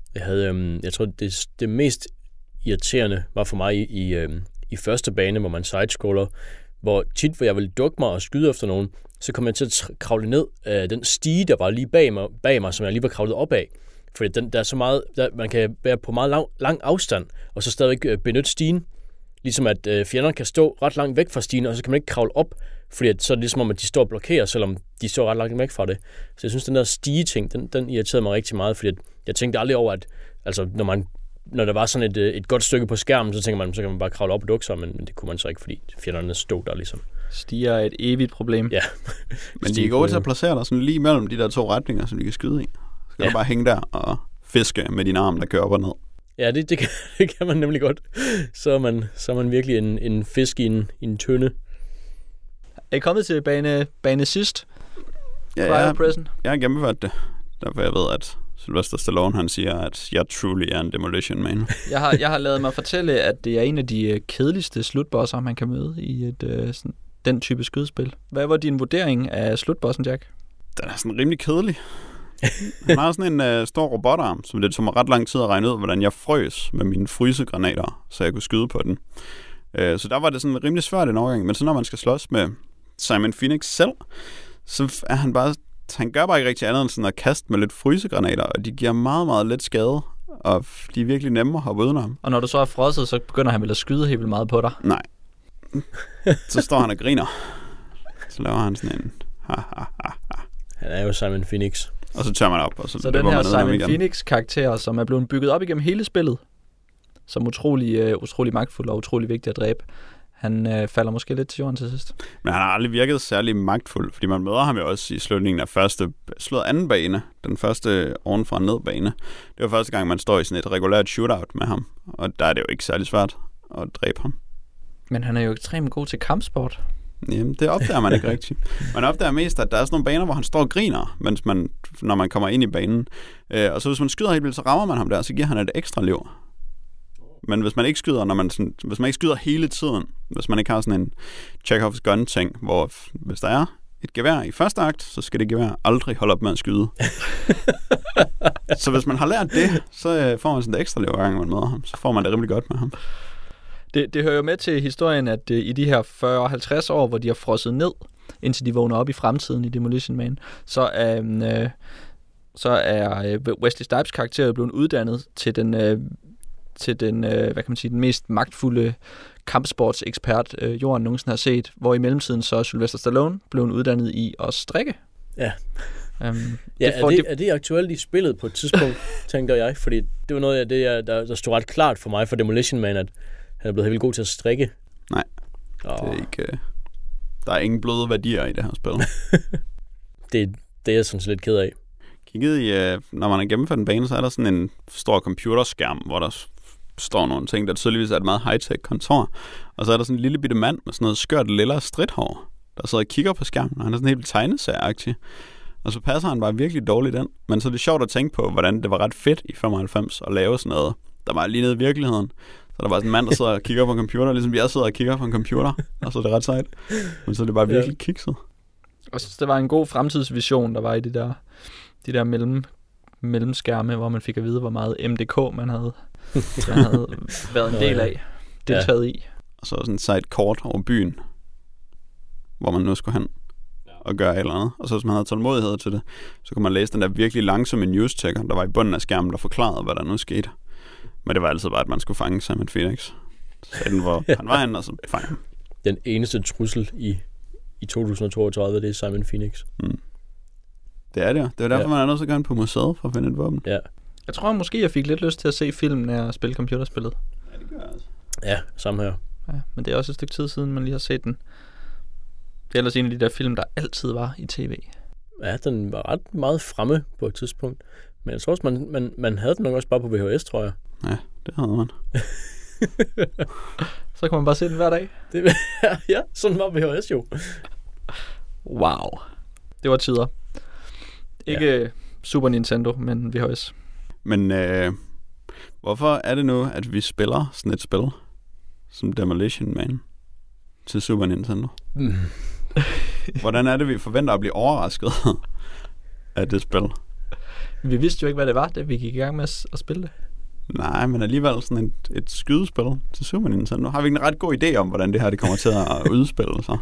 Jeg havde, øhm, jeg tror, det, det mest irriterende var for mig i, i, øhm, i første bane, hvor man sidescroller, hvor tit, hvor jeg ville dukke mig og skyde efter nogen, så kom jeg til at kravle ned af den stige, der var lige bag mig, bag mig som jeg lige var kravlet op af. Fordi den, der er så meget, der, man kan være på meget lang, lang afstand, og så stadigvæk øh, benytte stigen. Ligesom at øh, fjenderne kan stå ret langt væk fra stigen, og så kan man ikke kravle op, fordi at, så er det ligesom om, at de står og blokerer, selvom de står ret langt væk fra det. Så jeg synes, den der stige-ting, den, den irriterede mig rigtig meget, fordi at, jeg tænkte aldrig over, at altså, når, man, når der var sådan et, et godt stykke på skærmen, så tænker man, så kan man bare kravle op og dukke sig, men, men det kunne man så ikke, fordi fjenderne stod der ligesom. Stiger er et evigt problem. Ja. Men de er gode til at placere dig sådan lige mellem de der to retninger, som de kan skyde i. Så skal ja. du bare hænge der og fiske med din arm, der kører op og ned. Ja, det, det, kan, det kan man nemlig godt. Så er man, så er man virkelig en, en fisk i en, i en tønde. Er I kommet til bane, bane sidst? Ja, jeg, jeg har gennemført det. Derfor jeg ved, at Sylvester Stallone, han siger, at jeg truly er en demolition man. jeg, har, jeg har lavet mig fortælle, at det er en af de kedeligste slutbosser, man kan møde i et, øh, sådan, den type skydespil. Hvad var din vurdering af slutbossen, Jack? Den er sådan rimelig kedelig. Han har sådan en øh, stor robotarm, som det tog mig ret lang tid at regne ud, hvordan jeg frøs med mine frysegranater, så jeg kunne skyde på den. Øh, så der var det sådan rimelig svært en overgang. Men så når man skal slås med Simon Phoenix selv, så er han bare... Han gør bare ikke rigtig andet end sådan at kaste med lidt frysegranater, og de giver meget, meget lidt skade, og de er virkelig nemme at hoppe udenom. Og når du så er frosset, så begynder han vel at skyde helt vildt meget på dig? Nej. Så står han og griner. Så laver han sådan en... Ha, ha, ha, ha. Han er jo Simon Phoenix. Og så tør man op, og så, så den her Simon Phoenix-karakter, som er blevet bygget op igennem hele spillet, som utrolig, uh, utrolig magtfuld og utrolig vigtig at dræbe, han uh, falder måske lidt til jorden til sidst. Men han har aldrig virket særlig magtfuld, fordi man møder ham jo også i slutningen af første, slået anden bane, den første ovenfra og ned bane. Det var første gang, man står i sådan et regulært shootout med ham, og der er det jo ikke særlig svært at dræbe ham. Men han er jo ekstremt god til kampsport. Jamen, det opdager man ikke rigtigt. Man opdager mest, at der er sådan nogle baner, hvor han står og griner, mens man, når man kommer ind i banen. Øh, og så hvis man skyder helt vildt, så rammer man ham der, så giver han et ekstra liv. Men hvis man ikke skyder, når man sådan, hvis man ikke skyder hele tiden, hvis man ikke har sådan en Chekhovs gun-ting, hvor hvis der er et gevær i første akt, så skal det gevær aldrig holde op med at skyde. Så hvis man har lært det, så får man sådan et ekstra liv, hver gang man møder ham. Så får man det rimelig godt med ham. Det, det hører jo med til historien, at uh, i de her fyrre til halvtreds år, hvor de har frosset ned, indtil de vågner op i fremtiden i Demolition Man, så, um, uh, så er uh, Wesley Snipes karakter jo blevet uddannet til den, uh, til den, uh, hvad kan man sige, den mest magtfulde kampsportsekspert, uh, jorden nogensinde har set, hvor i mellemtiden så er Sylvester Stallone blevet uddannet i at strikke. Ja. Um, ja, det får, er, det, det... er det aktuelt i spillet på et tidspunkt, tænker jeg, fordi det var noget af det, jeg, der, der stod ret klart for mig for Demolition Man, at han er blevet helt vildt god til at strikke. Nej, oh. det er ikke... Uh, der er ingen bløde værdier i det her spil. det, det er jeg sådan lidt ked af. Kigget i, uh, når man har gennemført en bane, så er der sådan en stor computerskærm, hvor der står nogle ting, der tydeligvis er et meget high-tech kontor. Og så er der sådan en lille bitte mand med sådan noget skørt lilla stridthår, der sidder og kigger på skærmen, og han er sådan helt tegneserieagtig. Og så passer han bare virkelig dårligt ind. Men så er det sjovt at tænke på, hvordan det var ret fedt i femoghalvfems at lave sådan noget, der var lige nede i virkeligheden. Så der var sådan en mand, der sidder og kigger på en computer, ligesom jeg sidder og kigger på en computer, og så er det ret sejt. Men så er det bare virkelig ja. kikset. Og så det var en god fremtidsvision, der var i de der, de der mellem, mellemskærme, hvor man fik at vide, hvor meget M D K man havde, man havde været en del af, deltaget ja. i. Og så sådan et sejt kort over byen, hvor man nu skulle hen og gøre et eller andet. Og så hvis man havde tålmodighed til det, så kunne man læse den der virkelig langsomme news-checker, der var i bunden af skærmen, der forklarede, hvad der nu skete. Men det var altid bare, at man skulle fange Simon Phoenix. Så den, hvor han var henne, og så fange ham. Den eneste trussel i, i to tusind og toogtredive, det er Simon Phoenix. Mm. Det er det jo. Det er derfor, ja. man er nødt til at gå på museet for at finde et våben. Ja. Jeg tror måske, jeg fik lidt lyst til at se filmen af at spille computerspillet. Ja, det gør jeg altså. Ja, samme her. Ja, men det er også et stykke tid siden, man lige har set den. Det er ellers en af de der film, der altid var i tv. Ja, den var ret meget fremme på et tidspunkt. Men jeg tror også, man, man, man havde den nok også bare på V H S, tror jeg. Ja, det havde man. Så kan man bare se den hver dag. Det, ja, sådan var V H S jo. Wow. Det var tider. Ikke ja. Super Nintendo, men V H S. Men øh, hvorfor er det nu, at vi spiller sådan et spil som Demolition Man til Super Nintendo? Mm. Hvordan er det, vi forventer at blive overrasket af det spil? Vi vidste jo ikke, hvad det var, da vi gik i gang med at, at spille det. Nej, men alligevel sådan et, et skydespil til Super Nintendo. Nu har vi en ret god idé om, hvordan det her det kommer til at udspille sig.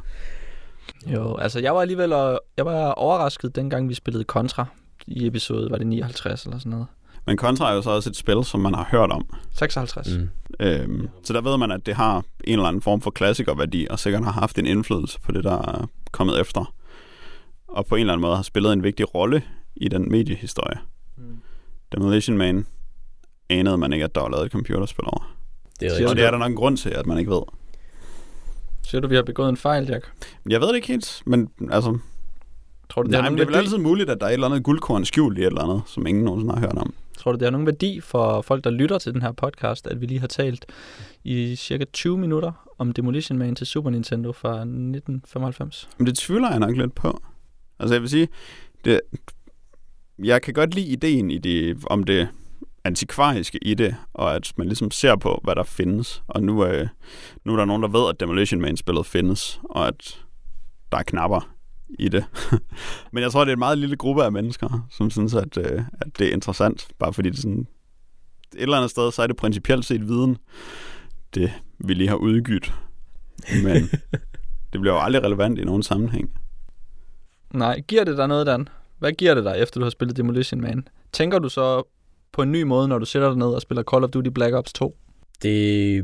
Jo, altså jeg var alligevel jeg var overrasket, dengang vi spillede Contra i episode, var det nioghalvtreds eller sådan noget. Men Contra er jo så også et spil, som man har hørt om. seksoghalvtreds. Mm. Øhm, så der ved man, at det har en eller anden form for klassikerværdi, og sikkert har haft en indflydelse på det, der er kommet efter. Og på en eller anden måde har spillet en vigtig rolle i den mediehistorie. Mm. Demolition Man anede man ikke, at der var lavet et computerspil over. Det er og det er der nok en grund til, at man ikke ved. Siger du, vi har begået en fejl, Jack? Jeg ved det ikke helt, men altså... Tror du, det, nej, har men det er vel altid muligt, at der er et eller andet guldkorn skjult i et eller andet, som ingen nogensinde har hørt om. Tror du, det har nogen værdi for folk, der lytter til den her podcast, at vi lige har talt i cirka tyve minutter om Demolition Man til Super Nintendo fra nitten femoghalvfems? Men det tvivler jeg nok lidt på. Altså jeg vil sige, det, jeg kan godt lide ideen i det, om det antikvariske i det, og at man ligesom ser på, hvad der findes. Og nu, øh, nu er der nogen, der ved, at Demolition Man-spillet findes, og at der er knapper i det. Men jeg tror, det er en meget lille gruppe af mennesker, som synes, at, øh, at det er interessant, bare fordi det sådan et eller andet sted, så er det principielt set viden, det vi lige har udgydt. Men det bliver jo aldrig relevant i nogen sammenhæng. Nej, giver det dig noget, Dan? Hvad giver det dig, efter du har spillet Demolition Man? Tænker du så på en ny måde, når du sætter dig ned og spiller Call of Duty Black Ops to? Det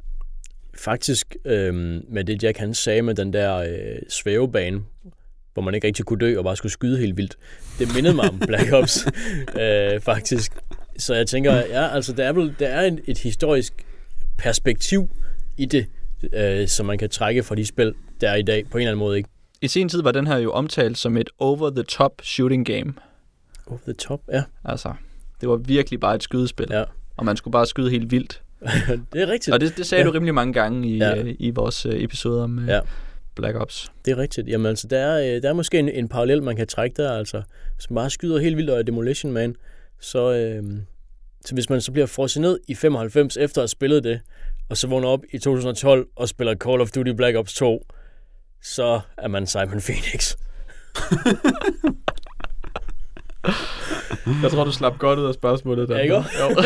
faktisk øhm, med det, Jack han sagde med den der øh, svævebane, hvor man ikke rigtig kunne dø og bare skulle skyde helt vildt. Det mindede mig om Black Ops, øh, faktisk. Så jeg tænker, ja, altså der er vel der er et, et historisk perspektiv i det, øh, som man kan trække fra de spil, der er i dag, på en eller anden måde, ikke? I sin tid var den her jo omtalt som et over-the-top shooting game. Over-the-top, ja. Altså, det var virkelig bare et skydespil. Ja. Og man skulle bare skyde helt vildt. Det er rigtigt. Og det, det sagde ja. du rimelig mange gange i, ja. øh, i vores øh, episoder om øh, ja. Black Ops. Det er rigtigt. Jamen altså, der er, øh, der er måske en, en parallel, man kan trække der. Altså, hvis man bare skyder helt vildt og er Demolition Man, så, øh, så hvis man så bliver frosset ned i femoghalvfems efter at have spillet det, og så vågner op i to tusind og tolv og spiller Call of Duty Black Ops to, så er man Simon Phoenix. Jeg tror, du slap godt ud af spørgsmålet der. Ja, ikke? Jo.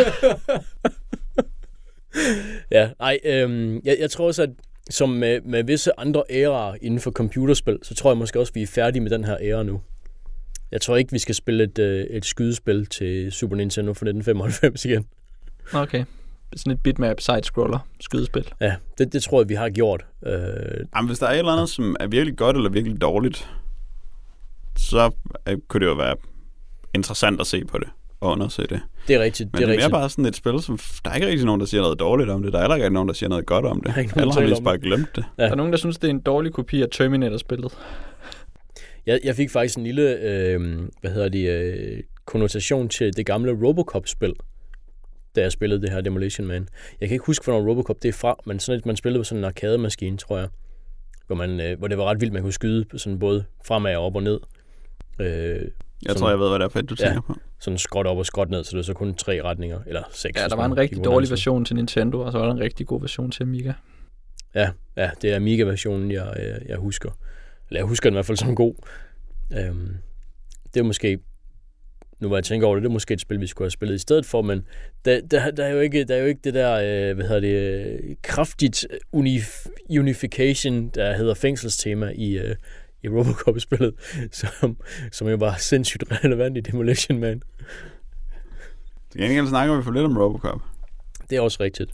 Ja, ej, øhm, jeg, jeg tror også, at som med, med visse andre æraer inden for computerspil, så tror jeg måske også, at vi er færdige med den her æra nu. Jeg tror ikke, vi skal spille et, øh, et skydespil til Super Nintendo fra nitten femoghalvfems igen. Okay. Sådan et bitmap side-scroller skydespil. Ja, det, det tror jeg, vi har gjort. Øh... Jamen, hvis der er et eller andet, som er virkelig godt eller virkelig dårligt, så øh, kunne det jo være interessant at se på det og undersøge det. Det er rigtigt. Men det er, det er mere rigtigt. bare sådan et spil, som der er ikke rigtig nogen, der siger noget dårligt om det. Der er heller ikke nogen, der siger noget godt om det. Alle har lige bare glemt det. Ja. Der er nogen, der synes, det er en dårlig kopi af Terminator-spillet. Jeg, jeg fik faktisk en lille, øh, hvad hedder det, øh, konnotation til det gamle Robocop-spil, da jeg spillede det her Demolition Man. Jeg kan ikke huske, hvornår Robocop det er fra, men sådan et, man spillede på sådan en arcade-maskine, tror jeg, hvor, man, øh, hvor det var ret vildt, man kunne skyde sådan både fremad og op og ned. Øh, jeg sådan, tror, jeg ved, hvad det er for et, du tænker ja, på. Sådan skråt op og skråt ned, så det var så kun tre retninger, eller seks. Ja, der var en rigtig dårlig version til Nintendo, og så var der en rigtig god version til Amiga. Ja, ja, det er Amiga-versionen, jeg, jeg, jeg husker. Eller jeg husker den i hvert fald som god. Øhm, det er måske, nu hvor jeg tænker over det, det er måske et spil, vi skulle have spillet i stedet for, men der, der, der, er, jo ikke, der er jo ikke det der, øh, hvad hedder det, kraftigt unif- unification, der hedder fængselstema i, øh, i Robocop-spillet, som, som jo var sindssygt relevant i Demolition Man. Til gengæld snakker vi for lidt om Robocop. Det er også rigtigt.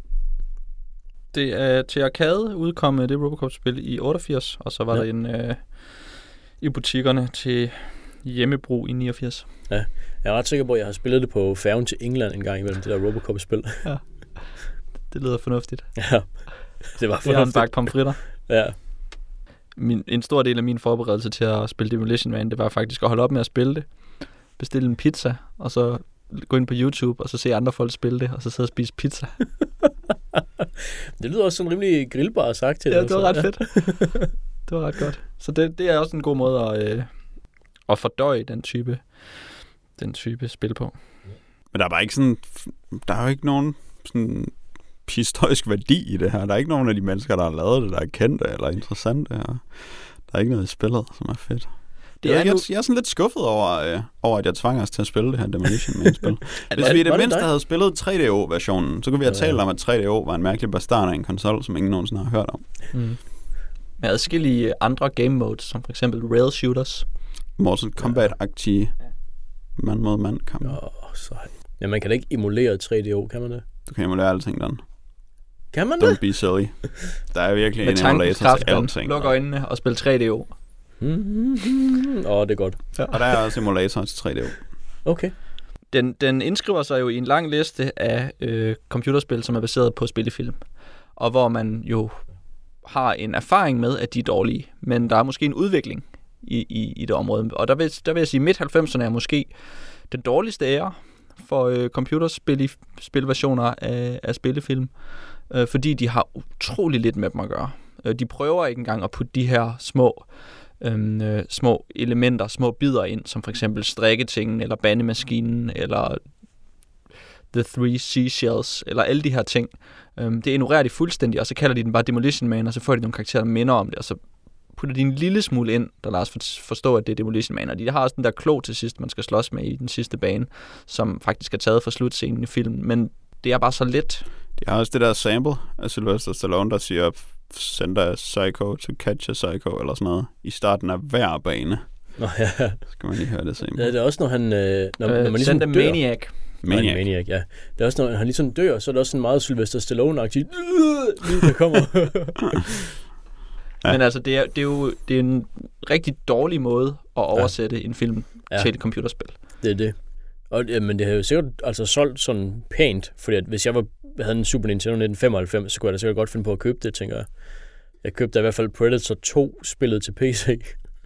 Det er til arcade udkom det Robocop-spil i otteogfirs, og så var ja. der en øh, i butikkerne til hjemmebrug i niogfirs. Ja, jeg er ret sikker på, at jeg har spillet det på færgen til England en gang imellem det der Robocop-spil. Ja, det lyder fornuftigt. Ja, det var fornuftigt. Det har en bakke pomfritter. Ja. Min, en stor del af min forberedelse til at spille Demolition Man, det var faktisk at holde op med at spille det. Bestille en pizza, og så gå ind på YouTube, og så se andre folk spille det, og så sidde og spise pizza. Det lyder også sådan rimelig grillbar sagt til. Ja, det var ret fedt. Det var ret godt. Så det, det er også en god måde at, øh, at fordøje den type, den type spil på. Men der er bare ikke sådan, der er jo ikke nogen sådan historisk værdi i det her. Der er ikke nogen af de mennesker, der har lavet det, der er kendte eller interessante. Og der er ikke noget i spillet, som er fedt. Det er jeg, nu... jeg er sådan lidt skuffet over, øh, over, at jeg tvang os til at spille det her Demolition Man-spil. Hvis det, vi i det det mindste dig? havde spillet tre D O-versionen, så kunne vi have Ja. talt om, at tre D O var en mærkelig bastard af en konsol, som ingen nogensinde har hørt om. Mm. Med adskillige andre game modes, som for eksempel rail shooters. Mortal Kombat-aktige mand mod mand kamp. Åh, så... Ja, man kan da ikke emulere tre D O, kan man det? Du kan emulere alting, den. Kan man Don't det? be silly. Der er virkelig Med en tankens emulator kraft, til man. alting. Luk øjnene og spil tre D O. Åh, mm-hmm. oh, det er godt. Og der er også emulator til tre D O. Okay. Den, den indskriver sig jo i en lang liste af øh, computerspil, som er baseret på spillefilm. Og hvor man jo har en erfaring med, at de er dårlige. Men der er måske en udvikling i, i, i det område. Og der vil, der vil jeg sige, at midt halvfemserne er måske den dårligste ære for øh, computerspilversioner af, af spillefilm. Øh, fordi de har utrolig lidt med dem at gøre. Øh, de prøver ikke engang at putte de her små... Øhm, øh, små elementer, små bidder ind, som for eksempel strikketingen, eller bandemaskinen, eller The Three Seashells, eller alle de her ting. Øhm, det ignorerer de fuldstændig, og så kalder de den bare Demolition Man, og så får de nogle karakterer, der minder om det, og så putter de en lille smule ind, der lader os forstå, at det er Demolition Man. Og de har også den der klo til sidst, man skal slås med i den sidste bane, som faktisk er taget fra slutscenen i filmen, men det er bare så let. De har også det der sample af Sylvester Stallone, der siger, send a psycho to catch a psycho, eller sådan noget, i starten af hver bane. Nå ja. Så skal man lige høre det sample. Ja, det er også, når han... Øh, når, Øh, når man ligesom send a dør. Maniac. Maniac. Nej, Maniac, ja. Det er også, når han ligesom dør, så er det også sådan meget Sylvester Stallone-agtigt. Lige der kommer. Ja. Men altså, det er, det er jo det er en rigtig dårlig måde at oversætte ja. en film Ja. til et computerspil. Det er det. Og, ja, men det har jo sikkert altså solgt sådan pænt, fordi at hvis jeg var, havde en Super Nintendo nitten femoghalvfems, så kunne jeg da sikkert godt finde på at købe det, tænker jeg. Jeg købte i hvert fald Predator to spillet til P C.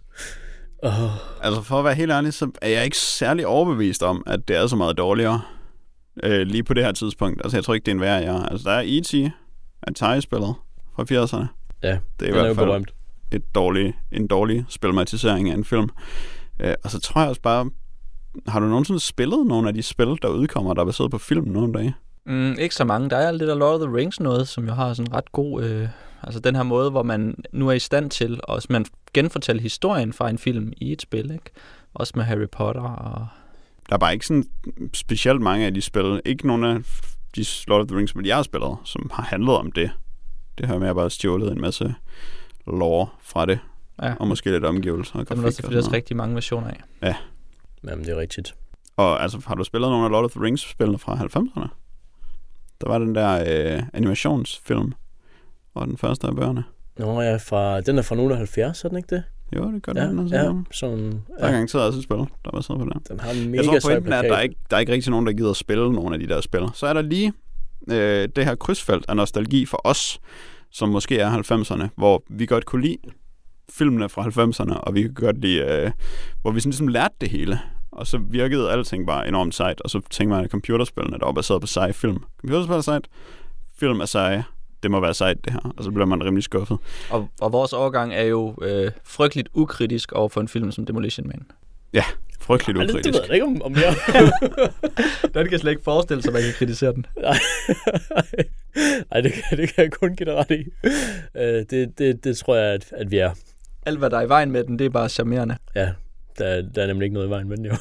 oh. Altså for at være helt ærlig, så er jeg ikke særlig overbevist om, at det er så meget dårligere øh, lige på det her tidspunkt. Altså jeg tror ikke, det er en værre jeg. Altså der er E T, Atari-spillet fra firserne. Ja, det er i hvert hvert fald berømt. et dårlig, en dårlig spilmatisering af en film. Øh, og så tror jeg også bare, har du nogensinde spillet nogle af de spil, der udkommer, der er baseret på film nogle dage? Mm, ikke så mange. Der er lidt af Lord of the Rings noget, som jo har sådan ret god... Øh, altså den her måde, hvor man nu er i stand til at man genfortælle historien fra en film i et spil, ikke? Også med Harry Potter og... Der er bare ikke sådan specielt mange af de spil. Ikke nogen af de Lord of the Rings, som jeg har spillet, som har handlet om det. Det har mere bare stjålet en masse lore fra det. Ja. Og måske lidt omgivelser og Der er grafik. også selvfølgelig også rigtig mange versioner af. Ja. Jamen, det er rigtigt. Og altså, har du spillet nogle af Lord of the Rings-spillene fra halvfemserne? Der var den der øh, animationsfilm, og den første af bøgerne. Nå ja, fra, den er fra nogen af halvfjerds, er den ikke det? Jo, det gør Ja, den. ja, sådan... Der er Ja, garanteret også et spil, der var sådan på den. den har en Jeg mega tror sej pointen er, at der er, plakat. ikke, der er ikke rigtig nogen, der gider at spille nogle af de der spil. Så er der lige øh, det her krydsfelt af nostalgi for os, som måske er halvfemserne, hvor vi godt kunne lide filmene fra halvfemserne, og vi kunne godt lide, øh, hvor vi sådan ligesom lærte det hele. Og så virkede alting bare enormt sejt, og så tænkte man, at computerspillene, der var baseret på seje film. Computerspil er sejt, film er seje, det må være sejt det her, og så bliver man rimelig skuffet. Og, og vores overgang er jo øh, frygteligt ukritisk over for en film som Demolition Man. Ja, frygteligt Ej, det, det ukritisk. ved jeg ikke, om, om jeg... Den kan slet ikke forestille sig, at man kan kritisere den. Nej, det, kan- det kan jeg kun give dig ret i. Øh, det, det, det tror jeg, at, at vi er. Alt, hvad der er i vejen med den, det er bare charmerende. Ja, der, der er nemlig ikke noget i vejen med den, jo.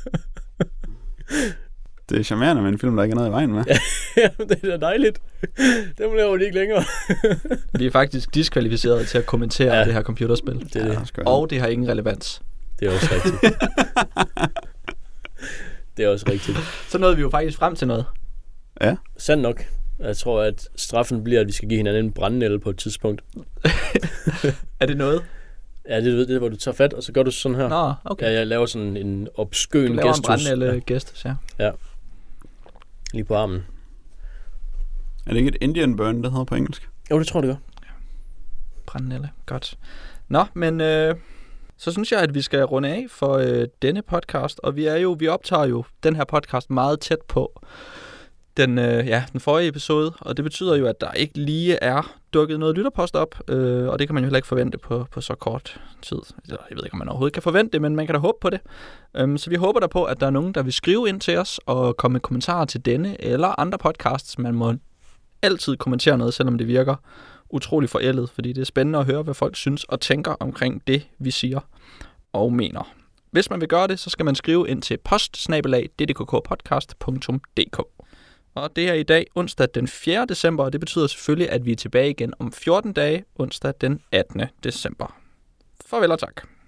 Det er charmerende med en film, der ikke er noget i vejen med. Ja, det er da dejligt. Det må laver de ikke længere. Vi er faktisk diskvalificeret til at kommentere Ja. ja. det her computerspil. Det er, Ja, det. sgu da. Og det har ingen relevans. Det er også rigtigt. Det er også rigtigt. Så nåede vi jo faktisk frem til noget. Ja. Sandt nok. Jeg tror, at straffen bliver, at vi skal give hinanden en brændnælle på et tidspunkt. Er det noget? Ja, det er det, hvor du tager fat, og så gør du sådan her. Nå, okay. Ja, jeg laver sådan en obskøn Du laver gestus. en brændende gestus, ja. Lige på armen. Er det ikke et Indian burn, det hedder på engelsk? Jo, det tror jeg, det gør. Brændende, godt. Nå, men øh, så synes jeg, at vi skal runde af for øh, denne podcast. Og vi er jo, vi optager jo den her podcast meget tæt på den, øh, ja, den forrige episode. Og det betyder jo, at der ikke lige er dukket noget lytterpost op. Øh, og det kan man jo heller ikke forvente på, på så kort tid. Jeg ved ikke, om man overhovedet kan forvente det, men man kan da håbe på det. Um, så vi håber da på, at der er nogen, der vil skrive ind til os og komme med kommentarer til denne eller andre podcasts. Man må altid kommentere noget, selvom det virker utrolig forældet, fordi det er spændende at høre, hvad folk synes og tænker omkring det, vi siger. og mener. Hvis man vil gøre det, så skal man skrive ind til post snabel-a d d k k podcast punktum d k. Og det er i dag onsdag den fjerde december, og det betyder selvfølgelig, at vi er tilbage igen om fjorten dage, onsdag den attende december. Farvel og tak.